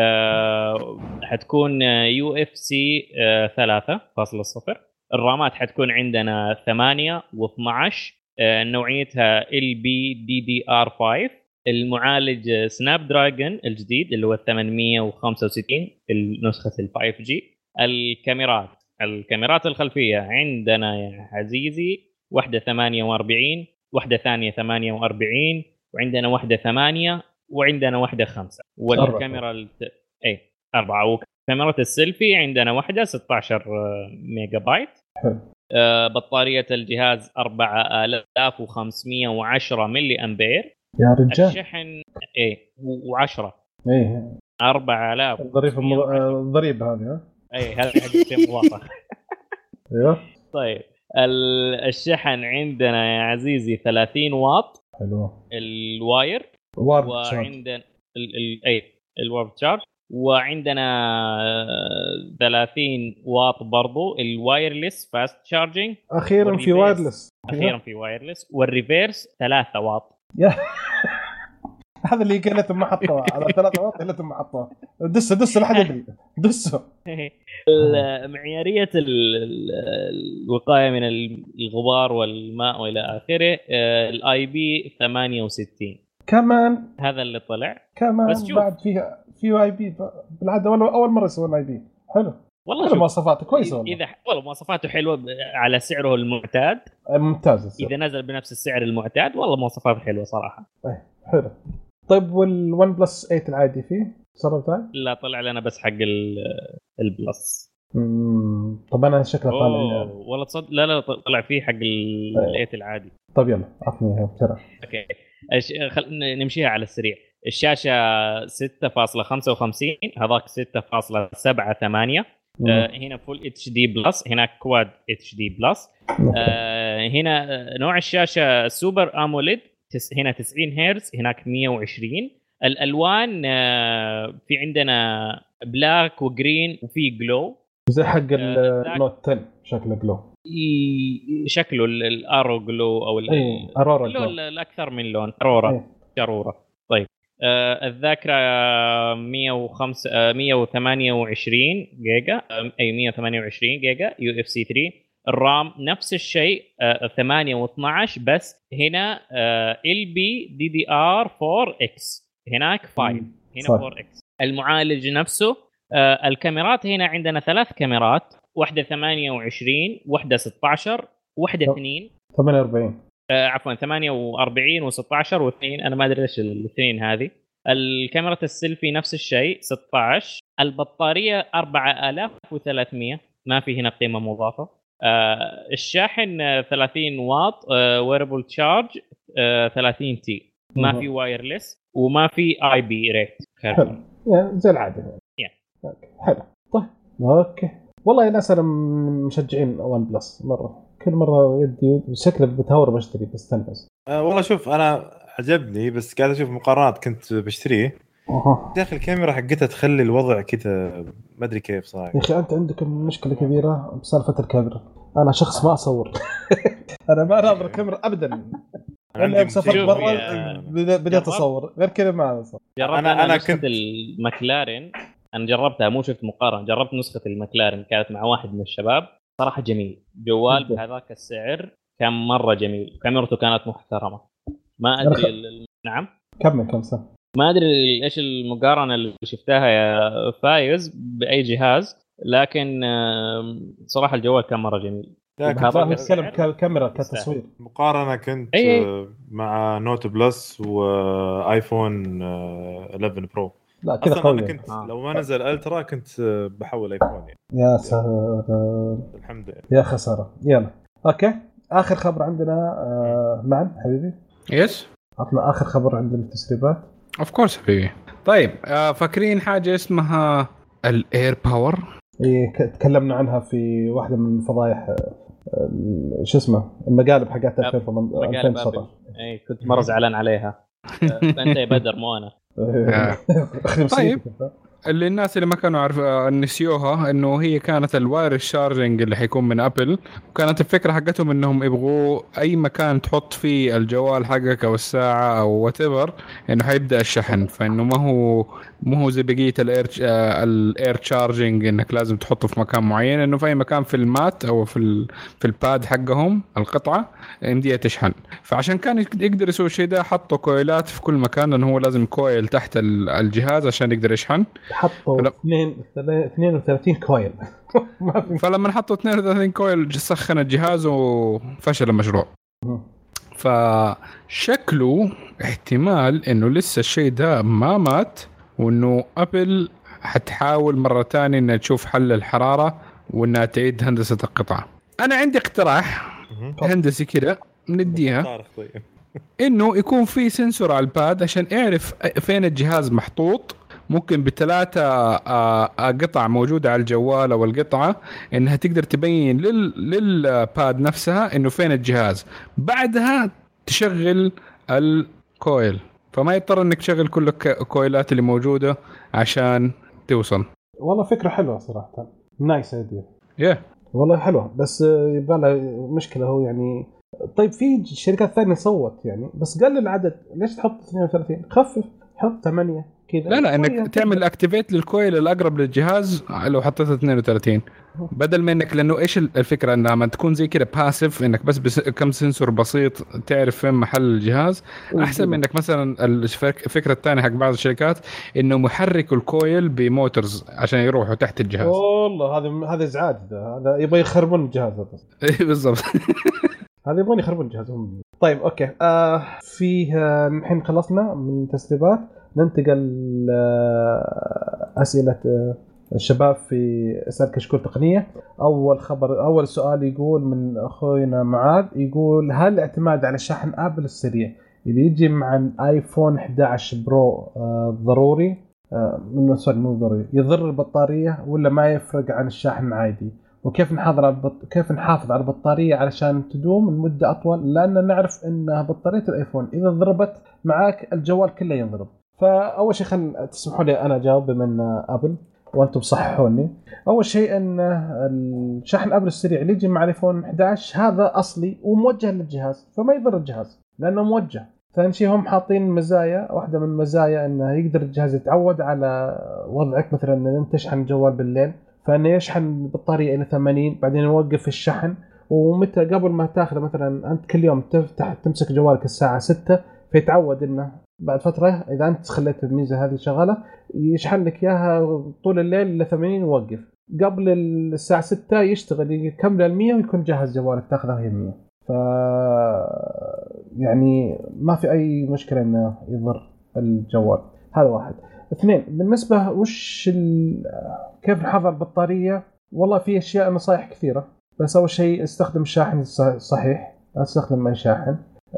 حتكون يو اف سي 3.0. الرامات حتكون عندنا 8 و12. نوعيتها LPDDR5. المعالج سناب دراجون الجديد اللي هو 865 نسخه ال 5G. الكاميرات الخلفيه عندنا يا عزيزي واحده 48، واحده ثانيه 48، وعندنا واحده 8، وعندنا واحده 5. والكاميرا اي 4. وكاميرا السيلفي عندنا واحده 16 ميجا بايت. بطاريه الجهاز 4510 ملي امبير يا رجال. الشحن و10 ايه 4000 الضريب هذه. ها اي هذه حقت المواطنه. ايوه طيب الشحن عندنا يا عزيزي 30 واط. حلو. الواير وعندنا الوارد شارج. وعندنا 30 واط برضو الوايرلس فاست شارجينج. اخيرا في وايرلس. والريفيرس 3 واط. هذا اللي قلت ما حطوه على 3 واط قلت ما حطوه. دس لحد يدري دسه. معياريه الوقايه من الغبار والماء والى اخره. الاي بي 68 كمان. هذا اللي طلع كمان بعد فيه اي بي بالعاده اول مره يسوون اي بي. حلو والله. مواصفاته كويسه والله. اذا والله مواصفاته حلوه على سعره المعتاد ممتاز السعر. اذا نزل بنفس السعر المعتاد والله مواصفاته حلوه صراحه. حلو. طيب والون بلس 8 العادي فيه صرفته؟ لا طلع لنا بس حق البلس. طب انا شكله طالع والله تصدق لا طلع فيه حق ال8 العادي. طب يلا عطني اياها بسرعه. اوكي نمشيها على السريع. الشاشه 6.55 هذاك 6.78. هنا فول اتش دي بلس، هناك كواد اتش دي بلس. هنا نوع الشاشه سوبر اموليد، هنا 90 هرتز هناك 120. الالوان في عندنا بلاك وجرين وفي جلو زي حق النوت 10 شكله جلو. شكله الارو جلو او ارورا الاكثر من لون ارورا شروره. طيب الذاكره 128 جيجا اي 128 جيجا يو اف سي 3. الرام نفس الشيء 8 و12 بس هنا ال بي دي دي ار 4 اكس هناك 5 هنا 4 اكس. المعالج نفسه. الكاميرات هنا عندنا 3 كاميرات، واحده 28 واحده 16 واحده 2 48 عفوا 48 و16 و2 انا ما ادري ايش الاثنين هذه. الكاميرا السيلفي نفس الشيء 16. البطاريه 4300 ما في هنا قيمه مضافه. الشاحن 30 واط ويربل تشارج 30 تي. ما في وايرلس وما في اي بي ريت. زي العاده. حلو. طيب اوكي والله ناس انا من مشجعين ون بلس مره، كل مره يدي شكله بتهور بشتري بس تنفس. والله شوف انا عجبني بس قاعد اشوف مقارنات كنت بشتريه يا اخي الكاميرا حقتها تخلي الوضع كذا ما ادري كيف صراحه. يا اخي انت عندك مشكله كبيره بسالفه الكاميرا. انا شخص ما اصور انا ما ناظر الكاميرا ابدا. انا مسافر برا بديت اصور، غير كذا ما اصور. انا كنت المكلارين انا جربتها، مو شفت مقارنه، جربت نسخه المكلارين كانت مع واحد من الشباب صراحه جميل. جوال بهذاك السعر كان مره جميل، كاميرته كانت محترمه. ما ادري نعم كم سنه ما ادري ايش المقارنه اللي شفتها يا فايز باي جهاز، لكن صراحه الجوال كان مره جميل. نتكلم كاميرا كتصوير. مقارنه كنت مع نوت بلس وايفون 11 برو. لا كذا قوي. كنت لو ما نزل الترا كنت بحول ايفون يعني. يا ساتر الحمد لله يا خساره. يلا اوكي اخر خبر عندنا معا حبيبي. يس عطنا اخر خبر عندنا التسريبات. اوف كورس حبيبي. طيب فاكرين حاجه اسمها الاير باور؟ ايه تكلمنا عنها في واحده من فضايح شو اسمه المقالب حقت 2019. اي كنت مره زعلان عليها. انت يا بدر مو انا. طيب اللي الناس اللي ما كانوا عارفوا نسيوها انه هي كانت الوايرلس شارجنج اللي حيكون من ابل، وكانت الفكره حقتهم انهم يبغوا اي مكان تحط فيه الجوال حقك او الساعه او وات ايفر انه حيبدا الشحن. فانه ما هو زي بقيه الاير تشارجنج انك لازم تحطه في مكان معين، انه في اي مكان في المات او في الباد حقهم القطعه يمديها تشحن. فعشان كان يقدر يسوي الشيء ده حطوا كويلات في كل مكان، لانه هو لازم كويل تحت الجهاز عشان يقدر يشحن. حطوا 32 كويل فلما حطوا 32 كويل سخن الجهاز وفشل المشروع. فشكله احتمال انه لسه الشيء ده ما مات، وانه ابل حتحاول مرة تانية انها تشوف حل الحرارة وانها تعيد هندسة القطعة. انا عندي اقتراح هندسي كده نديها انه يكون في سنسور على الباد عشان يعرف فين الجهاز محطوط. ممكن بثلاثة قطع موجودة على الجوال أو القطعة إنها تقدر تبين للباد نفسها إنه فين الجهاز، بعدها تشغل الكويل، فما يضطر إنك تشغل كل الكويلات اللي موجودة عشان توصل. والله فكرة حلوة صراحة، نايس ايديا. والله حلوة، بس يبقى لها مشكلة هو يعني. طيب في شركات ثانية صوت يعني بس قلل العدد، ليش تحط 32؟ خفف حط 8 كذا. لا انك تعمل اكتيفيت للكويل الاقرب للجهاز لو حطيت 32 بدل ما انك، لانه ايش الفكره انها ما تكون زي كده باسيف انك بس كم سنسور بسيط تعرف فين محل الجهاز، احسن من انك مثلا الفكره الثانيه حق بعض الشركات انه محرك الكويل بموتورز عشان يروحوا تحت الجهاز. والله هذا ازعاج، هذا يبغى يخربون الجهاز اي بالضبط. هذا يبغون يخربون الجهاز هم. طيب اوكي فيه الحين خلصنا من التسريبات، ننتقل أسئلة الشباب في أسئلة كشكول تقنية. أول سؤال يقول من أخونا معاذ، يقول هل الاعتماد على شحن آبل السريع اللي يجي مع الايفون 11 برو ضروري مو ضروري يضر البطارية ولا ما يفرق عن الشاحن العادي؟ وكيف نحافظ على البطارية علشان تدوم المدة أطول، لأن نعرف أن بطارية الآيفون إذا ضربت معاك الجوال كله ينضرب. فأول شيء خلنا تسمحوا لي أنا أجاوب بما أن أبل وأنتم صححوني. أول شيء أن الشحن آبل السريع اللي يجي مع الآيفون 11 هذا أصلي وموجه للجهاز فما يضر الجهاز لأنه موجه. ثاني شيء هم حاطين مزايا، واحدة من المزايا أنه يقدر الجهاز يتعود على وضعك، مثلا أن أنت تشحن الجوال بالليل فانه يشحن البطاريه الى 80 بعدين يوقف الشحن، ومتى قبل ما تاخذ مثلا انت كل يوم تفتح تمسك جوالك الساعه 6 فيتعود انه بعد فتره اذا انت خليت الميزه هذه شغاله يشحن لك اياها طول الليل الى 80 ويوقف قبل الساعه 6 يشتغل يكمل ال100 ويكون جاهز جوالك تاخذه هي 100. ف يعني ما في اي مشكله انه يضر الجوال. هذا واحد. اثنين، بالنسبه كيف نحافظ على البطاريه؟ والله في اشياء نصائح كثيره، بس اول شيء استخدم الشاحن الصحيح، استخدم اي شاحن.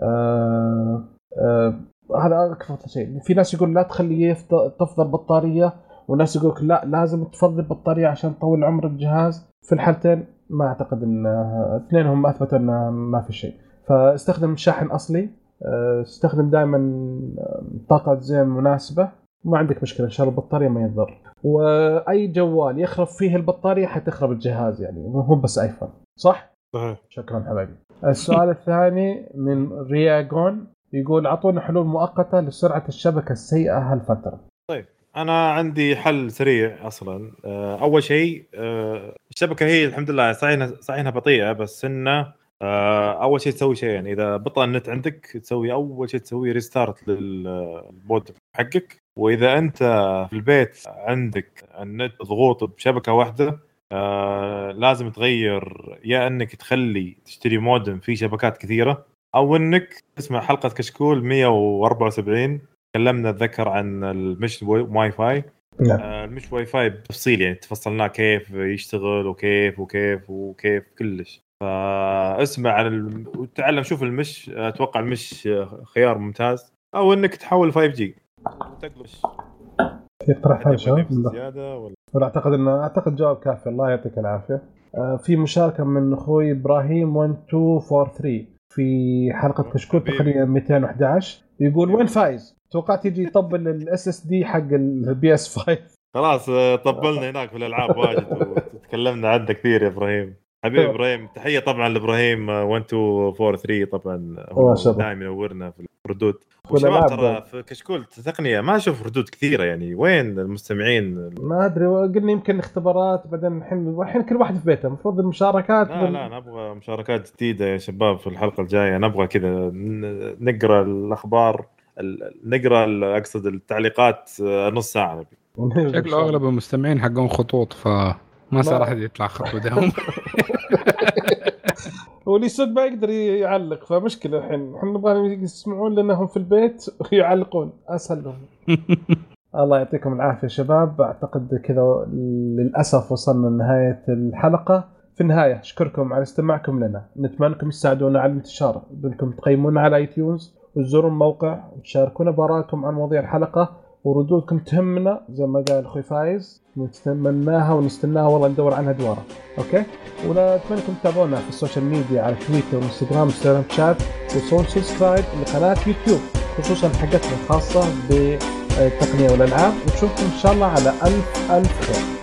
هذا اكثر شيء. في ناس يقول لا تخليه تفضل بطاريه، وناس يقولك لا لازم تفضل بطاريه عشان تطول عمر الجهاز. في الحالتين ما اعتقد ان اثنينهم اثبتوا ان ما في شيء. فاستخدم شاحن اصلي، استخدم دائما طاقه زين مناسبه، ما عندك مشكله ان شاء الله البطاريه ما يضر. واي جوال يخرب فيه البطاريه حتخرب الجهاز، يعني مو بس ايفون. صح؟ شكرا حبايبي. السؤال الثاني من رياغون يقول اعطونا حلول مؤقته لسرعه الشبكه السيئه هالفتره. طيب انا عندي حل سريع اصلا. اول شيء الشبكه هي الحمد لله صحيحه بطيئه، بس انه اول شيء تسوي شيء، يعني اذا بطأ النت عندك تسوي اول شيء تسوي ريستارت للمود حقك. واذا انت في البيت عندك النت ضغوط بشبكه واحده لازم تغير، يا انك تشتري مودم فيه شبكات كثيره، او انك تسمع حلقه كشكول 174 تكلمنا اتذكر عن المش واي فاي. المش واي فاي بتفصيل، يعني تفصلناه كيف يشتغل وكيف كلش. فاسمع وتعلم. شوف المش، اتوقع المش خيار ممتاز، او انك تحول 5G وتقلش. يقترح هذا الشيء زياده ولا اعتقد جواب كافي. الله يعطيك العافيه. في مشاركه من اخوي ابراهيم 1243 في حلقه كشكول تقريبا 211 يقول وين فايز؟ توقعت يجي يطبل الاس اس دي حق البي اس 5. خلاص طبلنا هناك في الالعاب واجد وتكلمنا عنه كثير يا ابراهيم. حبيبي ابراهيم، تحيه طبعا لابراهيم 1243 طبعا، هو دائما ينورنا في الردود. وشباب ترى في كشكول تقنيه ما اشوف ردود كثيره، يعني وين المستمعين؟ ما ادري، قلنا يمكن اختبارات، بعدين الحين كل واحد في بيته. المفروض المشاركات لا نبغى مشاركات جديده يا شباب في الحلقه الجايه. نبغى كذا نقرا الاخبار، نقرا اقصد التعليقات نص ساعه. شكله اغلب المستمعين حقهم خطوط، فما صار احد يطلع خط ودهم. واللي يسد ما يقدر يعلق، فمشكله. الحين احنا نبغى يسمعون لانهم في البيت ويعلقون اسهل لهم. الله يعطيكم العافيه شباب. اعتقد كذا للاسف وصلنا لنهايه الحلقه. في النهايه اشكركم على استماعكم لنا، نتمنى انكم تساعدونا على الانتشار بانكم تقيمونا على ايتيونز وتزوروا الموقع وتشاركونا بارائكم عن مواضيع الحلقه، وردودكم تهمنا زي ما قال اخوي فايز، نتمناها ونستناها والله ندور عنها دواره. اوكي، ولا اتمنىكم تتابعونا في السوشيال ميديا على تويتر وانستغرام وسناب شات، وسووا سبسكرايب لقناه يوتيوب خصوصا حقتنا الخاصه بالتقنيه والالعاب. ونشوفكم ان شاء الله على الف خير.